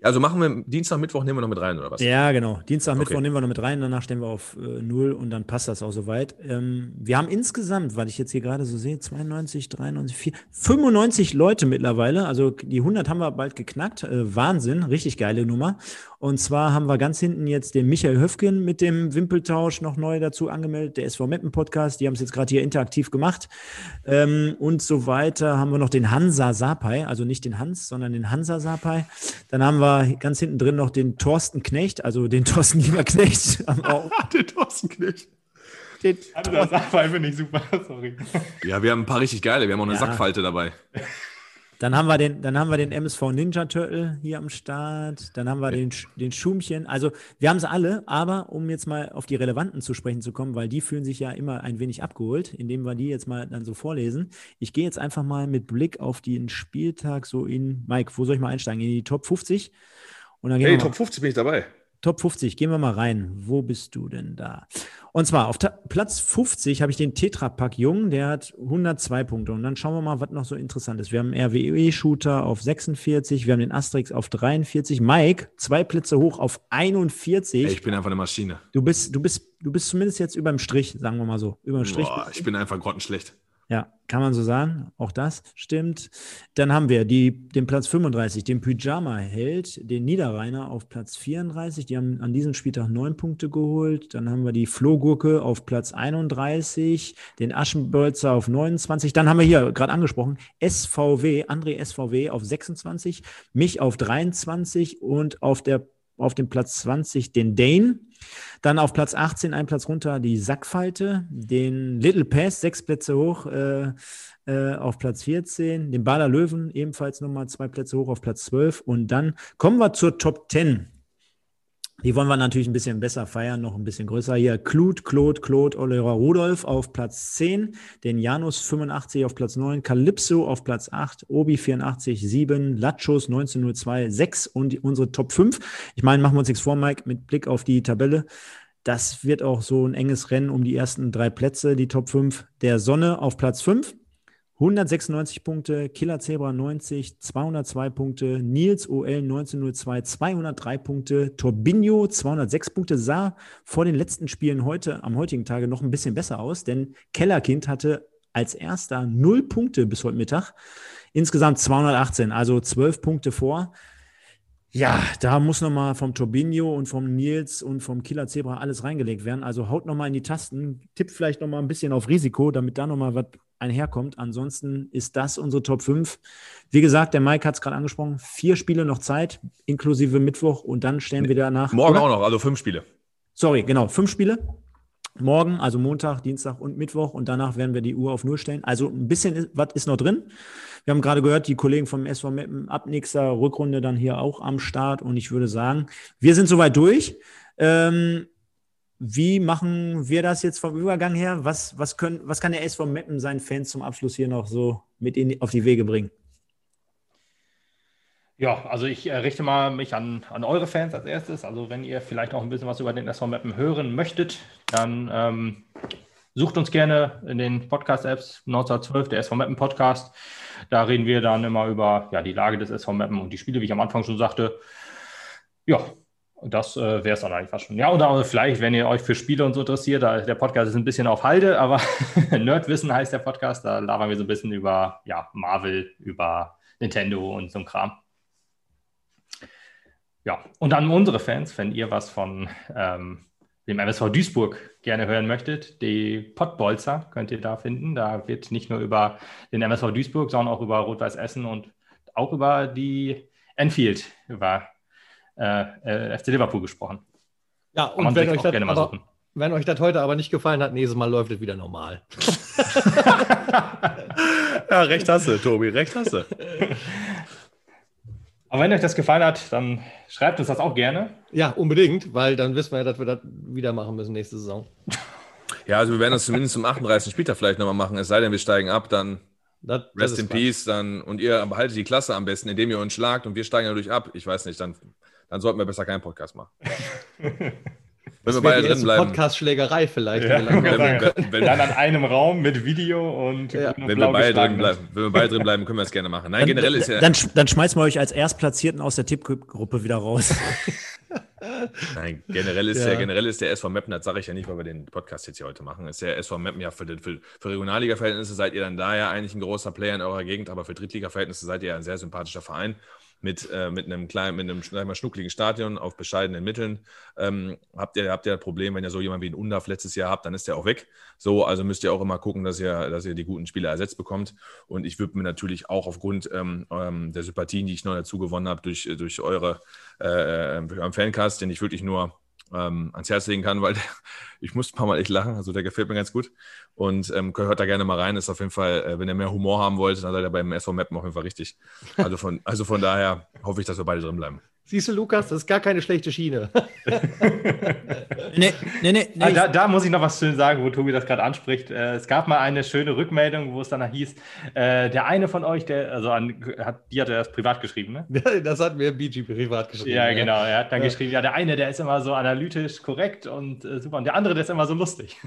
Also machen wir Dienstag, Mittwoch nehmen wir noch mit rein, oder was? Ja, genau. Dienstag, Mittwoch nehmen wir noch mit rein, danach stellen wir auf 0 und dann passt das auch soweit. Wir haben insgesamt, weil ich jetzt hier gerade so sehe, 92, 93, 4, 95 Leute mittlerweile. Also die 100 haben wir bald geknackt. Wahnsinn, richtig geile Nummer. Und zwar haben wir ganz hinten jetzt den Michael Höfgen mit dem Wimpeltausch noch neu dazu angemeldet, der SV Meppen Podcast. Die haben es jetzt gerade hier interaktiv gemacht. Und so weiter haben wir noch den Hansa Sapai, also nicht den Hans, sondern den Hansa Sapai. Dann haben wir ganz hinten drin noch den Thorsten Knecht, also den Thorsten Lieberknecht. Den Thorsten Knecht. Hansa Sapai finde ich super, sorry. Ja, wir haben ein paar richtig geile, wir haben auch eine Sackfalte dabei. Dann haben wir den MSV Ninja Turtle hier am Start. Dann haben wir den Schumchen. Also wir haben sie alle, aber um jetzt mal auf die Relevanten zu sprechen zu kommen, weil die fühlen sich ja immer ein wenig abgeholt, indem wir die jetzt mal dann so vorlesen. Ich gehe jetzt einfach mal mit Blick auf den Spieltag so Mike, wo soll ich mal einsteigen? In die Top 50? Und dann Top 50 bin ich dabei. Top 50, gehen wir mal rein. Wo bist du denn da? Und zwar auf Platz 50 habe ich den Tetrapack Jung, der hat 102 Punkte. Und dann schauen wir mal, was noch so interessant ist. Wir haben einen RWE-Shooter auf 46, wir haben den Asterix auf 43. Mike, 2 Plätze hoch auf 41. Ey, ich bin einfach eine Maschine. Du bist zumindest jetzt über dem Strich, sagen wir mal so. Über dem Strich. Boah, ich bin einfach grottenschlecht. Ja, kann man so sagen. Auch das stimmt. Dann haben wir den Platz 35, den Pyjama-Held, den Niederrheiner auf Platz 34. Die haben an diesem Spieltag 9 Punkte geholt. Dann haben wir die Flohgurke auf Platz 31, den Aschenbolzer auf 29. Dann haben wir hier gerade angesprochen, André SVW auf 26, mich auf 23 und auf dem Platz 20 den Dane. Dann auf Platz 18, ein Platz runter, die Sackfalte, den Little Pass, 6 Plätze hoch auf Platz 14, den Bader Löwen ebenfalls nochmal 2 Plätze hoch auf Platz 12 und dann kommen wir zur Top 10. Die wollen wir natürlich ein bisschen besser feiern, noch ein bisschen größer. Hier Claude, Oliver Rudolph auf Platz 10, den Janus 85 auf Platz 9, Calypso auf Platz 8, Obi 84, 7, Lachos 1902, 6 und unsere Top 5. Ich meine, machen wir uns nichts vor, Mike, mit Blick auf die Tabelle. Das wird auch so ein enges Rennen um die ersten 3 Plätze, die Top 5. Der Sonne auf Platz 5. 196 Punkte, Killer Zebra 90, 202 Punkte, Nils OL 1902, 203 Punkte, Torbinho 206 Punkte, sah vor den letzten Spielen am heutigen Tage noch ein bisschen besser aus, denn Kellerkind hatte als erster 0 Punkte bis heute Mittag, insgesamt 218, also 12 Punkte vor. Ja, da muss nochmal vom Torbinho und vom Nils und vom Killer Zebra alles reingelegt werden, also haut nochmal in die Tasten, tippt vielleicht nochmal ein bisschen auf Risiko, damit da nochmal was einherkommt. Ansonsten ist das unsere Top 5. Wie gesagt, der Mike hat es gerade angesprochen, 4 Spiele noch Zeit, inklusive Mittwoch und dann stellen wir danach... Morgen auch noch, also 5 Spiele. Sorry, genau, 5 Spiele. Morgen, also Montag, Dienstag und Mittwoch und danach werden wir die Uhr auf 0 stellen. Also ein bisschen was ist noch drin. Wir haben gerade gehört, die Kollegen vom SV Meppen ab nächster Rückrunde dann hier auch am Start und ich würde sagen, wir sind soweit durch. Wie machen wir das jetzt vom Übergang her? Was kann der SV Meppen seinen Fans zum Abschluss hier noch so mit auf die Wege bringen? Ja, also ich richte mal mich an eure Fans als erstes. Also wenn ihr vielleicht auch ein bisschen was über den SV Meppen hören möchtet, dann sucht uns gerne in den Podcast-Apps 1912, der SV Meppen Podcast. Da reden wir dann immer über die Lage des SV Meppen und die Spiele, wie ich am Anfang schon sagte. Ja, das wäre es dann eigentlich fast schon. Ja, und auch vielleicht, wenn ihr euch für Spiele und so interessiert, der Podcast ist ein bisschen auf Halde, aber Nerdwissen heißt der Podcast. Da labern wir so ein bisschen über Marvel, über Nintendo und so ein Kram. Ja, und an unsere Fans, wenn ihr was von dem MSV Duisburg gerne hören möchtet, die Pottbolzer könnt ihr da finden. Da wird nicht nur über den MSV Duisburg, sondern auch über Rot-Weiß Essen und auch über die Enfield, über FC Liverpool gesprochen. Ja, und wenn euch das heute aber nicht gefallen hat, nächstes Mal läuft es wieder normal. Ja, recht hast du, Tobi, recht hast du. Aber wenn euch das gefallen hat, dann schreibt uns das auch gerne. Ja, unbedingt, weil dann wissen wir ja, dass wir das wieder machen müssen nächste Saison. Ja, also wir werden das zumindest zum 38. Spieltag vielleicht nochmal machen, es sei denn, wir steigen ab, dann Rest in Peace, dann und ihr behaltet die Klasse am besten, indem ihr uns schlagt und wir steigen dadurch ab. Ich weiß nicht, dann sollten wir besser keinen Podcast machen. Wenn wir beide drin bleiben. Podcast-Schlägerei vielleicht. Ja, wenn dann an einem Raum mit Video und wenn wir beide drin bleiben, können wir das gerne machen. Nein, dann, generell ist ja... Dann schmeißen wir euch als Erstplatzierten aus der Tippgruppe wieder raus. Nein, generell ist der SV Meppen, das sage ich ja nicht, weil wir den Podcast jetzt hier heute machen, ist der SV Meppen ja für Regionalliga-Verhältnisse seid ihr dann da ja eigentlich ein großer Player in eurer Gegend, aber für Drittliga-Verhältnisse seid ihr ja ein sehr sympathischer Verein mit einem schnuckligen Stadion auf bescheidenen Mitteln. Habt ihr das Problem, wenn ihr so jemanden wie einen Undaf letztes Jahr habt, dann ist der auch weg. So, also müsst ihr auch immer gucken, dass ihr die guten Spieler ersetzt bekommt. Und ich würde mir natürlich auch aufgrund der Sympathien, die ich noch dazu gewonnen habe durch euren Fancast, den ich wirklich nur ans Herz legen kann, weil ich muss ein paar Mal echt lachen, also der gefällt mir ganz gut und hört da gerne mal rein, ist auf jeden Fall, wenn ihr mehr Humor haben wollt, dann seid ihr beim SV Meppen auf jeden Fall richtig. Also von daher hoffe ich, dass wir beide drin bleiben. Siehst du, Lukas, das ist gar keine schlechte Schiene. Nee. Da muss ich noch was schön sagen, wo Tobi das gerade anspricht. Es gab mal eine schöne Rückmeldung, wo es danach hieß, der eine von euch, die hat er das privat geschrieben, ne? Das hat mir BG privat geschrieben. Ja, genau. Er hat dann geschrieben, der eine, der ist immer so analytisch korrekt und super. Und der andere, der ist immer so lustig.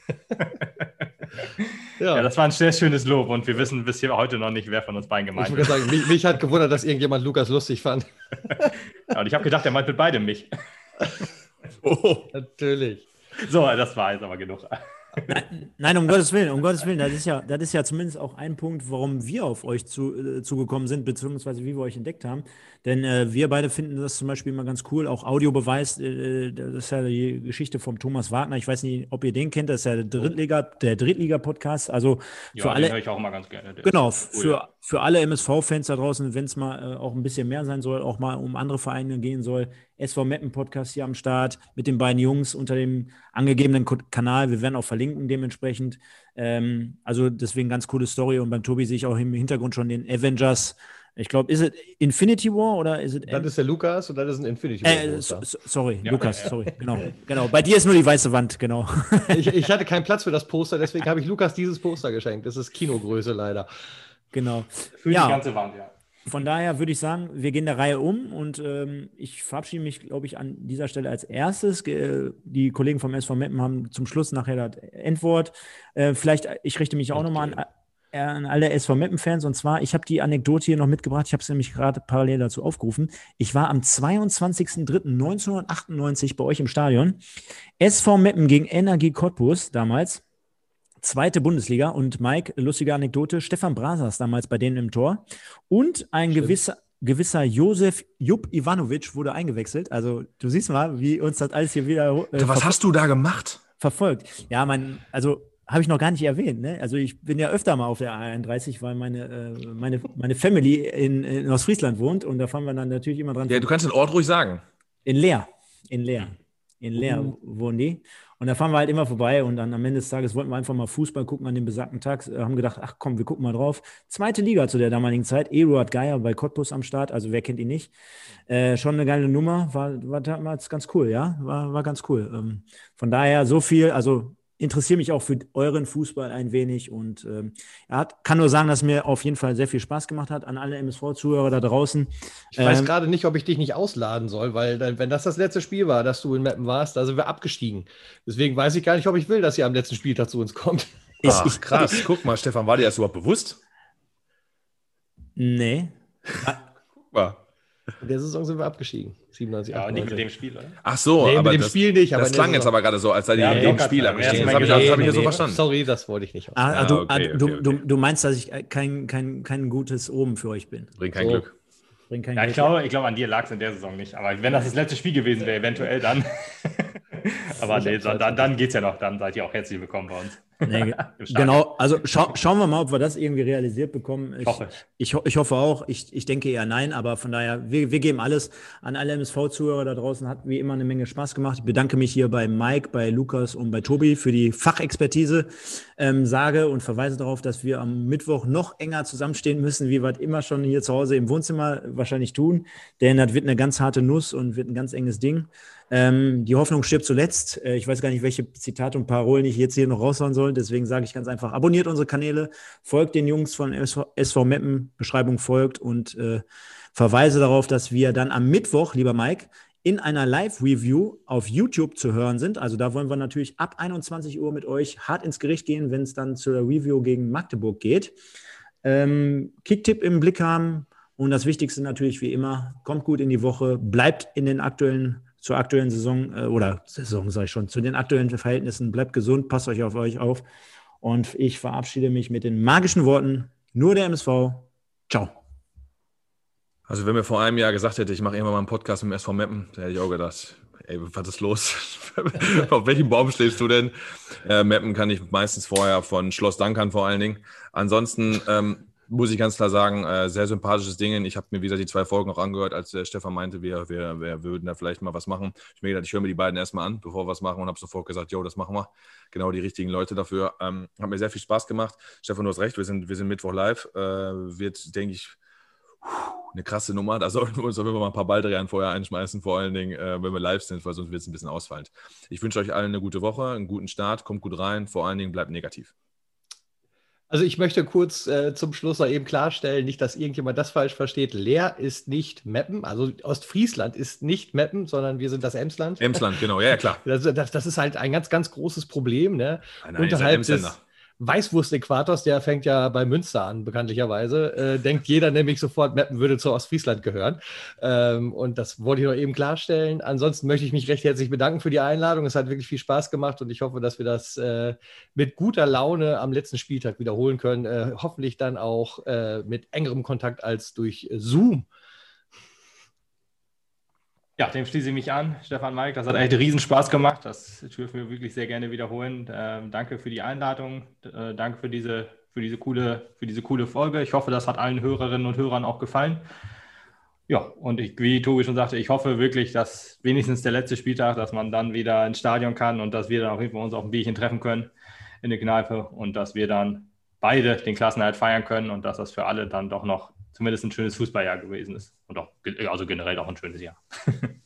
Ja, das war ein sehr schönes Lob und wir wissen bis hier heute noch nicht, wer von uns beiden gemeint ist. Ich würde sagen, mich hat gewundert, dass irgendjemand Lukas lustig fand. Ja, und ich habe gedacht, er meint mit beidem mich. Natürlich. So, das war jetzt aber genug. Nein, um Gottes Willen. Das ist ja zumindest auch ein Punkt, warum wir auf euch zugekommen sind, beziehungsweise wie wir euch entdeckt haben. Denn wir beide finden das zum Beispiel immer ganz cool, auch Audiobeweis, das ist ja die Geschichte vom Thomas Wagner. Ich weiß nicht, ob ihr den kennt, das ist ja der Drittliga-Podcast. Also für alle, den höre ich auch immer ganz gerne. Genau, für alle MSV-Fans da draußen, wenn es mal auch ein bisschen mehr sein soll, auch mal um andere Vereine gehen soll, SV Meppen Podcast hier am Start mit den beiden Jungs unter dem angegebenen Kanal. Wir werden auch verlinken dementsprechend. Also deswegen ganz coole Story. Und beim Tobi sehe ich auch im Hintergrund schon den Avengers. Ich glaube, ist es Infinity War oder ist es... Das ist der Lukas und das ist ein Infinity War. Sorry, ja, Lukas, sorry. Genau. Bei dir ist nur die weiße Wand, genau. Ich hatte keinen Platz für das Poster, deswegen habe ich Lukas dieses Poster geschenkt. Das ist Kinogröße leider. Genau. Für die ganze Wand, ja. Von daher würde ich sagen, wir gehen der Reihe um und ich verabschiede mich, glaube ich, an dieser Stelle als erstes. Die Kollegen vom SV Meppen haben zum Schluss nachher das Endwort. Ich richte mich auch nochmal an alle SV Meppen-Fans, und zwar, ich habe die Anekdote hier noch mitgebracht, ich habe es nämlich gerade parallel dazu aufgerufen. Ich war am 22.03.1998 bei euch im Stadion. SV Meppen gegen Energie Cottbus damals. 2. Bundesliga und Mike, lustige Anekdote, Stefan Brasas damals bei denen im Tor und ein gewisser Josef Jupp Ivanovic wurde eingewechselt. Also du siehst mal, wie uns das alles hier wieder was hast du da gemacht? Verfolgt. Ja, habe ich noch gar nicht erwähnt. Ne? Also ich bin ja öfter mal auf der A31, weil meine Family in Ostfriesland wohnt und da fahren wir dann natürlich immer dran. Ja, du kannst den Ort ruhig sagen. In Leer wohnen die. Und da fahren wir halt immer vorbei und dann am Ende des Tages wollten wir einfach mal Fußball gucken an dem besagten Tag, haben gedacht, ach komm, wir gucken mal drauf. 2. Liga zu der damaligen Zeit, Eduard Geier bei Cottbus am Start, also wer kennt ihn nicht. Schon eine geile Nummer, war damals ganz cool, ja, war ganz cool. Von daher so viel, also interessiere mich auch für euren Fußball ein wenig und kann nur sagen, dass mir auf jeden Fall sehr viel Spaß gemacht hat an alle MSV-Zuhörer da draußen. Ich weiß gerade nicht, ob ich dich nicht ausladen soll, weil wenn das letzte Spiel war, dass du in Meppen warst, da sind wir abgestiegen. Deswegen weiß ich gar nicht, ob ich will, dass ihr am letzten Spieltag zu uns kommt. Ach, krass. Guck mal, Stefan, war dir das überhaupt bewusst? Nee. Guck mal. In der Saison sind wir abgestiegen. 97, ja, nicht mit dem Spiel, oder? Ach so, nee, aber mit dem Spiel nicht. Das klang jetzt aber gerade so, als sei die mit dem Spiel abgestiegen. Das habe ich so verstanden. Sorry, das wollte ich nicht. Du meinst, dass ich kein gutes Oben für euch bin. Bringt kein Glück. Ich glaube, an dir lag es in der Saison nicht. Aber wenn das letzte Spiel gewesen wäre, eventuell dann. Aber nee, dann geht es ja noch. Dann seid ihr auch herzlich willkommen bei uns. Nee, genau, also schauen wir mal, ob wir das irgendwie realisiert bekommen. Ich hoffe auch, ich denke eher nein, aber von daher, wir geben alles an alle MSV-Zuhörer da draußen, hat wie immer eine Menge Spaß gemacht. Ich bedanke mich hier bei Mike, bei Lukas und bei Tobi für die Fachexpertise, sage und verweise darauf, dass wir am Mittwoch noch enger zusammenstehen müssen, wie wir es immer schon hier zu Hause im Wohnzimmer wahrscheinlich tun, denn das wird eine ganz harte Nuss und wird ein ganz enges Ding. Die Hoffnung stirbt zuletzt. Ich weiß gar nicht, welche Zitate und Parolen ich jetzt hier noch raushauen soll. Deswegen sage ich ganz einfach, abonniert unsere Kanäle, folgt den Jungs von SV Meppen, Beschreibung folgt und verweise darauf, dass wir dann am Mittwoch, lieber Mike, in einer Live-Review auf YouTube zu hören sind. Also da wollen wir natürlich ab 21 Uhr mit euch hart ins Gericht gehen, wenn es dann zur Review gegen Magdeburg geht. Kicktipp im Blick haben und das Wichtigste natürlich wie immer, kommt gut in die Woche, bleibt in den zur aktuellen Saison zu den aktuellen Verhältnissen, bleibt gesund, passt euch auf euch auf und ich verabschiede mich mit den magischen Worten, nur der MSV, ciao. Also wenn mir vor einem Jahr gesagt hätte, ich mache irgendwann mal einen Podcast mit dem SV Meppen, da hätte ich auch gedacht, ey, was ist los? Auf welchem Baum stehst du denn? Meppen kann ich meistens vorher von Schloss Dankern vor allen Dingen. Ansonsten muss ich ganz klar sagen, sehr sympathisches Ding. Ich habe mir wieder die 2 Folgen auch angehört, als der Stefan meinte, wir würden da vielleicht mal was machen. Ich habe mir gedacht, ich höre mir die beiden erstmal an, bevor wir was machen und habe sofort gesagt, jo, das machen wir. Genau die richtigen Leute dafür. Hat mir sehr viel Spaß gemacht. Stefan, du hast recht, wir sind Mittwoch live. Wird, denke ich, eine krasse Nummer. Da sollten wir uns auf jeden Fall mal ein paar Baldrian vorher einschmeißen, vor allen Dingen, wenn wir live sind, weil sonst wird es ein bisschen ausfallend. Ich wünsche euch allen eine gute Woche, einen guten Start, kommt gut rein, vor allen Dingen bleibt negativ. Also ich möchte kurz zum Schluss noch eben klarstellen, nicht, dass irgendjemand das falsch versteht. Leer ist nicht Meppen, also Ostfriesland ist nicht Meppen, sondern wir sind das Emsland. Emsland, genau, ja klar. Das ist halt ein ganz, ganz großes Problem. Ne? Nein, Unterhalb des Weißwurst-Äquators, der fängt ja bei Münster an, bekanntlicherweise, denkt jeder nämlich sofort, Meppen würde zu Ostfriesland gehören. Und das wollte ich noch eben klarstellen. Ansonsten möchte ich mich recht herzlich bedanken für die Einladung. Es hat wirklich viel Spaß gemacht und ich hoffe, dass wir das mit guter Laune am letzten Spieltag wiederholen können. Hoffentlich dann auch mit engerem Kontakt als durch Zoom. Ja, dem schließe ich mich an, Stefan, Mike. Das hat echt riesen Spaß gemacht. Das dürfen wir wirklich sehr gerne wiederholen. Danke für die Einladung. Danke für diese coole Folge. Ich hoffe, das hat allen Hörerinnen und Hörern auch gefallen. Ja, und wie Tobi schon sagte, ich hoffe wirklich, dass wenigstens der letzte Spieltag, dass man dann wieder ins Stadion kann und dass wir dann auf jeden Fall uns auf ein Bierchen treffen können in der Kneipe und dass wir dann beide den Klassenerhalt feiern können und dass das für alle dann doch noch zumindest ein schönes Fußballjahr gewesen ist und auch also generell auch ein schönes Jahr.